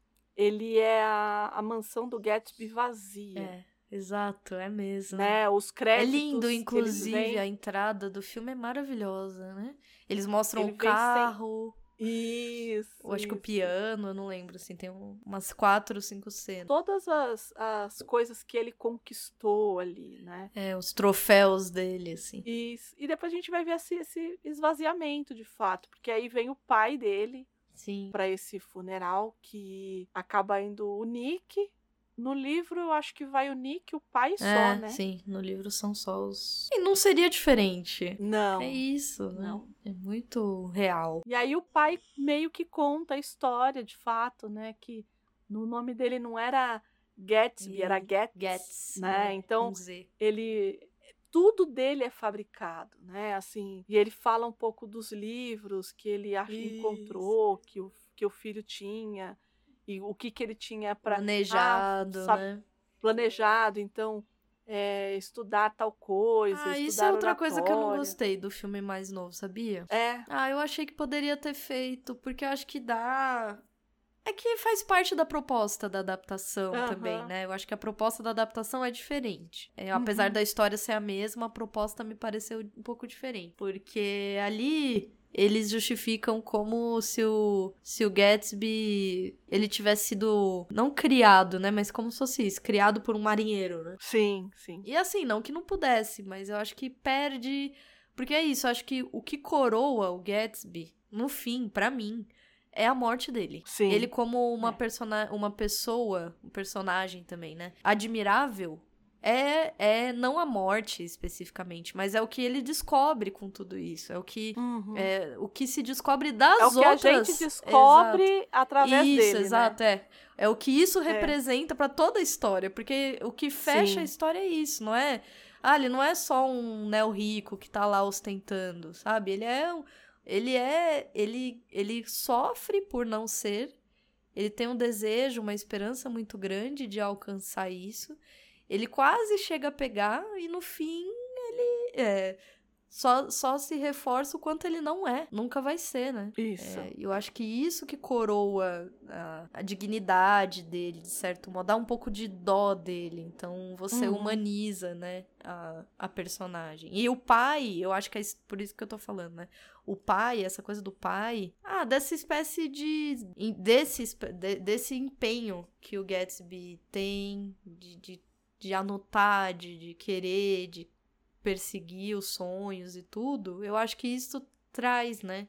ele é a, a mansão do Gatsby vazia. É, exato, é mesmo. Né? Os É créditos lindo, que eles inclusive, veem- a entrada do filme é maravilhosa, né? Eles mostram Ele o vem sem- carro, Isso. eu acho que o isso. piano, eu não lembro, assim, tem um- umas quatro, cinco cenas. Todas as, as coisas que ele conquistou ali, né? É, os troféus dele, assim. Isso. E depois a gente vai ver esse, esse esvaziamento, de fato, porque aí vem o pai dele Sim. para esse funeral, que acaba indo o Nick. No livro, eu acho que vai o Nick e o pai só, É, né? sim, no livro são só os... E não seria diferente. Não. É isso, né? Não. É muito real. E aí o pai meio que conta a história, de fato, né? Que no nome dele não era Gatsby, E- era Getz, Getz, né? né? Então, Com Z. ele... Tudo dele é fabricado, né? Assim, e ele fala um pouco dos livros que ele ach- Isso. encontrou, que o, que o filho tinha, e o que, que ele tinha para Planejado, né? planejado, então, é, estudar tal coisa, Ah, estudar isso é outra coisa que eu não oratória. gostei do filme mais novo, sabia? É, Ah, eu achei que poderia ter feito, porque eu acho que dá... É que faz parte da proposta da adaptação Aham. também, né? Eu acho que a proposta da adaptação é diferente. É, apesar Uhum. da história ser a mesma, a proposta me pareceu um pouco diferente. Porque ali eles justificam como se o, se o Gatsby ele tivesse sido, não criado, né? Mas como se fosse isso, criado por um marinheiro, né? sim, sim. E assim, não que não pudesse, mas eu acho que perde... Porque é isso, eu acho que o que coroa o Gatsby, no fim, pra mim, é a morte dele. Sim. Ele como uma, É. persona... uma pessoa, um personagem também, né? Admirável é, é não a morte especificamente, mas é o que ele descobre com tudo isso. É o que, Uhum. é, o que se descobre das É o que outras... a gente descobre Exato. através Isso, dele, exato, né? é. É o que isso representa pra toda a história, porque o que fecha Sim. a história é isso, não é? Ah, ele não é só um neo rico que tá lá ostentando, sabe? Ele é um- ele é ele ele sofre por não ser. Ele tem um desejo, uma esperança muito grande de alcançar isso. Ele quase chega a pegar e no fim ele é, só, só se reforça o quanto ele não é. Nunca vai ser, né? Isso. É, eu acho que isso que coroa a, a dignidade dele, de certo modo, dá um pouco de dó dele. Então você Uhum. humaniza, né, a, a personagem. E o pai, eu acho que é isso- por isso que eu tô falando, né? O pai, essa coisa do pai, ah, dessa espécie de. em- desse, espe- de- desse empenho que o Gatsby tem de, de, de anotar, de, de querer, de perseguir os sonhos e tudo, eu acho que isso traz, né,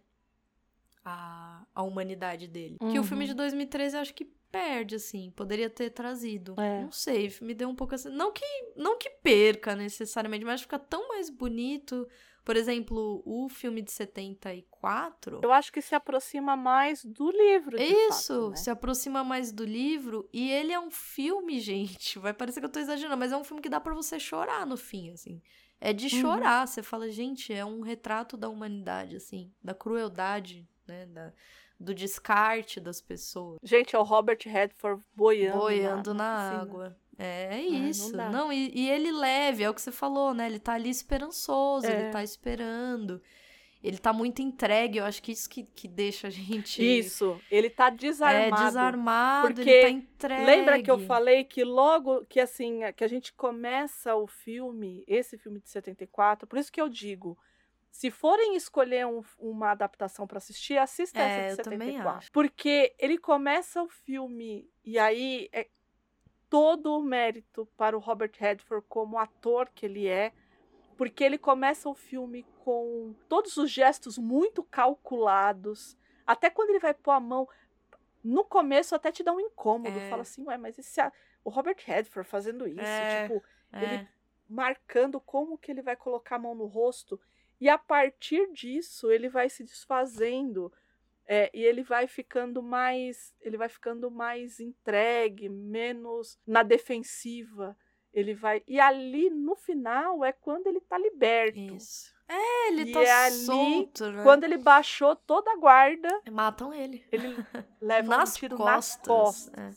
a, a humanidade dele. Que o filme de Uhum. dois mil e treze eu acho que perde, assim, poderia ter trazido. É. Não sei, me deu um pouco assim, não que, não que perca necessariamente, mas fica tão mais bonito. Por exemplo, o filme de setenta e quatro... Eu acho que se aproxima mais do livro, de Isso, fato, né? se aproxima mais do livro. E ele é um filme, gente. Vai parecer que eu tô exagerando, mas é um filme que dá pra você chorar no fim, assim. É de Uhum. chorar. Você fala, gente, é um retrato da humanidade, assim. Da crueldade, né? Da, do descarte das pessoas. Gente, é o Robert Redford boiando, Boiando na, na piscina. água. É não isso. dá. Não, e, e ele leve, é o que você falou, né? Ele tá ali esperançoso, É. ele tá esperando. Ele tá muito entregue. Eu acho que isso que, que deixa a gente... Isso, ele tá desarmado. É, desarmado, Porque ele tá entregue. Lembra que eu falei que logo que assim, que a gente começa o filme, esse filme de setenta e quatro, por isso que eu digo, se forem escolher um- uma adaptação para assistir, assista É, essa eu de setenta e também quatro. acho. Porque ele começa o filme e aí é todo o mérito para o Robert Redford como ator que ele é, porque ele começa o filme com todos os gestos muito calculados, até quando ele vai pôr a mão, no começo até te dá um incômodo, É. fala assim, ué, mas esse a- o Robert Redford fazendo isso, É, tipo, É. ele marcando como que ele vai colocar a mão no rosto, e a partir disso ele vai se desfazendo, é, e ele vai ficando mais, ele vai ficando mais entregue, menos na defensiva. Ele vai, e ali no final é quando ele tá liberto. Isso. É, ele e tá é ali, solto, né? quando ele baixou toda a guarda, Matam ele. ele leva Nas um tiro costas, nas costas. é.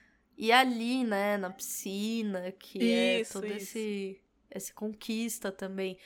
E ali, né, na piscina, que Isso, é todo isso. esse esse conquista também.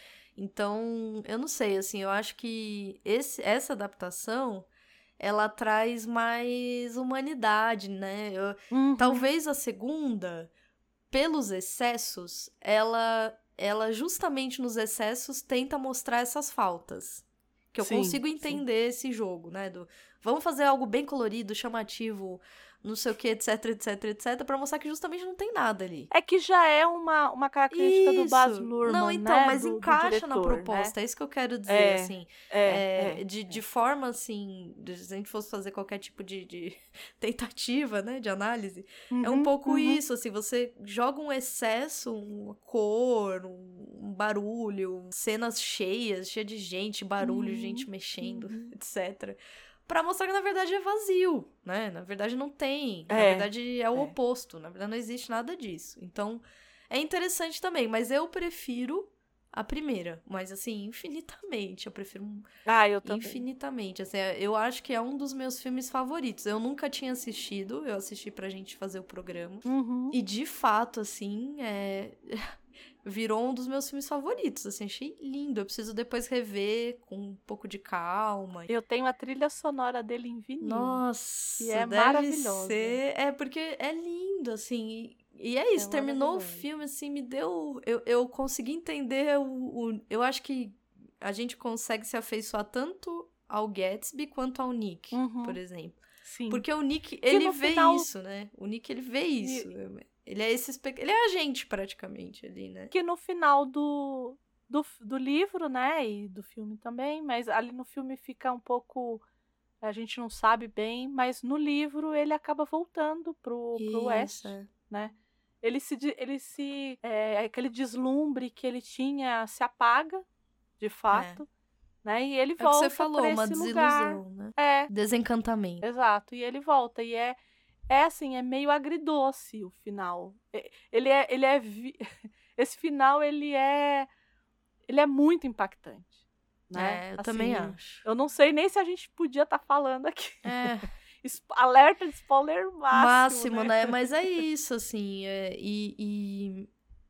Então, eu não sei, assim, eu acho que esse, essa adaptação, ela traz mais humanidade, né? Eu- Uhum. Talvez a segunda, pelos excessos, ela, ela justamente nos excessos tenta mostrar essas faltas. Que eu Sim, consigo sim. entender esse jogo, né? Do, vamos fazer algo bem colorido, chamativo, não sei o que, etc, etc, etc, pra mostrar que justamente não tem nada ali. É que já é uma, uma característica do Baz Isso. Luhrmann, Não, então, né? mas do, do encaixa na diretor, proposta, né? é isso que eu quero dizer, É, assim. É, É, é, de, é. de forma, assim, de- se a gente fosse fazer qualquer tipo de, de tentativa, né, de análise, é um Uhum, pouco uhum. isso, assim, você joga um excesso, uma cor, um, um barulho, cenas cheias, cheia de gente, barulho, Uhum, gente mexendo, uhum. etcétera. Pra mostrar que, na verdade, é vazio, né? Na verdade, não tem. Na É, verdade, é o é. oposto. Na verdade, não existe nada disso. Então, é interessante também, mas eu prefiro a primeira. Mas, assim, infinitamente. Eu prefiro um- Ah, eu também. infinitamente. Assim, eu acho que é um dos meus filmes favoritos. Eu nunca tinha assistido, eu assisti pra gente fazer o programa. Uhum. E, de fato, assim, é... virou um dos meus filmes favoritos. Assim, achei lindo. Eu preciso depois rever com um pouco de calma. Eu tenho a trilha sonora dele em vinil. Nossa, que é deve maravilhosa. ser. É, porque é lindo, assim. E, e é isso, É terminou o maravilhoso. filme, assim, me deu. Eu, eu consegui entender o, o. Eu acho que a gente consegue se afeiçoar tanto ao Gatsby quanto ao Nick, Uhum. por exemplo. Sim. Porque o Nick, ele no vê final- isso, né? O Nick, ele vê isso. Ele é esse. espe- Ele é a gente, praticamente, ali, né? que no final do, do, do livro, né, e do filme também, mas ali no filme fica um pouco, a gente não sabe bem, mas no livro ele acaba voltando pro, pro Isso, oeste, é. né? Ele se, de- ele se, é, aquele deslumbre que ele tinha se apaga, de fato, né? E ele É o que volta você falou, pra uma esse lugar. desilusão, né? É, Desencantamento. exato, e ele volta, e é, é assim, é meio agridoce o final. É- Ele é, ele é, vi- esse final, ele é, ele é muito impactante, né? É, eu também Assim, acho. eu não sei nem se a gente podia estar falando aqui. É. Es- Alerta de spoiler máximo, Máximo, né? né? Mas é isso, assim. é, e, e,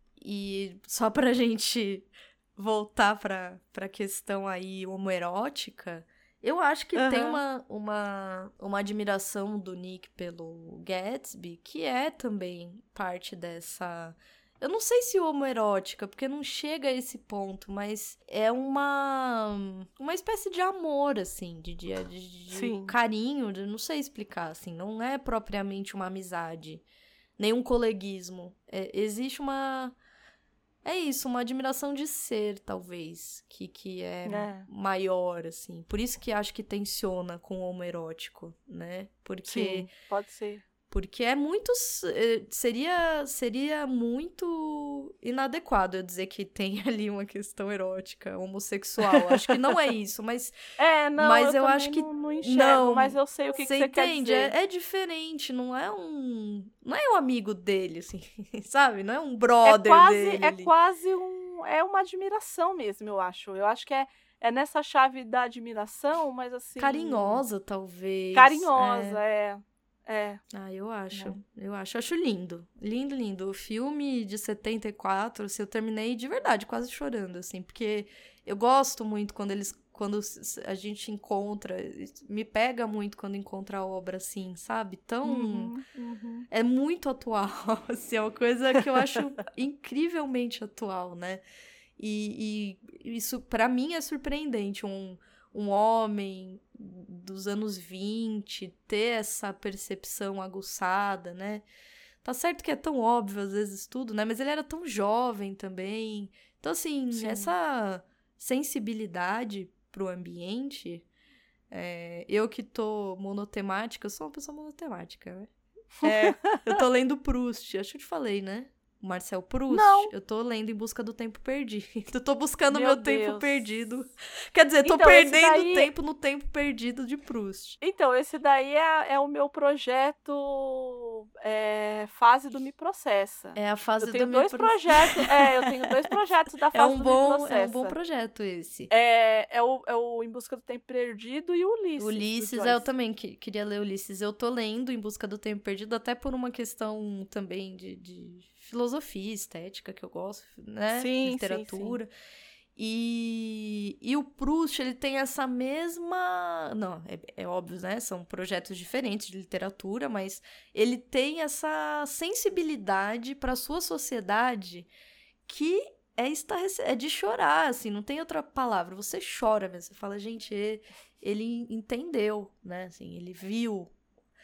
e só pra gente voltar pra, pra questão aí homoerótica, eu acho que tem Aham. uma, uma, uma admiração do Nick pelo Gatsby, que é também parte dessa. Eu não sei se homoerótica, porque não chega a esse ponto, mas é uma uma espécie de amor, assim, de, de, de- de Sim. carinho, de, não sei explicar, assim, não é propriamente uma amizade, nem um coleguismo. É, existe uma... É isso, uma admiração de ser, talvez, que, que é, É. maior, assim. Por isso que acho que tensiona com o homoerótico, né? Porque... Sim, pode ser. Porque é muito. eh, Seria, seria muito inadequado eu dizer que tem ali uma questão erótica, homossexual. Acho que não é isso, mas. É, não, Mas eu, eu também acho que não, não enxergo, não. mas eu sei o que, que você quer entende? dizer. É, é diferente, não é um. Não é um amigo dele, assim, sabe? Não é um É brother quase, dele. é ali. quase um, é uma admiração mesmo, eu acho. Eu acho que é, é nessa chave da admiração, mas assim... Carinhosa, talvez. Carinhosa, é. é. É. Ah, eu acho. Né? Eu acho. Acho lindo. Lindo, lindo. O filme de setenta e quatro, assim, eu terminei de verdade, quase chorando, assim, porque eu gosto muito quando eles. Quando a gente encontra. Me pega muito quando encontra a obra assim, sabe? Tão. Uhum, uhum. É muito atual, assim, é uma coisa que eu acho incrivelmente atual, né? E, e isso, pra mim, é surpreendente. Um, um homem dos anos vinte ter essa percepção aguçada, né? Tá certo que é tão óbvio, às vezes, tudo, né? Mas ele era tão jovem também. Então, assim, Sim. essa sensibilidade pro ambiente... é, eu que tô monotemática, eu sou uma pessoa monotemática, né? É. Eu tô lendo Proust, acho que eu te falei, né? o Marcel Proust? Não. Eu tô lendo Em Busca do Tempo Perdido. Eu tô buscando Meu meu tempo Deus. perdido. Quer dizer, tô Então, esse perdendo daí- tempo no tempo perdido de Proust. Então, esse daí é, é o meu projeto é, fase do Me Processa. É a fase Eu tenho do Me dois Pro- projetos. É, eu tenho dois projetos da É fase um do bom, Me Processa. é um bom projeto esse. É, é, o, é o Em Busca do Tempo Perdido e o Ulisses. do Ulisses, Joyce. é, eu também que, queria ler Ulisses. Eu tô lendo Em Busca do Tempo Perdido, até por uma questão também de, de filosofia, estética, que eu gosto, né? Sim, Literatura. E, e o Proust, ele tem essa mesma... Não, é, é óbvio, né? São projetos diferentes de literatura, mas ele tem essa sensibilidade para sua sociedade que é, estarrece- é de chorar, assim, não tem outra palavra. Você chora mesmo, você fala, gente, e- ele entendeu, né? Assim, ele viu.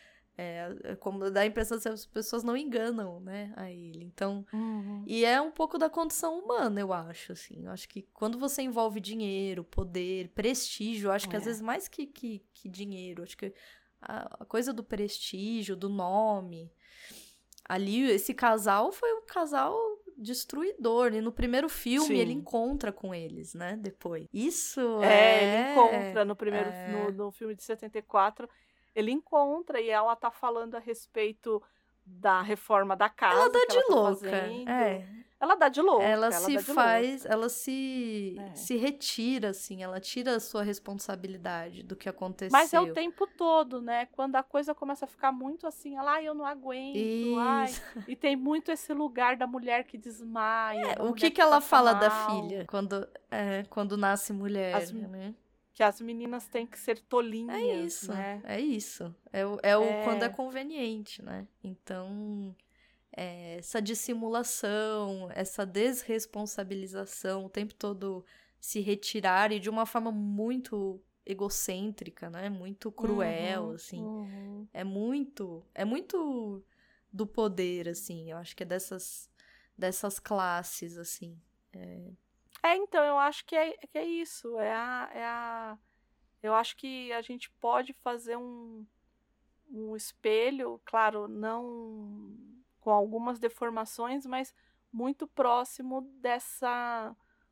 É, é como dá a impressão que as pessoas não enganam, né, a ele. Então, Uhum. e é um pouco da condição humana, eu acho, assim. Eu acho que quando você envolve dinheiro, poder, prestígio, eu acho que É. às vezes mais que, que, que dinheiro, acho que a, a coisa do prestígio, do nome. Ali, esse casal foi um casal destruidor. E no primeiro filme, Sim. ele encontra com eles, né, depois. Isso É, é... ele encontra no primeiro é. no, no filme de setenta e quatro. Ele encontra e ela tá falando a respeito da reforma da casa. Ela dá que de ela tá louca. fazendo. É. Ela dá de louca. Ela, ela se dá de faz, louca. ela se, É. se retira, assim, ela tira a sua responsabilidade do que aconteceu. Mas é o tempo todo, né? Quando a coisa começa a ficar muito assim, ela, ai, eu não aguento, ai. Isso. E tem muito esse lugar da mulher que desmaia. da O mulher que que ela passa fala da mal, filha quando, é, quando nasce mulher, As- né? Que as meninas têm que ser tolinhas, É isso, né? é isso. É o, é o É. quando é conveniente, né? Então, é, essa dissimulação, essa desresponsabilização, o tempo todo se retirar e de uma forma muito egocêntrica, né? Muito cruel, Uhum, assim. uhum. É muito, é muito do poder, assim. Eu acho que é dessas, dessas classes, assim. É, então, eu acho que é, que é isso. É a, é a. Eu acho que a gente pode fazer um, um espelho, claro, não com algumas deformações, mas muito próximo dessa.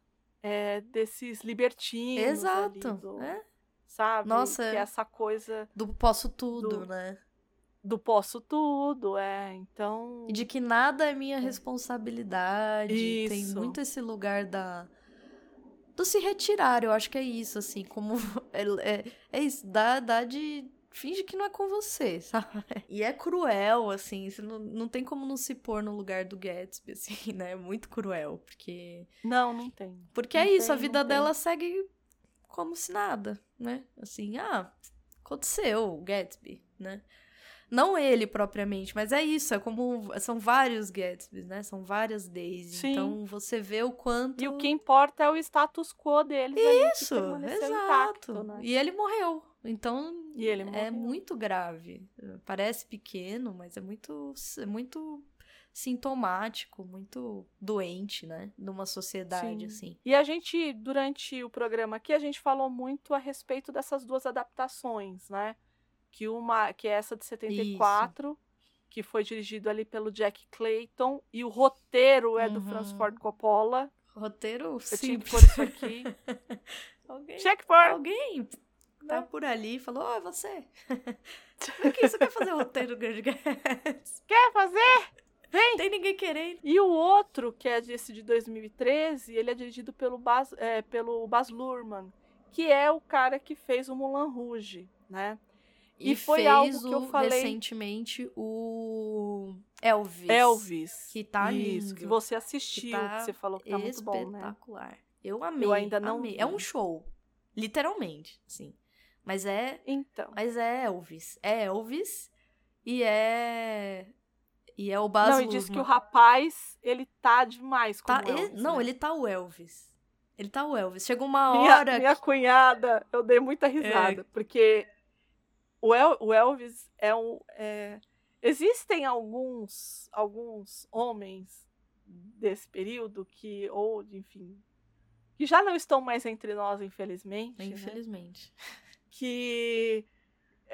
É, desses libertinos. Exato, ali do- é. Sabe? Nossa, Que é essa coisa Do posso tudo, Do- né? do posso tudo, é. Então. E de que nada é minha responsabilidade. Tem Isso. muito esse lugar da... Do se retirar, eu acho que é isso, assim. Como... É, é, é isso, dá, dá de... Finge que não é com você, sabe? E é cruel, assim. Você não, não tem como não se pôr no lugar do Gatsby, assim, né? É muito cruel, porque... Não, não tem. Porque Não é isso, tem, a vida não tem. dela segue como se nada, né? Assim, ah, aconteceu, Gatsby, né? Não ele propriamente, mas é isso, é como... São vários Gatsbys, né? São várias Daisy. Sim. Então, você vê o quanto... E o que importa é o status quo deles ali, que Isso, permaneceu exato. intacto, né? E ele morreu. Então, E ele é morreu. muito grave. Parece pequeno, mas é muito, é muito sintomático, muito doente, né? Numa sociedade, Sim. assim. E a gente, durante o programa aqui, a gente falou muito a respeito dessas duas adaptações, né? Que uma, que é essa de setenta e quatro, que foi dirigido ali pelo Jack Clayton, e o roteiro é do Uhum. Francis Ford Coppola. Roteiro Eu tinha que simples. pôr isso aqui. Alguém, Check for! alguém tá Né? por ali e falou, ó, é você. Por que você quer fazer roteiro, Grande Gatsby? Quer fazer? Não tem ninguém querendo. E o outro, que é esse de dois mil e treze, ele é dirigido pelo Baz, é, pelo Baz Luhrmann, que é o cara que fez o Moulin Rouge, né? E, E foi fez algo que eu o- falei- recentemente o Elvis. Elvis. Que tá Isso, lindo. que você assistiu, que, tá você falou que tá muito bom, né? Espetacular. Eu amei. Eu ainda não amei. vi. É um show. Literalmente, sim. Mas é, Então, mas é Elvis. É Elvis e é e é o Baz não, e diz que o Luhrmann. rapaz, ele tá demais como Tá, Elvis, ele- não, né? ele tá o Elvis. Ele tá o Elvis. Chega uma Minha, hora minha cunhada, eu dei muita risada, É. porque o, El- o Elvis é um... é- Existem alguns, alguns homens desse período que, ou, enfim, que já não estão mais entre nós, infelizmente, né? Infelizmente. Que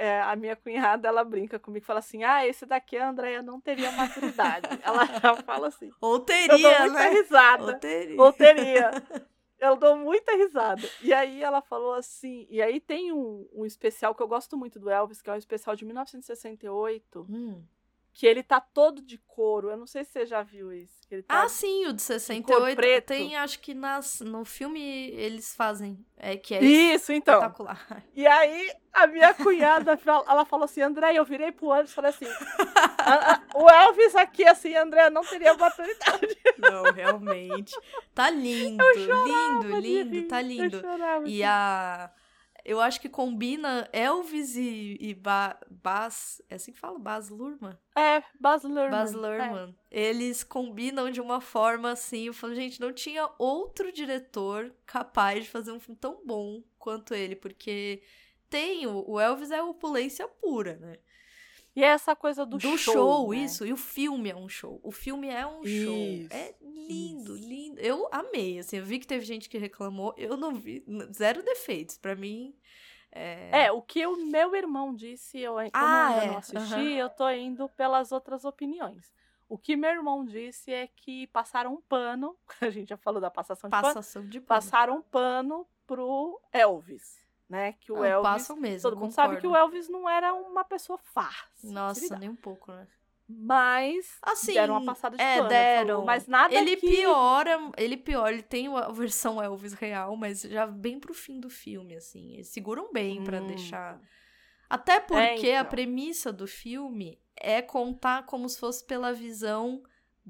é, a minha cunhada, ela brinca comigo, fala assim, ah, esse daqui a Andréia não teria maturidade. Ela já fala assim. Ou Eu dou teria, muita né? Ou risada. teria. Ou teria. Eu dou muita risada. E aí ela falou assim, e aí tem um, um especial que eu gosto muito do Elvis, que é um especial de mil novecentos e sessenta e oito, Hum. que ele tá todo de couro. Eu não sei se você já viu isso. Que ele tá Ah, sim, o de sessenta e cor oito. preto. Tem, acho que nas, no filme eles fazem. É que é Isso, então. espetacular. E aí, a minha cunhada, ela falou assim, André, eu virei pro Elvis e falei assim, a, a, o Elvis aqui, assim, André, não teria maturidade. Não, realmente. Tá lindo, lindo, lindo, rir, tá eu lindo. chorava E de a... Eu acho que combina Elvis e, e ba, Baz... É assim que fala? Baz Luhrmann? É, Baz Luhrmann. Baz Luhrmann. É. Eles combinam de uma forma assim, eu falo, gente, não tinha outro diretor capaz de fazer um filme tão bom quanto ele, porque tem, o, o Elvis é opulência pura, né? E é essa coisa do, do show, show, né? isso. E o filme é um show. O filme é um Isso, show. É lindo, isso. lindo. Eu amei, assim. Eu vi que teve gente que reclamou. Eu não vi. Zero defeitos. Pra mim, é... É, o que o meu irmão disse, eu como Ah, ainda é, não assisti, aham. eu tô indo pelas outras opiniões. O que meu irmão disse é que passaram um pano, a gente já falou da passação de pano, Passação de pano. passaram um pano pro Elvis, né? Que o Não, Elvis, passam mesmo, todo mundo concordo. sabe que o Elvis não era uma pessoa fácil. Nossa, nem um pouco, né? Mas Assim, deram uma passada de é, pano. Ele deram. falou, mas nada ele que... piora, ele piora, ele tem a versão Elvis real, mas já bem pro fim do filme, assim. Eles seguram bem pra Hum. deixar... Até porque É, a então. premissa do filme é contar como se fosse pela visão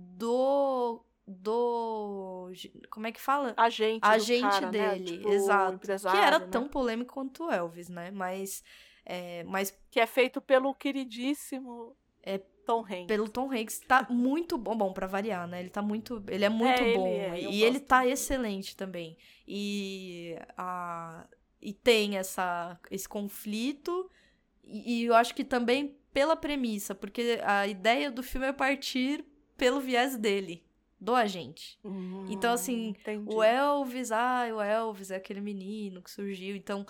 do... do... como é que fala? Agente, A do gente cara, né? dele, Tipo, exato. empresário, Que era né? tão polêmico quanto o Elvis, né? Mas... É, mas Que é feito pelo queridíssimo É, Tom Hanks. pelo Tom Hanks, tá muito bom, bom pra variar, né? Ele tá muito, ele é muito É, ele bom é, eu e ele gosto tá muito. excelente também. E a e tem essa esse conflito e, e eu acho que também pela premissa, porque a ideia do filme é partir pelo viés dele, do agente. Hum, Então assim, entendi. o Elvis, ah, o Elvis é aquele menino que surgiu, então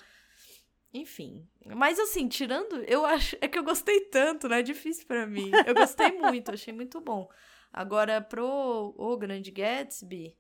enfim, mas assim, tirando, eu acho, é que eu gostei tanto, né, é difícil pra mim, eu gostei muito, achei muito bom. Agora, pro O Grande Gatsby,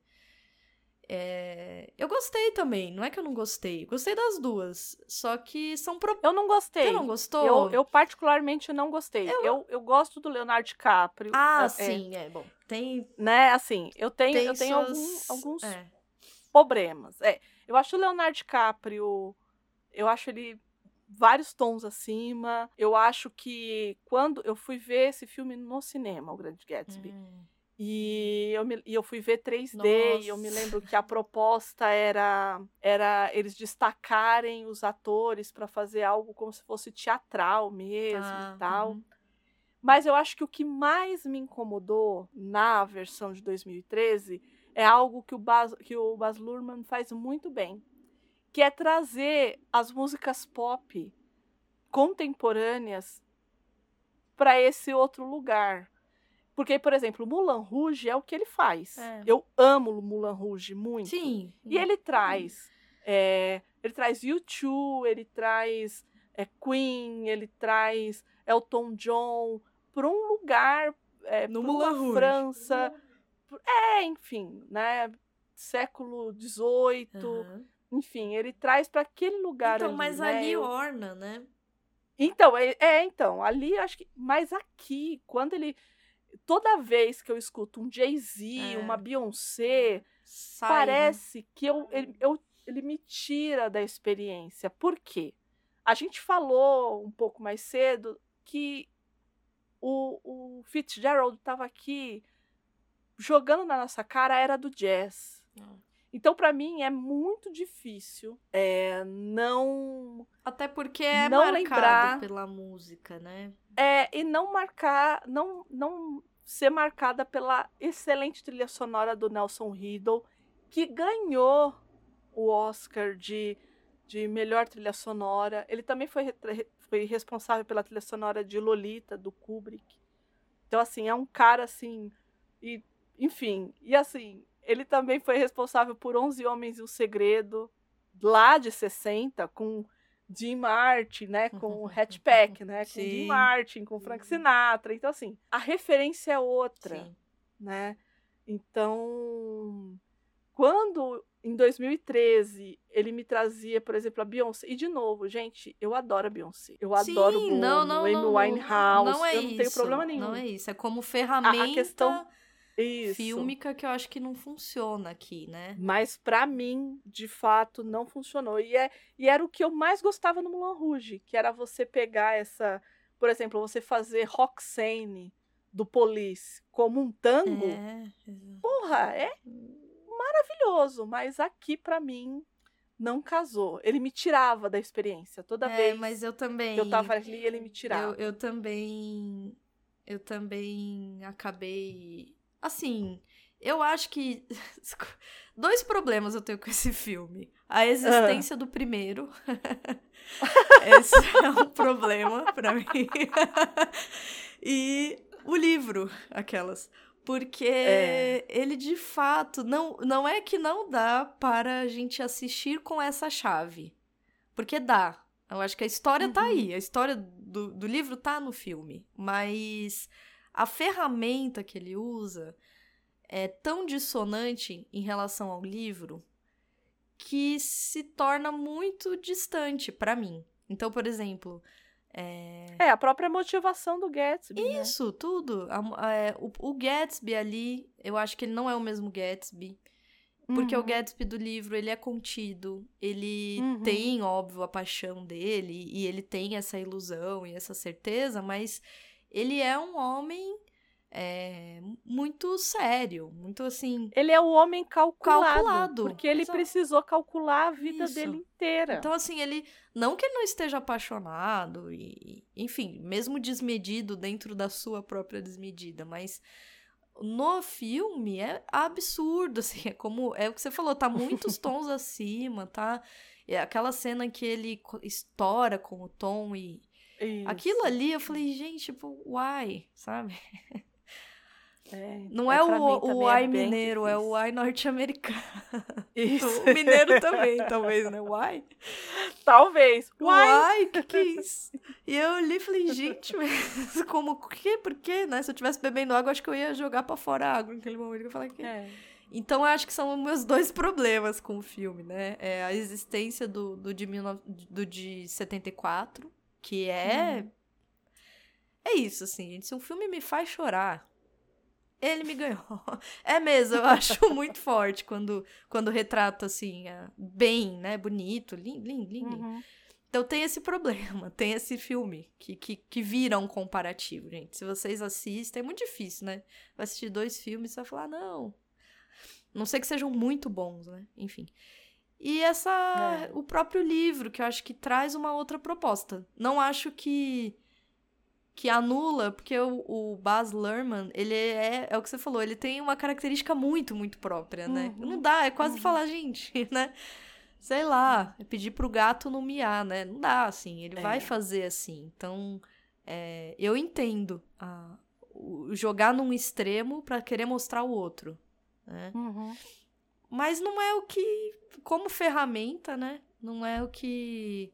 é, eu gostei também, não é que eu não gostei, gostei das duas, só que são... Pro... Eu não gostei. Você não gostou? Eu, eu particularmente não gostei. Eu- Eu, eu gosto do Leonardo DiCaprio. Ah, é, sim, é, bom, tem, Né, assim, eu tenho, tem eu tenho suas... algum- alguns é. problemas. É, eu acho o Leonardo DiCaprio, eu acho ele vários tons acima. Eu acho que quando eu fui ver esse filme no cinema, O Grande Gatsby, Hum. e eu, me, e eu fui ver três D, e eu me Nossa. lembro que a proposta era, era eles destacarem os atores para fazer algo como se fosse teatral mesmo Ah, e tal. uhum. Mas eu acho que o que mais me incomodou na versão de dois mil e treze é algo que o Baz, que o Baz Luhrmann faz muito bem, que é trazer as músicas pop contemporâneas para esse outro lugar. Porque, por exemplo, Moulin Rouge é o que ele faz. É. Eu amo Moulin Rouge muito. Sim. E ele traz, é, ele traz U dois, ele traz é, Queen, ele traz Elton John para um lugar, é, No pra Moulin uma Rouge. França, é, enfim, né, século dezoito, Aham. enfim, ele traz para aquele lugar Então, ali, mas né? ali Eu- orna, né? Então, é, é, então, ali acho que, mas aqui, quando ele, toda vez que eu escuto um Jay-Z, É. uma Beyoncé, Sai, né? parece que eu, ele, eu- ele me tira da experiência. Por quê? A gente falou um pouco mais cedo que o, o Fitzgerald estava aqui jogando na nossa cara a era do jazz. Ah. Então, para mim, é muito difícil é, não... Até porque é Não marcado lembrar- pela música, né? É, e não marcar, não, não ser marcada pela excelente trilha sonora do Nelson Riddle, que ganhou o Oscar de, de melhor trilha sonora. Ele também foi, re- foi responsável pela trilha sonora de Lolita, do Kubrick. Então, assim, é um cara, assim... E, enfim, e assim, ele também foi responsável por onze Homens e um Segredo, lá de sessenta, com Jim Martin, né, com o Hatchback, né, com Sim. Jim Martin, com Frank Sinatra. Então, assim, a referência é outra, Sim. né? Então, quando em dois mil e treze ele me trazia, por exemplo, a Beyoncé, e de novo, gente, eu adoro a Beyoncé, eu Sim, adoro Bono, não, não, Amy não, Winehouse, não é eu não tenho isso, problema nenhum. Não é isso, é como A, ferramenta a questão isso. fílmica que eu acho que não funciona aqui, né? Mas pra mim, de fato, não funcionou. E, é, e era o que eu mais gostava no Moulin Rouge, que era você pegar essa, por exemplo, você fazer Roxane do Police como um tango. É, Porra, é maravilhoso, mas aqui pra mim não casou. Ele me tirava da experiência toda é, vez mas eu também. que eu tava ali, ele me Eu, tirava. eu também. Eu também acabei. Assim, eu acho que. Dois problemas eu tenho com esse filme. A existência do primeiro. Esse é um problema pra mim. E o livro, aquelas. Porque É. ele, de fato, não, não é que não dá para a gente assistir com essa chave. Porque dá. Eu acho que a história Uhum. tá aí. A história do, do livro tá no filme. Mas a ferramenta que ele usa é tão dissonante em relação ao livro que se torna muito distante pra mim. Então, por exemplo... É... É, a própria motivação do Gatsby, né? Isso, tudo. A- a- é, o, o Gatsby ali, eu acho que ele não é o mesmo Gatsby. Porque Uhum. o Gatsby do livro, ele é contido. Ele Uhum. tem, óbvio, a paixão dele. E ele tem essa ilusão e essa certeza. Mas ele é um homem é, muito sério. Muito, assim... Ele é o homem calculado, Calculado, porque ele exato. precisou calcular a vida Isso. dele inteira. Então, assim, ele... Não que ele não esteja apaixonado e... Enfim, mesmo desmedido dentro da sua própria desmedida. Mas no filme é absurdo, assim. É como... É o que você falou, tá muitos tons acima, tá? É aquela cena que ele co- estoura com o tom e... Isso. Aquilo ali, eu falei, gente, tipo, why? Sabe? É, Não é, pra mim o, também o é ai bem mineiro, é o difícil. ai norte-americano. Isso. O mineiro também, talvez, né? Why? Talvez. Uai! Uai, que que é isso? E eu olhei e falei, gente, mas como, por quê? Por quê? Né? Se eu tivesse bebendo água, acho que eu ia jogar pra fora a água naquele momento que eu falei que... É. Então, eu acho que são os meus dois problemas com o filme, né? É a existência do, do, de, mil e nove- do de setenta e quatro, que é... Uhum. É isso, assim, gente. Se um filme me faz chorar, ele me ganhou. É mesmo, eu acho muito forte quando, quando retrata, assim, a- bem, né? Bonito, lindo, lindo, lindo. Uhum. Então tem esse problema, tem esse filme que, que, que vira um comparativo, gente. Se vocês assistem, é muito difícil, né? Vai assistir dois filmes e você vai falar, não. Não sei que sejam muito bons, né? Enfim. E essa. É. O próprio livro, que eu acho que traz uma outra proposta. Não acho que. Que anula, porque o, o Baz Luhrmann, ele é, é o que você falou, ele tem uma característica muito, muito própria, né? Uhum. Não dá, é quase Uhum. falar, gente, né? Sei lá, é pedir pro gato não miar, né? Não dá, assim, ele É. vai fazer assim. Então, é, eu entendo a, o, jogar num extremo pra querer mostrar o outro, né? Uhum. Mas não é o que, como ferramenta, né? Não é o que,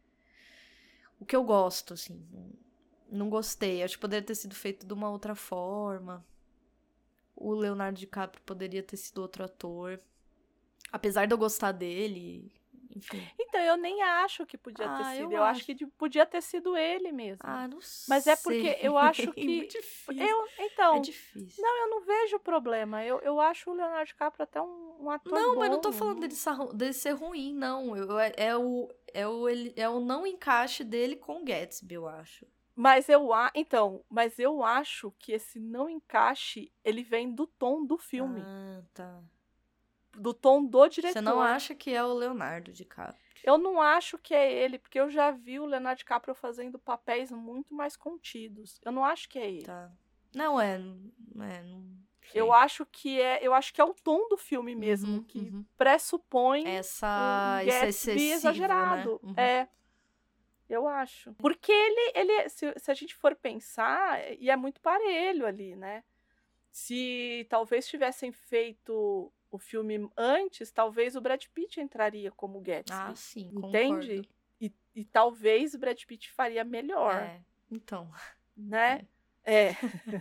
o que eu gosto, assim. Não gostei. Acho que poderia ter sido feito de uma outra forma. O Leonardo DiCaprio poderia ter sido outro ator. Apesar de eu gostar dele, enfim. Então, eu nem acho que podia ter Ah, sido. eu Eu, acho acho. que de- podia ter sido ele mesmo. Ah, não sei. Mas é porque eu acho que- Muito difícil. Eu, então, É difícil. não, eu não vejo problema. Eu, eu acho o Leonardo DiCaprio até um, um ator Não, bom. mas não tô falando dele, ser- dele ser ruim, não. Eu, é, é o, é, o, ele, é o não encaixe dele com o Gatsby, eu acho. Mas eu a... então, mas eu acho que esse não encaixe, ele vem do tom do filme, Ah, tá. do tom do diretor. Você não acha que é o Leonardo DiCaprio? Eu não acho que é ele, porque eu já vi o Leonardo DiCaprio fazendo papéis muito mais contidos. Eu não acho que é ele. Tá. Não, é... Não, é, não sei. Eu acho que é, eu acho que é o tom do filme mesmo Uhum, que uhum. pressupõe Essa... um Esse Gatsby excessivo, exagerado. né? Uhum. É. Eu acho. Porque ele, ele se, se a gente for pensar, e é muito parelho ali, né? Se talvez tivessem feito o filme antes, talvez o Brad Pitt entraria como Gatsby. Ah, sim, Entende? concordo. E E talvez o Brad Pitt faria melhor, É, então. né? É.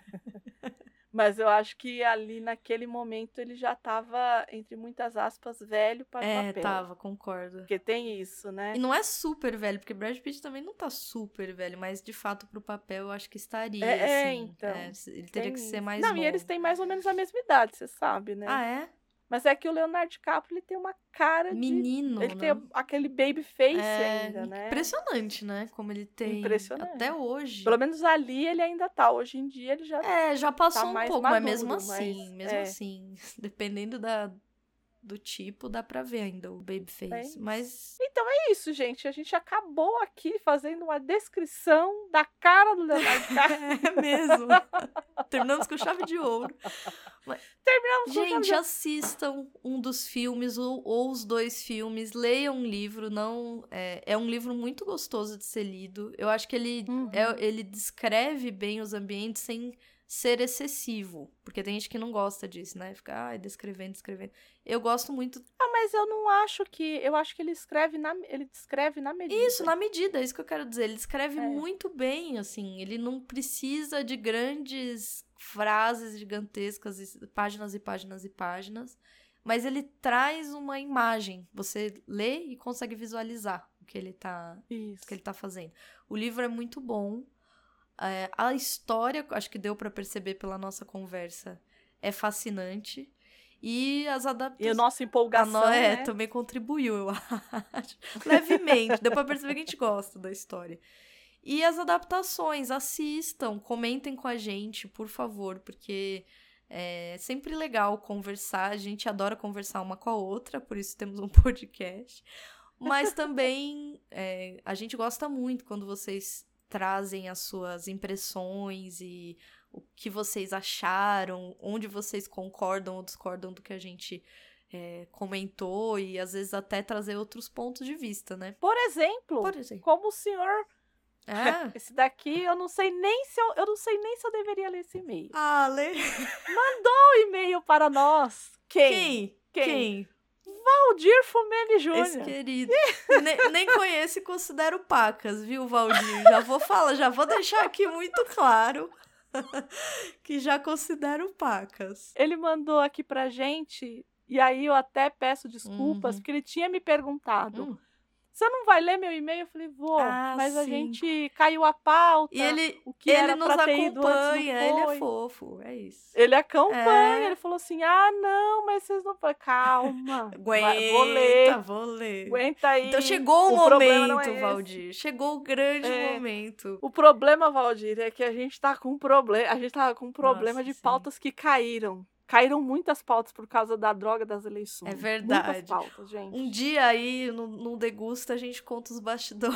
Mas eu acho que ali naquele momento ele já tava, entre muitas aspas, velho para o É, papel. tava, concordo. Porque tem isso, né? E não é super velho, porque Brad Pitt também não tá super velho, mas de fato pro papel eu acho que estaria, É, é, assim. então, É, ele teria Tem que ser isso. mais Não, bom. e eles têm mais ou menos a mesma idade, você sabe, né? Ah, é? Mas é que o Leonardo DiCaprio, ele tem uma cara de... Menino, Ele né? tem aquele baby face É ainda, né? impressionante, né? Como ele tem Impressionante. até hoje. Pelo menos ali ele ainda tá. Hoje em dia ele já... É, já passou tá um mais pouco, mas maduro, mesmo mas, assim, mesmo é. assim, dependendo da, do tipo, dá pra ver ainda o babyface. É. Mas Então é isso, gente. A gente acabou aqui fazendo uma descrição da cara do Leonardo DiCaprio. é mesmo. Terminamos com chave de ouro. Terminamos com chave Gente, de- assistam um dos filmes ou, ou os dois filmes, leiam um livro, não é, é um livro muito gostoso de ser lido. Eu acho que ele, Uhum. é- ele descreve bem os ambientes sem ser excessivo, porque tem gente que não gosta disso, né? Fica, ai, descrevendo, descrevendo. Eu gosto muito Ah, mas eu não acho que... Eu acho que ele escreve na... Ele descreve na medida. isso, na medida, é isso que eu quero dizer. Ele escreve É. muito bem, assim. Ele não precisa de grandes frases gigantescas, e- páginas e páginas e páginas. Mas ele traz uma imagem. Você lê e consegue visualizar o que ele tá, Isso. o que ele tá fazendo. O livro é muito bom. É, a história, acho que deu pra perceber pela nossa conversa, é fascinante. E as E a adaptações... nossa A empolgação, no- é, né? também contribuiu, eu acho. Levemente. Deu pra perceber que a gente gosta da história. E as adaptações, assistam, comentem com a gente, por favor, porque é sempre legal conversar. A gente adora conversar uma com a outra, por isso temos um podcast. Mas também é, a gente gosta muito quando vocês trazem as suas impressões e o que vocês acharam, onde vocês concordam ou discordam do que a gente é, comentou e às vezes até trazer outros pontos de vista, né? Por exemplo, Por exemplo. como o senhor... É. Esse daqui, eu não sei nem se eu... Eu não sei nem se eu deveria ler esse e-mail. Ah, lê. O e-mail para nós. Quem? Quem? Quem? Valdir Fumene Esse Júnior. querido. nem, nem conheço e considero pacas, viu, Valdir? Já vou falar, já vou deixar aqui muito claro que já considero pacas. Ele mandou aqui pra gente, e aí eu até peço desculpas, Uhum. porque ele tinha me perguntado, Hum. você não vai ler meu e-mail? Eu falei, vou, Ah, mas a sim. gente caiu a pauta. E ele, o que ele era nos pra ter ido antes, não acompanha, ele foi. é fofo, é isso. Ele acompanha, É. ele falou assim, ah, não, mas vocês não... Calma, Aguenta, vai, vou ler, vou ler. aguenta aí. Então chegou o, O problema não momento, é esse. Valdir. Chegou o grande É. momento. O problema, Valdir, é que a gente tá com um problema, a gente tava com um problema Nossa, de sim. pautas que caíram. Caíram muitas pautas por causa da droga das eleições. É verdade. Muitas pautas, gente. Um dia aí, no, no Degusta, a gente conta os bastidores.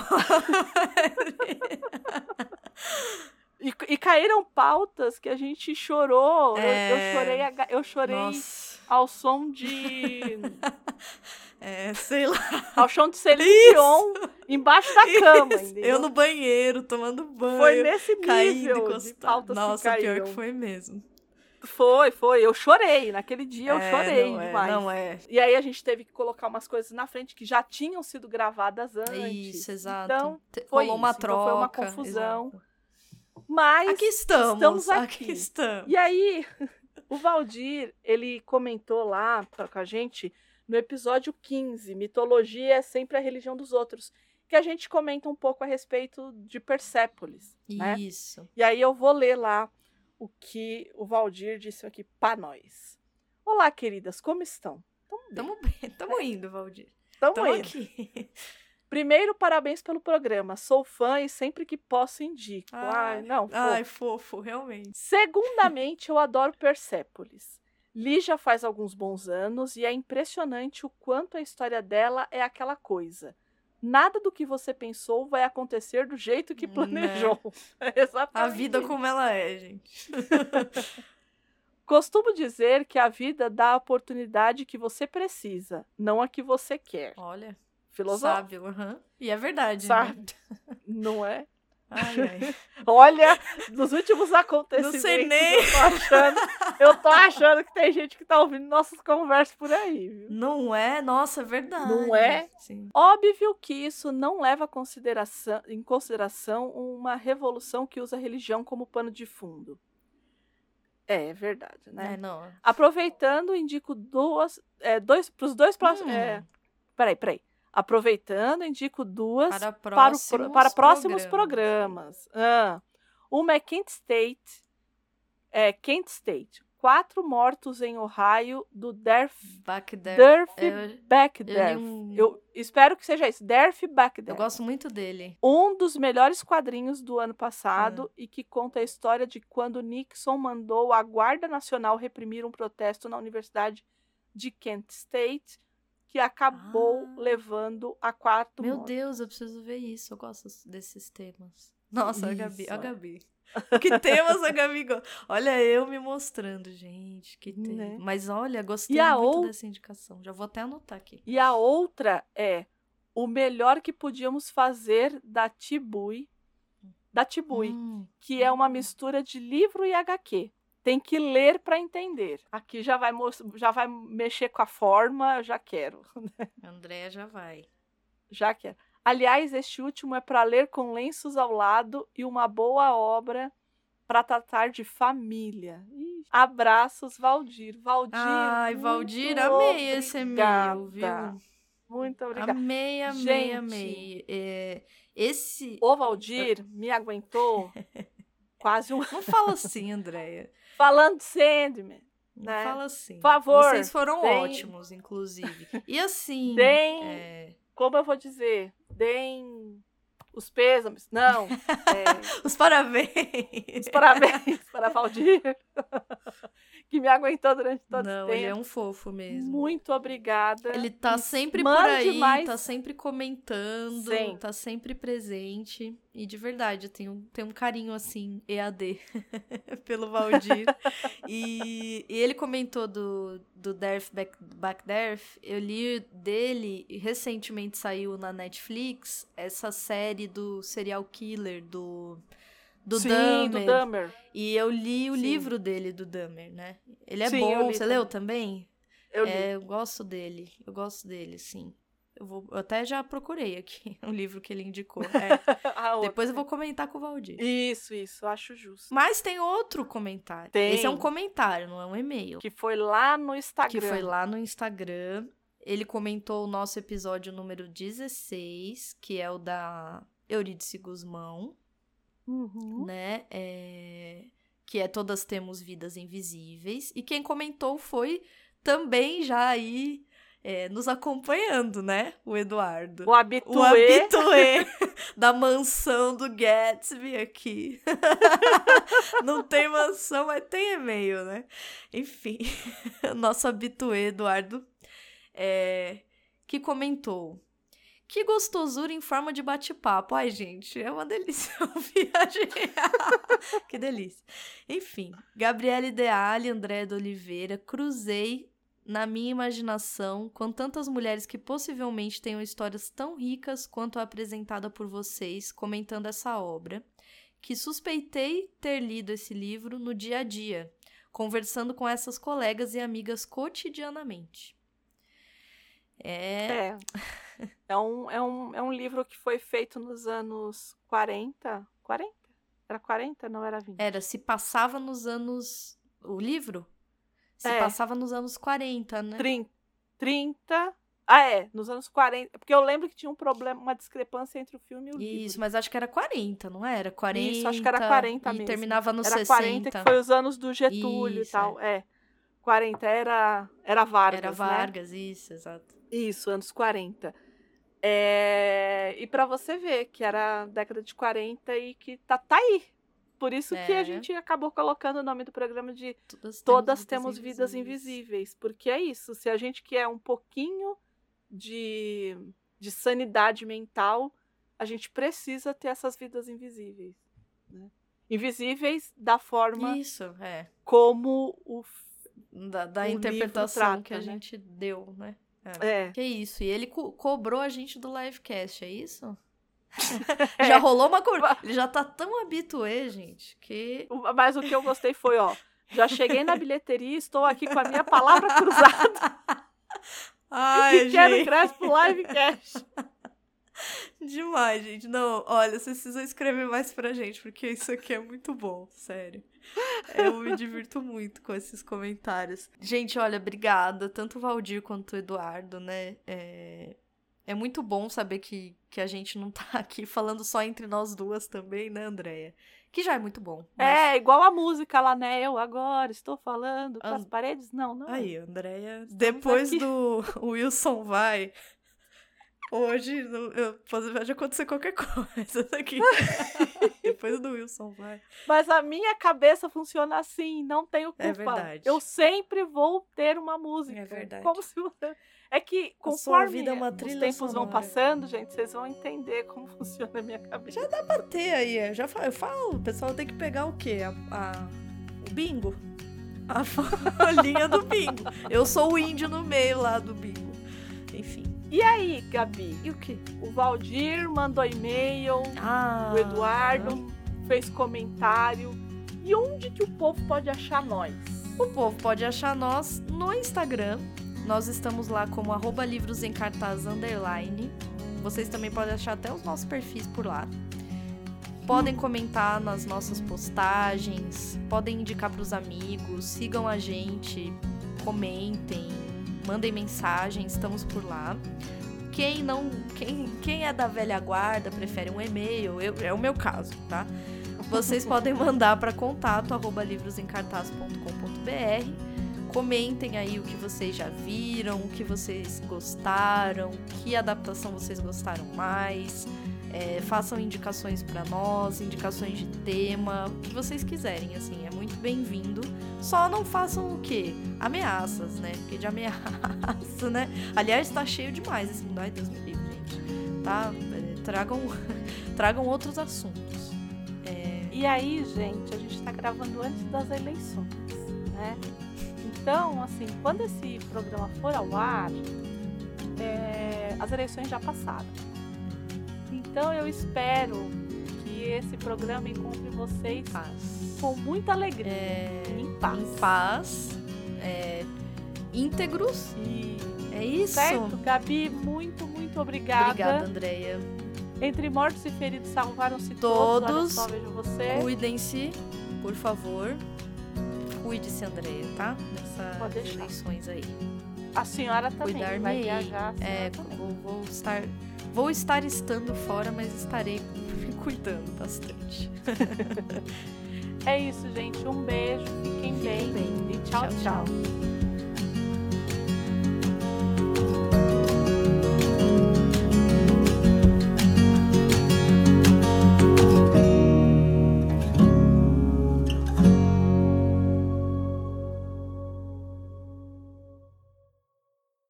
E, e caíram pautas que a gente chorou. Eu- Eu, É. chorei, a ga- eu chorei Nossa. ao som de. É, sei lá. ao som de Celine Isso. Dion embaixo da cama. Isso. entendeu? Eu no banheiro, tomando banho. Foi nesse caindo, nível de encostado. pautas Nossa, que pior caíram. que foi mesmo. Foi, foi. Eu chorei. Naquele dia eu É, chorei não é, demais. não é. E aí a gente teve que colocar umas coisas na frente que já tinham sido gravadas antes. Isso, exato. Então, Te- foi rolou uma isso. Então, troca. foi uma confusão. exato. Mas Aqui estamos, estamos aqui. aqui. estamos. E aí, o Valdir, ele comentou lá pra, com a gente no episódio quinze, Mitologia é sempre a religião dos outros, que a gente comenta um pouco a respeito de Persépolis, né? Isso. E aí eu vou ler lá o que o Valdir disse aqui pra nós. Olá, queridas, como estão? Tamo bem. Tamo bem, tamo indo, Valdir. Tamo Tamo indo. aqui. Primeiro, parabéns pelo programa. Sou fã e sempre que posso indico. Ai, Ai, não, fofo. Ai, fofo, realmente. Segundamente, eu adoro Persépolis. Li já faz alguns bons anos e é impressionante o quanto a história dela é aquela coisa. Nada do que você pensou vai acontecer do jeito que Né? planejou. É exatamente A vida isso. como ela é, gente. Costumo dizer que a vida dá a oportunidade que você precisa, não a que você quer. Olha, Filosófico, sábio, aham. E é verdade, Sabe? né? não é? Ai, ai. Olha, nos últimos acontecimentos, Não sei nem. eu tô achando Eu tô achando que tem gente que tá ouvindo nossas conversas por aí, viu? Não é? Nossa, é verdade. Não é? Sim. Óbvio que isso não leva consideração, em consideração uma revolução que usa a religião como pano de fundo. É, é verdade, né? É, não. Aproveitando, indico duas... É, dois, pros dois próximos... Hum. É, peraí, peraí. Aproveitando, indico duas Para para, o, próximos pro- para próximos programas. programas. Ah, uma é Kent State. É, Kent State. Quatro mortos em Ohio, do Derf... Back there. Durfee Eu, Backderf. eu li um- Eu espero que seja isso. Durfee eu Backderf. gosto muito dele. Um dos melhores quadrinhos do ano passado Ah. e que conta a história de quando Nixon mandou a Guarda Nacional reprimir um protesto na Universidade de Kent State, que acabou Ah. levando a quatro Meu mortes. Deus, eu preciso ver isso. Eu gosto desses temas. Nossa, a Gabi. Isso, A é. Gabi. Que temas a Gabi gosta. Olha eu me mostrando, gente. Que tema. Né? Mas olha, gostei E a muito ou- dessa indicação. Já vou até anotar aqui. E a outra é O Melhor que Podíamos Fazer, da Tibui, da Tibui, Hum, que é uma mistura de livro e agá quê. Tem que ler para entender. Aqui já vai, mos- já vai mexer com a forma, já quero. a Andrea já vai. Já quero. Aliás, este último é para ler com lenços ao lado e uma boa obra para tratar de família. Ih, abraços, Valdir. Valdir. Ai, muito Valdir, amei esse e-mail, viu? obrigada. Muito obrigada. Amei, amei, Gente. amei. É, esse. O Valdir me aguentou quase um... Não fala assim, Andréia. Falando de Sandman. Não Né? fala assim. Por favor, Vocês foram deem- ótimos, inclusive. E assim. Deem, é, como eu vou dizer, deem os pêsames. Não, é, Os parabéns. os parabéns para Valdir, que me aguentou durante todo Não, esse ele é tempo. um fofo mesmo. Muito obrigada. Ele tá E sempre por mande aí, mais- tá sempre comentando, Sempre. tá sempre presente. E de verdade, eu tenho, tenho um carinho assim, E A D, pelo Valdir. e, e ele comentou do, do Derf Back, Back Derf. Eu li dele, e recentemente saiu na Netflix, essa série do serial killer, do, do Sim, Dahmer. do Dahmer. E eu li o Sim. livro dele, do Dahmer, né? Ele é Sim, eu bom, li você leu também? Eu li. É, eu gosto dele, eu gosto dele, sim. Eu, vou, eu até já procurei aqui o livro que ele indicou. É, A outra. depois eu vou comentar com o Valdir. Isso, isso, acho justo. Mas tem outro comentário. Tem. Esse é um comentário, não é um e-mail. Que foi lá no Instagram. Que foi lá no Instagram. Ele comentou o nosso episódio número dezesseis, que é o da Eurídice Guzmão, Uhum. né? É, que é Todas Temos Vidas Invisíveis. E quem comentou foi também já aí é, nos acompanhando, né? O Eduardo. O habituê. O habituê da mansão do Gatsby aqui. Não tem mansão, mas tem e-mail, né? Enfim, nosso habituê, Eduardo, é, que comentou: que gostosura em forma de bate-papo. Ai, gente, é uma delícia ouvir a gente. Que delícia. Enfim, Gabriele Deale, André de Oliveira, cruzei na minha imaginação com tantas mulheres que possivelmente tenham histórias tão ricas quanto a apresentada por vocês comentando essa obra, que suspeitei ter lido esse livro no dia a dia, conversando com essas colegas e amigas cotidianamente. É... É. É um, é, um, é um livro que foi feito nos anos quarenta. quarenta? Era quarenta? Não era vinte. Era, se passava nos anos... O livro? Se É. passava nos anos quarenta, né? trinta. trinta. Ah, é. Nos anos quarenta. Porque eu lembro que tinha um problema, uma discrepância entre o filme e o livro. Isso, mas acho que era quarenta, não era? quarenta. Isso, acho que era quarenta e mesmo. terminava nos Era sessenta. quarenta, que foi os anos do Getúlio Isso, e tal. É. quarenta era, era Vargas, Era né? Vargas, isso, exato. Isso, anos quarenta. É, e pra você ver que era década de quarenta e que tá, tá aí. Por isso que É. a gente acabou colocando o nome do programa de Todas, Todas Temos Vidas Invisíveis. Porque é isso, se a gente quer um pouquinho de, de sanidade mental, a gente precisa ter essas vidas invisíveis. Né? Invisíveis da forma Isso, é. como o... Da, da o interpretação livro trata, que a né? gente deu, né? É. Que isso, e ele co- cobrou a gente do livecast, é isso? É. Já rolou uma cobrança. Ele já tá tão habituê, gente, que... Mas o que eu gostei foi, ó, Já cheguei na bilheteria e estou aqui com a minha palavra cruzada. Ai, e gente. quero ingresso pro livecast. Demais, gente. Não, olha, vocês precisam escrever mais pra gente, porque isso aqui é muito bom, sério. Eu me divirto muito com esses comentários. Gente, olha, obrigada. Tanto o Valdir quanto o Eduardo, né? É, é muito bom saber que, que a gente não tá aqui falando só entre nós duas também, né, Andréia? Que já é muito bom. Mas... É, igual a música lá, né? Eu agora estou falando com And... as paredes. Não, não. Aí, Andréia. Depois aqui. do Wilson vai... Hoje, eu, pode acontecer qualquer coisa aqui. Depois do Wilson vai. Mas a minha cabeça funciona assim, não tenho culpa. É verdade. Eu sempre vou ter uma música. É verdade. Como se você... É que conforme vida é uma os tempos sonora. Vão passando, gente, vocês vão entender como funciona a minha cabeça. Já dá pra ter aí, já falo, eu falo, o pessoal tem que pegar o quê? A, a, o bingo? A folhinha do bingo. Eu sou o índio no meio lá do bingo. Enfim. E aí, Gabi? E o quê? O Valdir mandou e-mail, ah, o Eduardo ah. fez comentário. E onde que o povo pode achar nós? O povo pode achar nós no Instagram. Nós estamos lá como arroba livros em cartaz underline. Vocês também podem achar até os nossos perfis por lá. Podem comentar nas nossas postagens, podem indicar para os amigos, sigam a gente, comentem, mandem mensagem, estamos por lá. Quem não, quem, quem é da velha guarda, prefere um e-mail, eu, é o meu caso, tá? Vocês podem mandar para contato arroba livros em cartaz ponto com ponto b r. Comentem aí o que vocês já viram, o que vocês gostaram, que adaptação vocês gostaram mais. É, façam indicações para nós, indicações de tema, o que vocês quiserem, assim, é muito bem-vindo. Só não façam o quê? Ameaças, né? Porque de ameaça, né? Aliás, tá cheio demais esse mundo. Ai, Deus me livre, gente. Tá? É, tragam, tragam outros assuntos. É... E aí, gente, a gente tá gravando antes das eleições, né? Então, assim, quando esse programa for ao ar, é, as eleições já passaram. Então eu espero que esse programa encontre vocês paz. Com muita alegria, é, em paz, em paz é, íntegros. E é isso. Certo, Gabi, muito, muito obrigada. Obrigada, Andréia. Entre mortos e feridos salvaram-se todos. todos. Só vejo você. Cuidem-se, por favor. Cuide-se, Andréia, tá? Nessas eleições aí. A senhora também Cuidar vai me viajar. É, vou, vou estar, vou estar estando fora, mas estarei me cuidando bastante. É isso, gente. Um beijo. Fiquem, Fiquem bem. bem. E tchau, tchau. tchau.